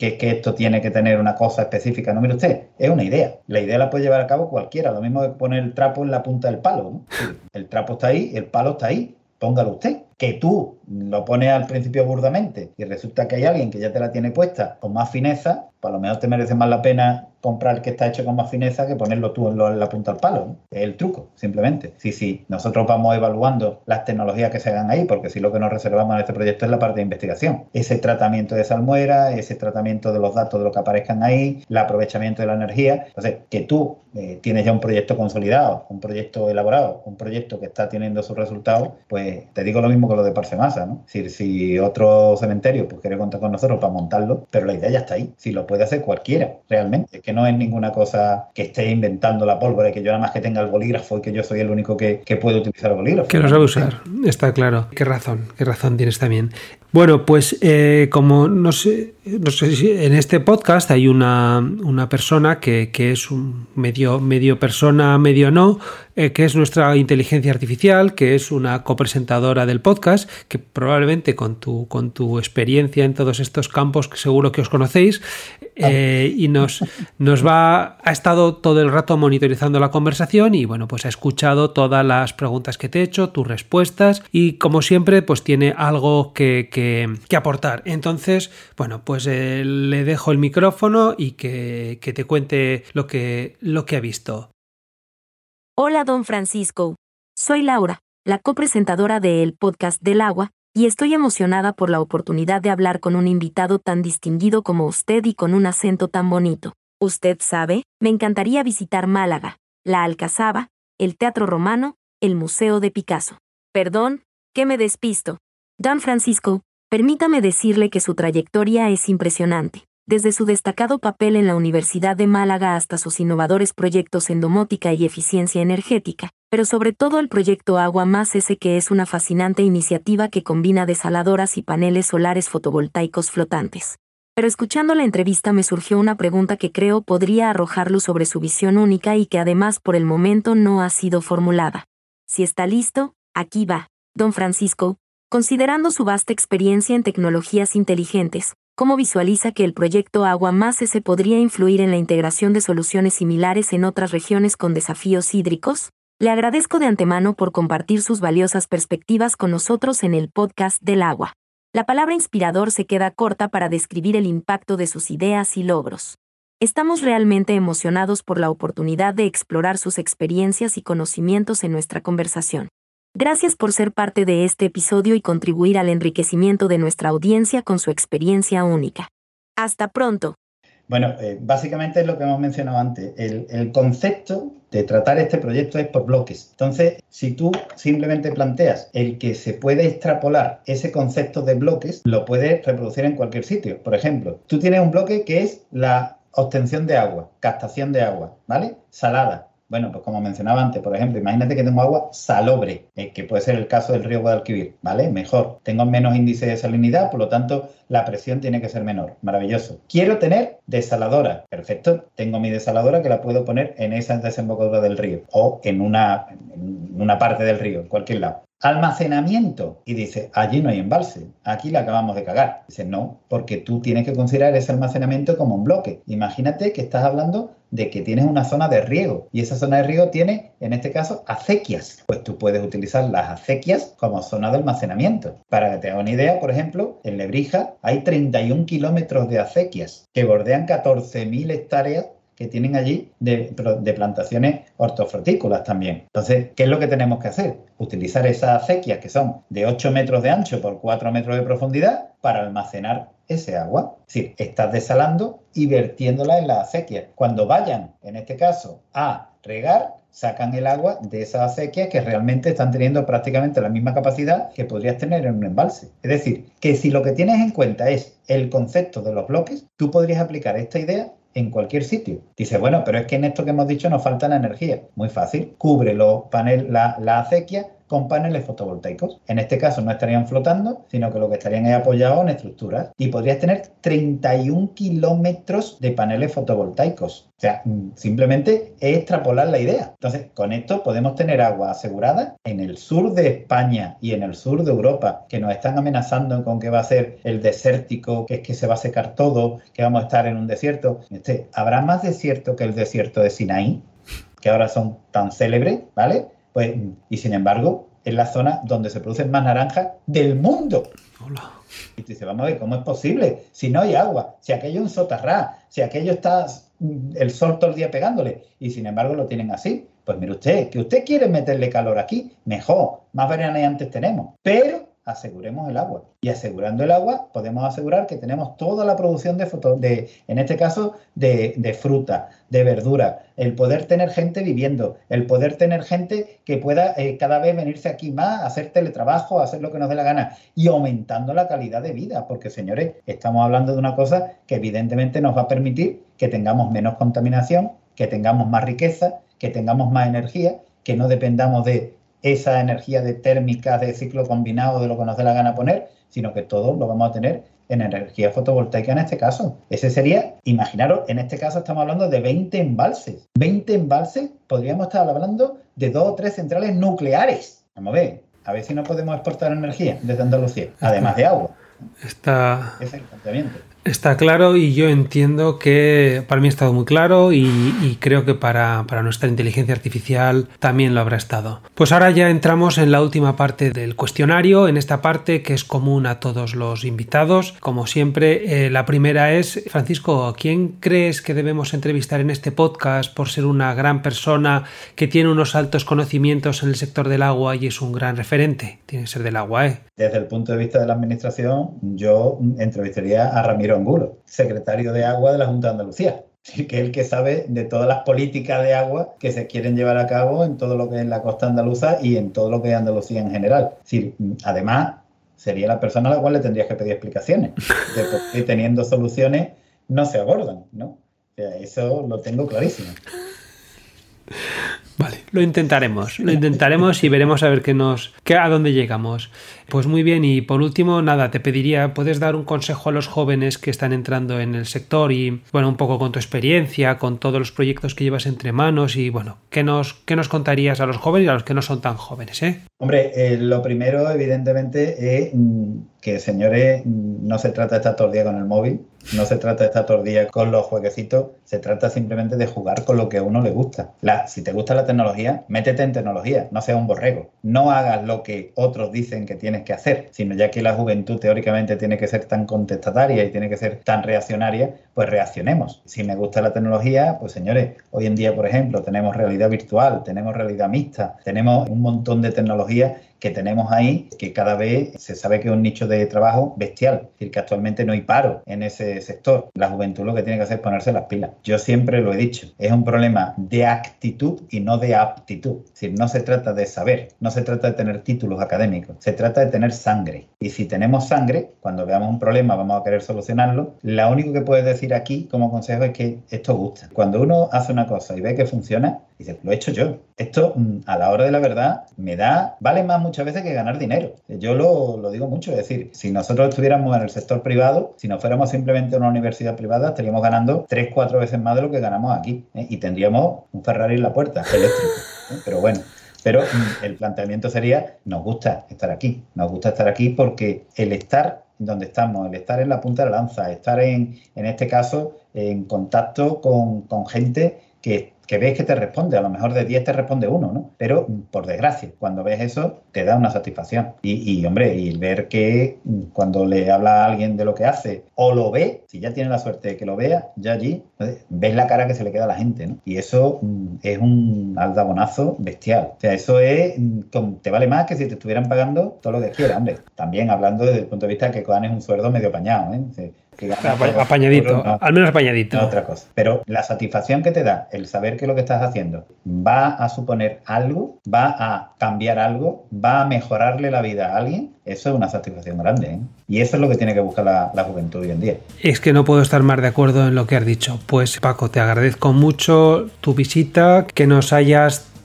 esto tiene que tener una cosa específica. No, mire usted, es una idea. La idea la puede llevar a cabo cualquiera. Lo mismo que poner el trapo en la punta del palo, ¿no? El trapo está ahí, el palo está ahí. Póngalo usted. Que tú lo pones al principio burdamente y resulta que hay alguien que ya te la tiene puesta con más fineza, pues a lo mejor te merece más la pena comprar el que está hecho con más fineza que ponerlo tú en, lo, en la punta del palo, ¿no? Es el truco, simplemente. Sí, sí, nosotros vamos evaluando las tecnologías que se hagan ahí, porque si lo que nos reservamos en este proyecto es la parte de investigación. Ese tratamiento de salmuera, ese tratamiento de los datos de lo que aparezcan ahí, el aprovechamiento de la energía. Entonces, que tú eh, tienes ya un proyecto consolidado, un proyecto elaborado, un proyecto que está teniendo sus resultados, pues te digo lo mismo que lo de Parsemasa, ¿no? Es decir, si otro cementerio pues quiere contar con nosotros para montarlo, pero la idea ya está ahí. Si lo puede hacer cualquiera, realmente. Es que no es ninguna cosa que esté inventando la pólvora y que yo nada más que tenga el bolígrafo y que yo soy el único que, que puede utilizar el bolígrafo. Que lo sabe usar, está claro. Qué razón, qué razón tienes también. Bueno, pues eh, como no sé, no sé si en este podcast hay una, una persona que, que es un medio, medio persona, medio no, eh, que es nuestra inteligencia artificial, que es una copresentadora del podcast, que probablemente con tu, con tu experiencia en todos estos campos, que seguro que os conocéis, eh, y nos, nos va, ha estado todo el rato monitorizando la conversación y bueno, pues ha escuchado todas las preguntas que te he hecho, tus respuestas y como siempre, pues tiene algo que, que Que, que aportar. Entonces, bueno, pues eh, le dejo el micrófono y que, que te cuente lo que, lo que ha visto. Hola, don Francisco. Soy Laura, la copresentadora del podcast del agua, y estoy emocionada por la oportunidad de hablar con un invitado tan distinguido como usted y con un acento tan bonito. Usted sabe, me encantaría visitar Málaga, la Alcazaba, el Teatro Romano, el Museo de Picasso. Perdón, que me despisto. Don Francisco, permítame decirle que su trayectoria es impresionante, desde su destacado papel en la Universidad de Málaga hasta sus innovadores proyectos en domótica y eficiencia energética, pero sobre todo el proyecto Agua Más S, que es una fascinante iniciativa que combina desaladoras y paneles solares fotovoltaicos flotantes. Pero escuchando la entrevista me surgió una pregunta que creo podría arrojar luz sobre su visión única y que además por el momento no ha sido formulada. Si está listo, aquí va. Don Francisco, considerando su vasta experiencia en tecnologías inteligentes, ¿cómo visualiza que el proyecto Agua Más S podría influir en la integración de soluciones similares en otras regiones con desafíos hídricos? Le agradezco de antemano por compartir sus valiosas perspectivas con nosotros en el podcast del agua. La palabra inspirador se queda corta para describir el impacto de sus ideas y logros. Estamos realmente emocionados por la oportunidad de explorar sus experiencias y conocimientos en nuestra conversación. Gracias por ser parte de este episodio y contribuir al enriquecimiento de nuestra audiencia con su experiencia única. Hasta pronto. Bueno, eh, básicamente es lo que hemos mencionado antes. El, el concepto de tratar este proyecto es por bloques. Entonces, si tú simplemente planteas el que se puede extrapolar ese concepto de bloques, lo puedes reproducir en cualquier sitio. Por ejemplo, tú tienes un bloque que es la obtención de agua, captación de agua, ¿vale? Salada. Bueno, pues como mencionaba antes, por ejemplo, imagínate que tengo agua salobre, eh, que puede ser el caso del río Guadalquivir, ¿vale? Mejor. Tengo menos índice de salinidad, por lo tanto, la presión tiene que ser menor. Maravilloso. Quiero tener desaladora. Perfecto. Tengo mi desaladora que la puedo poner en esa desembocadura del río o en una, en una parte del río, en cualquier lado. Almacenamiento. Y dice, allí no hay embalse, aquí la acabamos de cagar. Dice, no, porque tú tienes que considerar ese almacenamiento como un bloque. Imagínate que estás hablando de que tienes una zona de riego y esa zona de riego tiene, en este caso, acequias. Pues tú puedes utilizar las acequias como zona de almacenamiento. Para que te hagas una idea, por ejemplo, en Lebrija hay treinta y un kilómetros de acequias que bordean catorce mil hectáreas que tienen allí de, de plantaciones hortofrutícolas también. Entonces, ¿qué es lo que tenemos que hacer? Utilizar esas acequias que son de ocho metros de ancho por cuatro metros de profundidad para almacenar ese agua. Es decir, estás desalando y vertiéndola en las acequias. Cuando vayan, en este caso, a regar, sacan el agua de esas acequias que realmente están teniendo prácticamente la misma capacidad que podrías tener en un embalse. Es decir, que si lo que tienes en cuenta es el concepto de los bloques, tú podrías aplicar esta idea en cualquier sitio. Dice, bueno, pero es que en esto que hemos dicho nos falta la energía. Muy fácil. Cubre los paneles, la, la acequia con paneles fotovoltaicos. En este caso no estarían flotando, sino que lo que estarían es apoyados en estructuras. Y podrías tener treinta y un kilómetros de paneles fotovoltaicos. O sea, simplemente es extrapolar la idea. Entonces, con esto podemos tener agua asegurada en el sur de España y en el sur de Europa, que nos están amenazando con que va a ser el desértico, que es que se va a secar todo, que vamos a estar en un desierto. Este, ¿habrá más desierto que el desierto de Sinaí, que ahora son tan célebres, ¿vale? Pues, y sin embargo, es la zona donde se producen más naranjas del mundo. Hola. Y tú dices, vamos a ver, ¿cómo es posible? Si no hay agua, si aquello es un sotarrá, si aquello está el sol todo el día pegándole, y sin embargo lo tienen así. Pues mire usted, que usted quiere meterle calor aquí, mejor, más veraneantes tenemos, pero aseguremos el agua. Y asegurando el agua, podemos asegurar que tenemos toda la producción de, foto, de en este caso, de, de fruta, de verdura, el poder tener gente viviendo, el poder tener gente que pueda eh, cada vez venirse aquí más, hacer teletrabajo, hacer lo que nos dé la gana y aumentando la calidad de vida, porque, señores, estamos hablando de una cosa que evidentemente nos va a permitir que tengamos menos contaminación, que tengamos más riqueza, que tengamos más energía, que no dependamos de esa energía de térmica, de ciclo combinado, de lo que nos dé la gana poner, sino que todo lo vamos a tener en energía fotovoltaica en este caso. Ese sería, imaginaros, en este caso estamos hablando de veinte embalses. veinte embalses, podríamos estar hablando de dos o tres centrales nucleares. Vamos a ver, a ver si no podemos exportar energía desde Andalucía, además de agua. Está... Ese es el planteamiento. Está claro y yo entiendo que para mí ha estado muy claro y, y creo que para, para nuestra inteligencia artificial también lo habrá estado. Pues ahora ya entramos en la última parte del cuestionario, en esta parte que es común a todos los invitados. Como siempre, eh, la primera es, Francisco, ¿a quién crees que debemos entrevistar en este podcast por ser una gran persona que tiene unos altos conocimientos en el sector del agua y es un gran referente? Tiene que ser del agua, ¿eh? Desde el punto de vista de la administración, yo entrevistaría a Ramiro Angulo, secretario de Agua de la Junta de Andalucía, que es el que sabe de todas las políticas de agua que se quieren llevar a cabo en todo lo que es la costa andaluza y en todo lo que es Andalucía en general. Es decir, además, sería la persona a la cual le tendrías que pedir explicaciones de por qué teniendo soluciones no se abordan, ¿no? O sea, eso lo tengo clarísimo. Vale, lo intentaremos, lo intentaremos y veremos a ver qué nos, qué, a dónde llegamos. Pues muy bien, y por último, nada, te pediría, ¿puedes dar un consejo a los jóvenes que están entrando en el sector y, bueno, un poco con tu experiencia, con todos los proyectos que llevas entre manos y, bueno, ¿qué nos, qué nos contarías a los jóvenes y a los que no son tan jóvenes, eh? Hombre, eh, lo primero, evidentemente, es mm, que, señores, mm, no se trata de estar todo el día con el móvil, no se trata de estar todo el día con los jueguecitos, se trata simplemente de jugar con lo que a uno le gusta. La, si te gusta la tecnología, métete en tecnología, no seas un borrego. No hagas lo que otros dicen que tienes que hacer, sino ya que la juventud teóricamente tiene que ser tan contestataria y tiene que ser tan reaccionaria, pues reaccionemos. Si me gusta la tecnología, pues señores, hoy en día, por ejemplo, tenemos realidad virtual, tenemos realidad mixta, tenemos un montón de tecnologías que tenemos ahí, que cada vez se sabe que es un nicho de trabajo bestial, es decir, que actualmente no hay paro en ese sector. La juventud lo que tiene que hacer es ponerse las pilas. Yo siempre lo he dicho, es un problema de actitud y no de aptitud. Es decir, no se trata de saber, no se trata de tener títulos académicos, se trata de tener sangre. Y si tenemos sangre, cuando veamos un problema vamos a querer solucionarlo, lo único que puedes decir aquí como consejo es que esto gusta. Cuando uno hace una cosa y ve que funciona, dice, lo he hecho yo. Esto, a la hora de la verdad, me da, vale más muchas veces que ganar dinero. Yo lo, lo digo mucho, es decir, si nosotros estuviéramos en el sector privado, si no fuéramos simplemente una universidad privada, estaríamos ganando tres, cuatro veces más de lo que ganamos aquí, ¿eh? Y tendríamos un Ferrari en la puerta, eléctrico, ¿eh? Pero bueno, pero el planteamiento sería, nos gusta estar aquí, nos gusta estar aquí porque el estar donde estamos, el estar en la punta de la lanza, estar en, en este caso, en contacto con, con gente que que ves que te responde, a lo mejor de diez te responde uno, ¿no? Pero, por desgracia, cuando ves eso, te da una satisfacción. Y, y, hombre, y ver que cuando le habla a alguien de lo que hace, o lo ve, si ya tiene la suerte de que lo vea, ya allí, ves la cara que se le queda a la gente, ¿no? Y eso mm, es un aldabonazo bestial. O sea, eso es, mm, te vale más que si te estuvieran pagando todo lo que quieras, hombre. También hablando desde el punto de vista de que Coan es un sueldo medio apañado, ¿eh? O sea, que Apa- apañadito, euros, no, al menos apañadito. No, otra cosa. Pero la satisfacción que te da el saber que lo que estás haciendo va a suponer algo, va a cambiar algo, va a mejorarle la vida a alguien, eso es una satisfacción grande, ¿eh? Y eso es lo que tiene que buscar la, la juventud hoy en día. Es que no puedo estar más de acuerdo en lo que has dicho. Pues Paco, te agradezco mucho tu visita, que nos hayas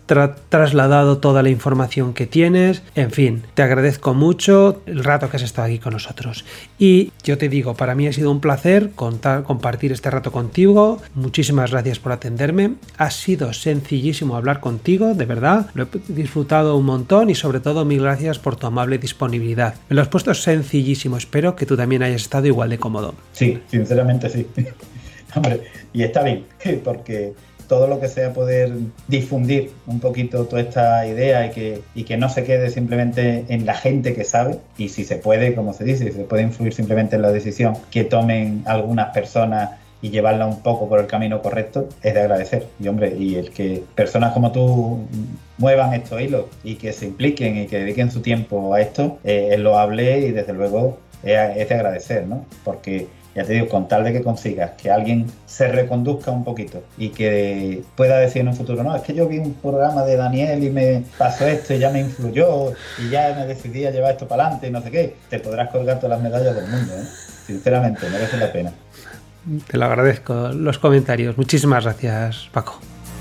tra- trasladado toda la información que tienes. En fin, te agradezco mucho el rato que has estado aquí con nosotros. Y yo te digo, para mí ha sido un placer contar, compartir este rato contigo. Muchísimas gracias por atenderme. Ha sido sencillísimo hablar contigo, de verdad. Lo he disfrutado un montón y sobre todo mil gracias por tu amable disponibilidad. Me lo has puesto sencillísimo. Espero que tú también hayas estado igual de cómodo. Sí, sinceramente sí. Hombre, y está bien, porque todo lo que sea poder difundir un poquito toda esta idea y que, y que no se quede simplemente en la gente que sabe, y si se puede, como se dice, si se puede influir simplemente en la decisión que tomen algunas personas y llevarla un poco por el camino correcto, es de agradecer. Y hombre, y el que personas como tú muevan estos hilos y que se impliquen y que dediquen su tiempo a esto, eh, es loable y desde luego es, es de agradecer, ¿no? Porque ya te digo, con tal de que consigas que alguien se reconduzca un poquito y que pueda decir en un futuro, no, es que yo vi un programa de Daniel y me pasó esto y ya me influyó y ya me decidí a llevar esto para adelante y no sé qué, te podrás colgar todas las medallas del mundo, ¿eh? Sinceramente, merece la pena. Te lo agradezco, los comentarios. Muchísimas gracias, Paco.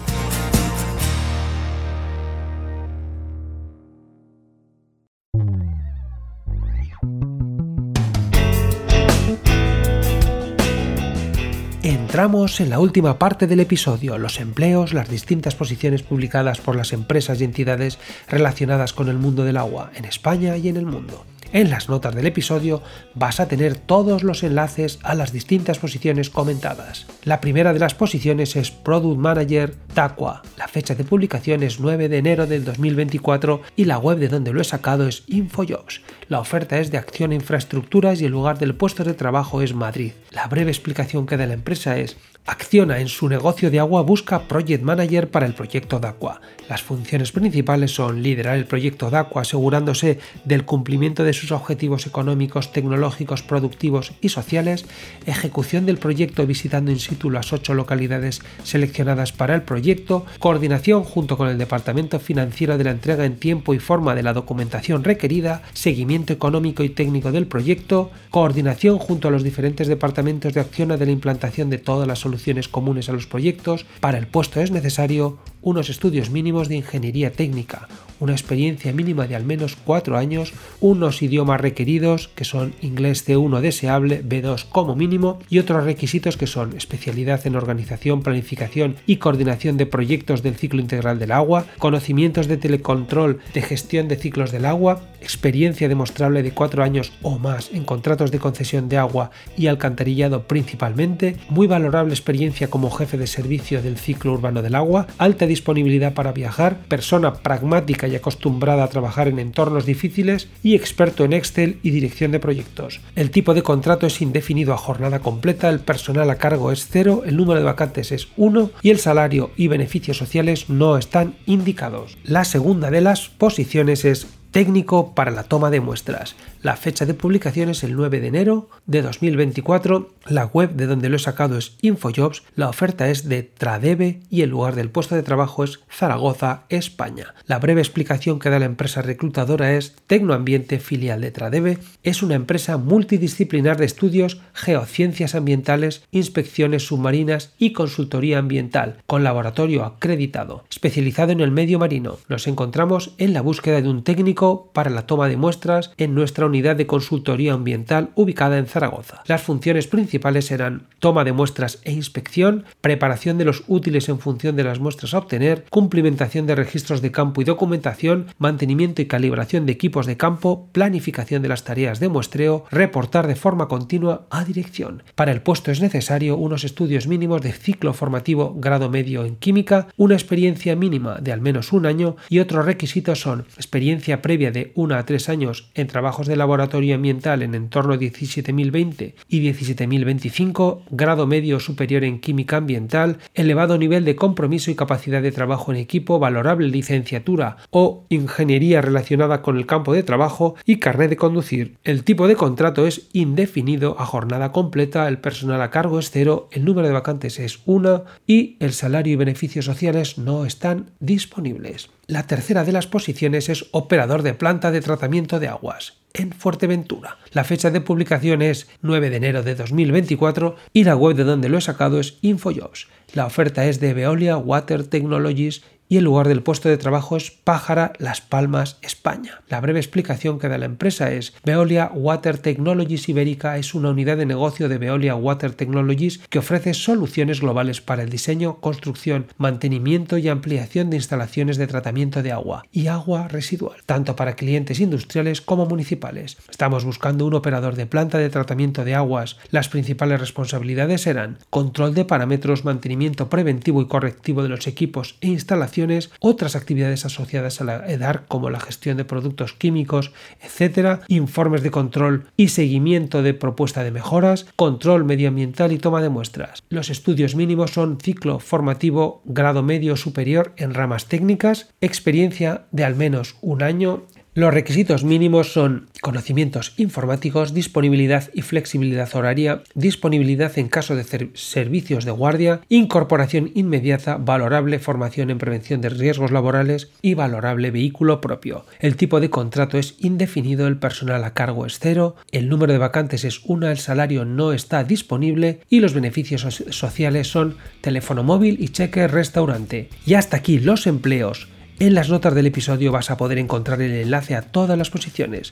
Entramos en la última parte del episodio, los empleos, las distintas posiciones publicadas por las empresas y entidades relacionadas con el mundo del agua en España y en el mundo. En las notas del episodio vas a tener todos los enlaces a las distintas posiciones comentadas. La primera de las posiciones es Product Manager Daqua. La fecha de publicación es nueve de enero del dos mil veinticuatro y la web de donde lo he sacado es InfoJobs. La oferta es de Acción e Infraestructuras y el lugar del puesto de trabajo es Madrid. La breve explicación que da la empresa es: Acciona en su negocio de agua busca Project Manager para el proyecto Daqua. Las funciones principales son liderar el proyecto Daqua asegurándose del cumplimiento de sus objetivos económicos, tecnológicos, productivos y sociales, ejecución del proyecto visitando in situ las ocho localidades seleccionadas para el proyecto, coordinación junto con el departamento financiero de la entrega en tiempo y forma de la documentación requerida, seguimiento económico y técnico del proyecto, coordinación junto a los diferentes departamentos de Acciona de la implantación de todas las soluciones comunes a los proyectos. Para el puesto es necesario unos estudios mínimos de ingeniería técnica, una experiencia mínima de al menos cuatro años, unos idiomas requeridos que son inglés C uno deseable, B dos como mínimo y otros requisitos que son especialidad en organización, planificación y coordinación de proyectos del ciclo integral del agua, conocimientos de telecontrol de gestión de ciclos del agua, experiencia demostrable de cuatro años o más en contratos de concesión de agua y alcantarillado principalmente, muy valorable experiencia como jefe de servicio del ciclo urbano del agua, alta disponibilidad para viajar, persona pragmática y acostumbrada a trabajar en entornos difíciles y experto en Excel y dirección de proyectos. El tipo de contrato es indefinido a jornada completa, el personal a cargo es cero, el número de vacantes es uno y el salario y beneficios sociales no están indicados. La segunda de las posiciones es técnico para la toma de muestras. La fecha de publicación es el nueve de enero de dos mil veinticuatro, la web de donde lo he sacado es InfoJobs, la oferta es de Tradeve y el lugar del puesto de trabajo es Zaragoza, España. La breve explicación que da la empresa reclutadora es: Tecnoambiente, filial de Tradeve, es una empresa multidisciplinar de estudios, geociencias ambientales, inspecciones submarinas y consultoría ambiental, con laboratorio acreditado, especializado en el medio marino. Nos encontramos en la búsqueda de un técnico para la toma de muestras en nuestra unidad de consultoría ambiental ubicada en Zaragoza. Las funciones principales serán toma de muestras e inspección, preparación de los útiles en función de las muestras a obtener, cumplimentación de registros de campo y documentación, mantenimiento y calibración de equipos de campo, planificación de las tareas de muestreo, reportar de forma continua a dirección. Para el puesto es necesario unos estudios mínimos de ciclo formativo grado medio en química, una experiencia mínima de al menos un año y otros requisitos son experiencia previa de uno a tres años en trabajos de laboratorio ambiental en entorno diecisiete mil veinte y diecisiete mil veinticinco, grado medio superior en química ambiental, elevado nivel de compromiso y capacidad de trabajo en equipo, valorable licenciatura o ingeniería relacionada con el campo de trabajo y carnet de conducir. El tipo de contrato es indefinido a jornada completa, el personal a cargo es cero, el número de vacantes es uno y el salario y beneficios sociales no están disponibles. La tercera de las posiciones es operador de planta de tratamiento de aguas en Fuerteventura. La fecha de publicación es nueve de enero de dos mil veinticuatro y la web de donde lo he sacado es InfoJobs. La oferta es de Veolia Water Technologies y el lugar del puesto de trabajo es Pájara, Las Palmas, España. La breve explicación que da la empresa es: Veolia Water Technologies Ibérica es una unidad de negocio de Veolia Water Technologies que ofrece soluciones globales para el diseño, construcción, mantenimiento y ampliación de instalaciones de tratamiento de agua y agua residual, tanto para clientes industriales como municipales. Estamos buscando un operador de planta de tratamiento de aguas. Las principales responsabilidades serán control de parámetros, mantenimiento preventivo y correctivo de los equipos e instalaciones, otras actividades asociadas a la E D A R como la gestión de productos químicos, etcétera, informes de control y seguimiento de propuesta de mejoras, control medioambiental y toma de muestras. Los estudios mínimos son ciclo formativo, grado medio o superior en ramas técnicas, experiencia de al menos un año. Los requisitos mínimos son conocimientos informáticos, disponibilidad y flexibilidad horaria, disponibilidad en caso de servicios de guardia, incorporación inmediata, valorable formación en prevención de riesgos laborales y valorable vehículo propio. El tipo de contrato es indefinido, el personal a cargo es cero, el número de vacantes es una, el salario no está disponible y los beneficios so- sociales son teléfono móvil y cheque restaurante. Y hasta aquí los empleos. En las notas del episodio vas a poder encontrar el enlace a todas las posiciones.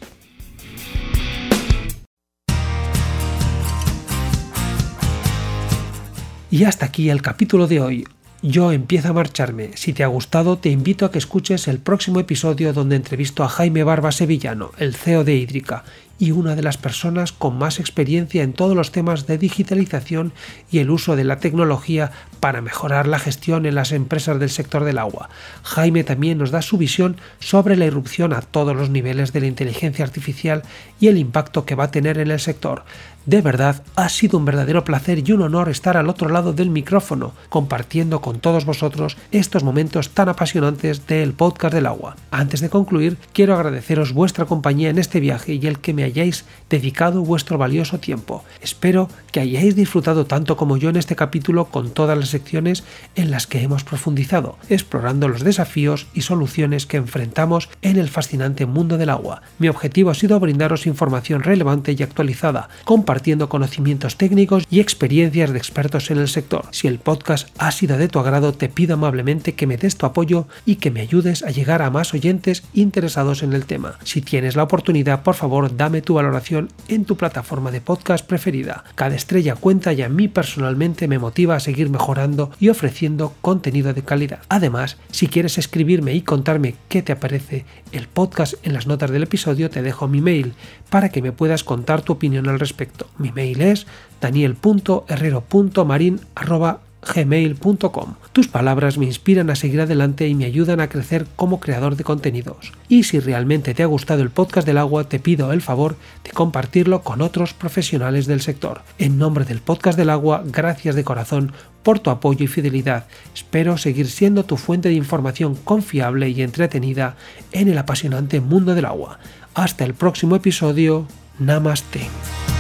Y hasta aquí el capítulo de hoy. Yo empiezo a marcharme. Si te ha gustado, te invito a que escuches el próximo episodio donde entrevisto a Jaime Barba Sevillano, el C E O de Hídrica, y una de las personas con más experiencia en todos los temas de digitalización y el uso de la tecnología para mejorar la gestión en las empresas del sector del agua. Jaime también nos da su visión sobre la irrupción a todos los niveles de la inteligencia artificial y el impacto que va a tener en el sector. De verdad, ha sido un verdadero placer y un honor estar al otro lado del micrófono, compartiendo con todos vosotros estos momentos tan apasionantes del podcast del agua. Antes de concluir, quiero agradeceros vuestra compañía en este viaje y el que me hayáis dedicado vuestro valioso tiempo. Espero que hayáis disfrutado tanto como yo en este capítulo con todas las secciones en las que hemos profundizado, explorando los desafíos y soluciones que enfrentamos en el fascinante mundo del agua. Mi objetivo ha sido brindaros información relevante y actualizada, compartiendo conocimientos técnicos y experiencias de expertos en el sector. Si el podcast ha sido de tu agrado, te pido amablemente que me des tu apoyo y que me ayudes a llegar a más oyentes interesados en el tema. Si tienes la oportunidad, por favor, dame tu valoración en tu plataforma de podcast preferida. Cada estrella cuenta y a mí personalmente me motiva a seguir mejorando y ofreciendo contenido de calidad. Además, si quieres escribirme y contarme qué te parece el podcast, en las notas del episodio te dejo mi mail para que me puedas contar tu opinión al respecto. Mi mail es daniel punto herrero punto marin arroba gmail punto com. Tus palabras me inspiran a seguir adelante y me ayudan a crecer como creador de contenidos. Y si realmente te ha gustado el podcast del agua, te pido el favor de compartirlo con otros profesionales del sector. En nombre del podcast del agua, gracias de corazón por tu apoyo y fidelidad. Espero seguir siendo tu fuente de información confiable y entretenida en el apasionante mundo del agua. Hasta el próximo episodio. Namaste.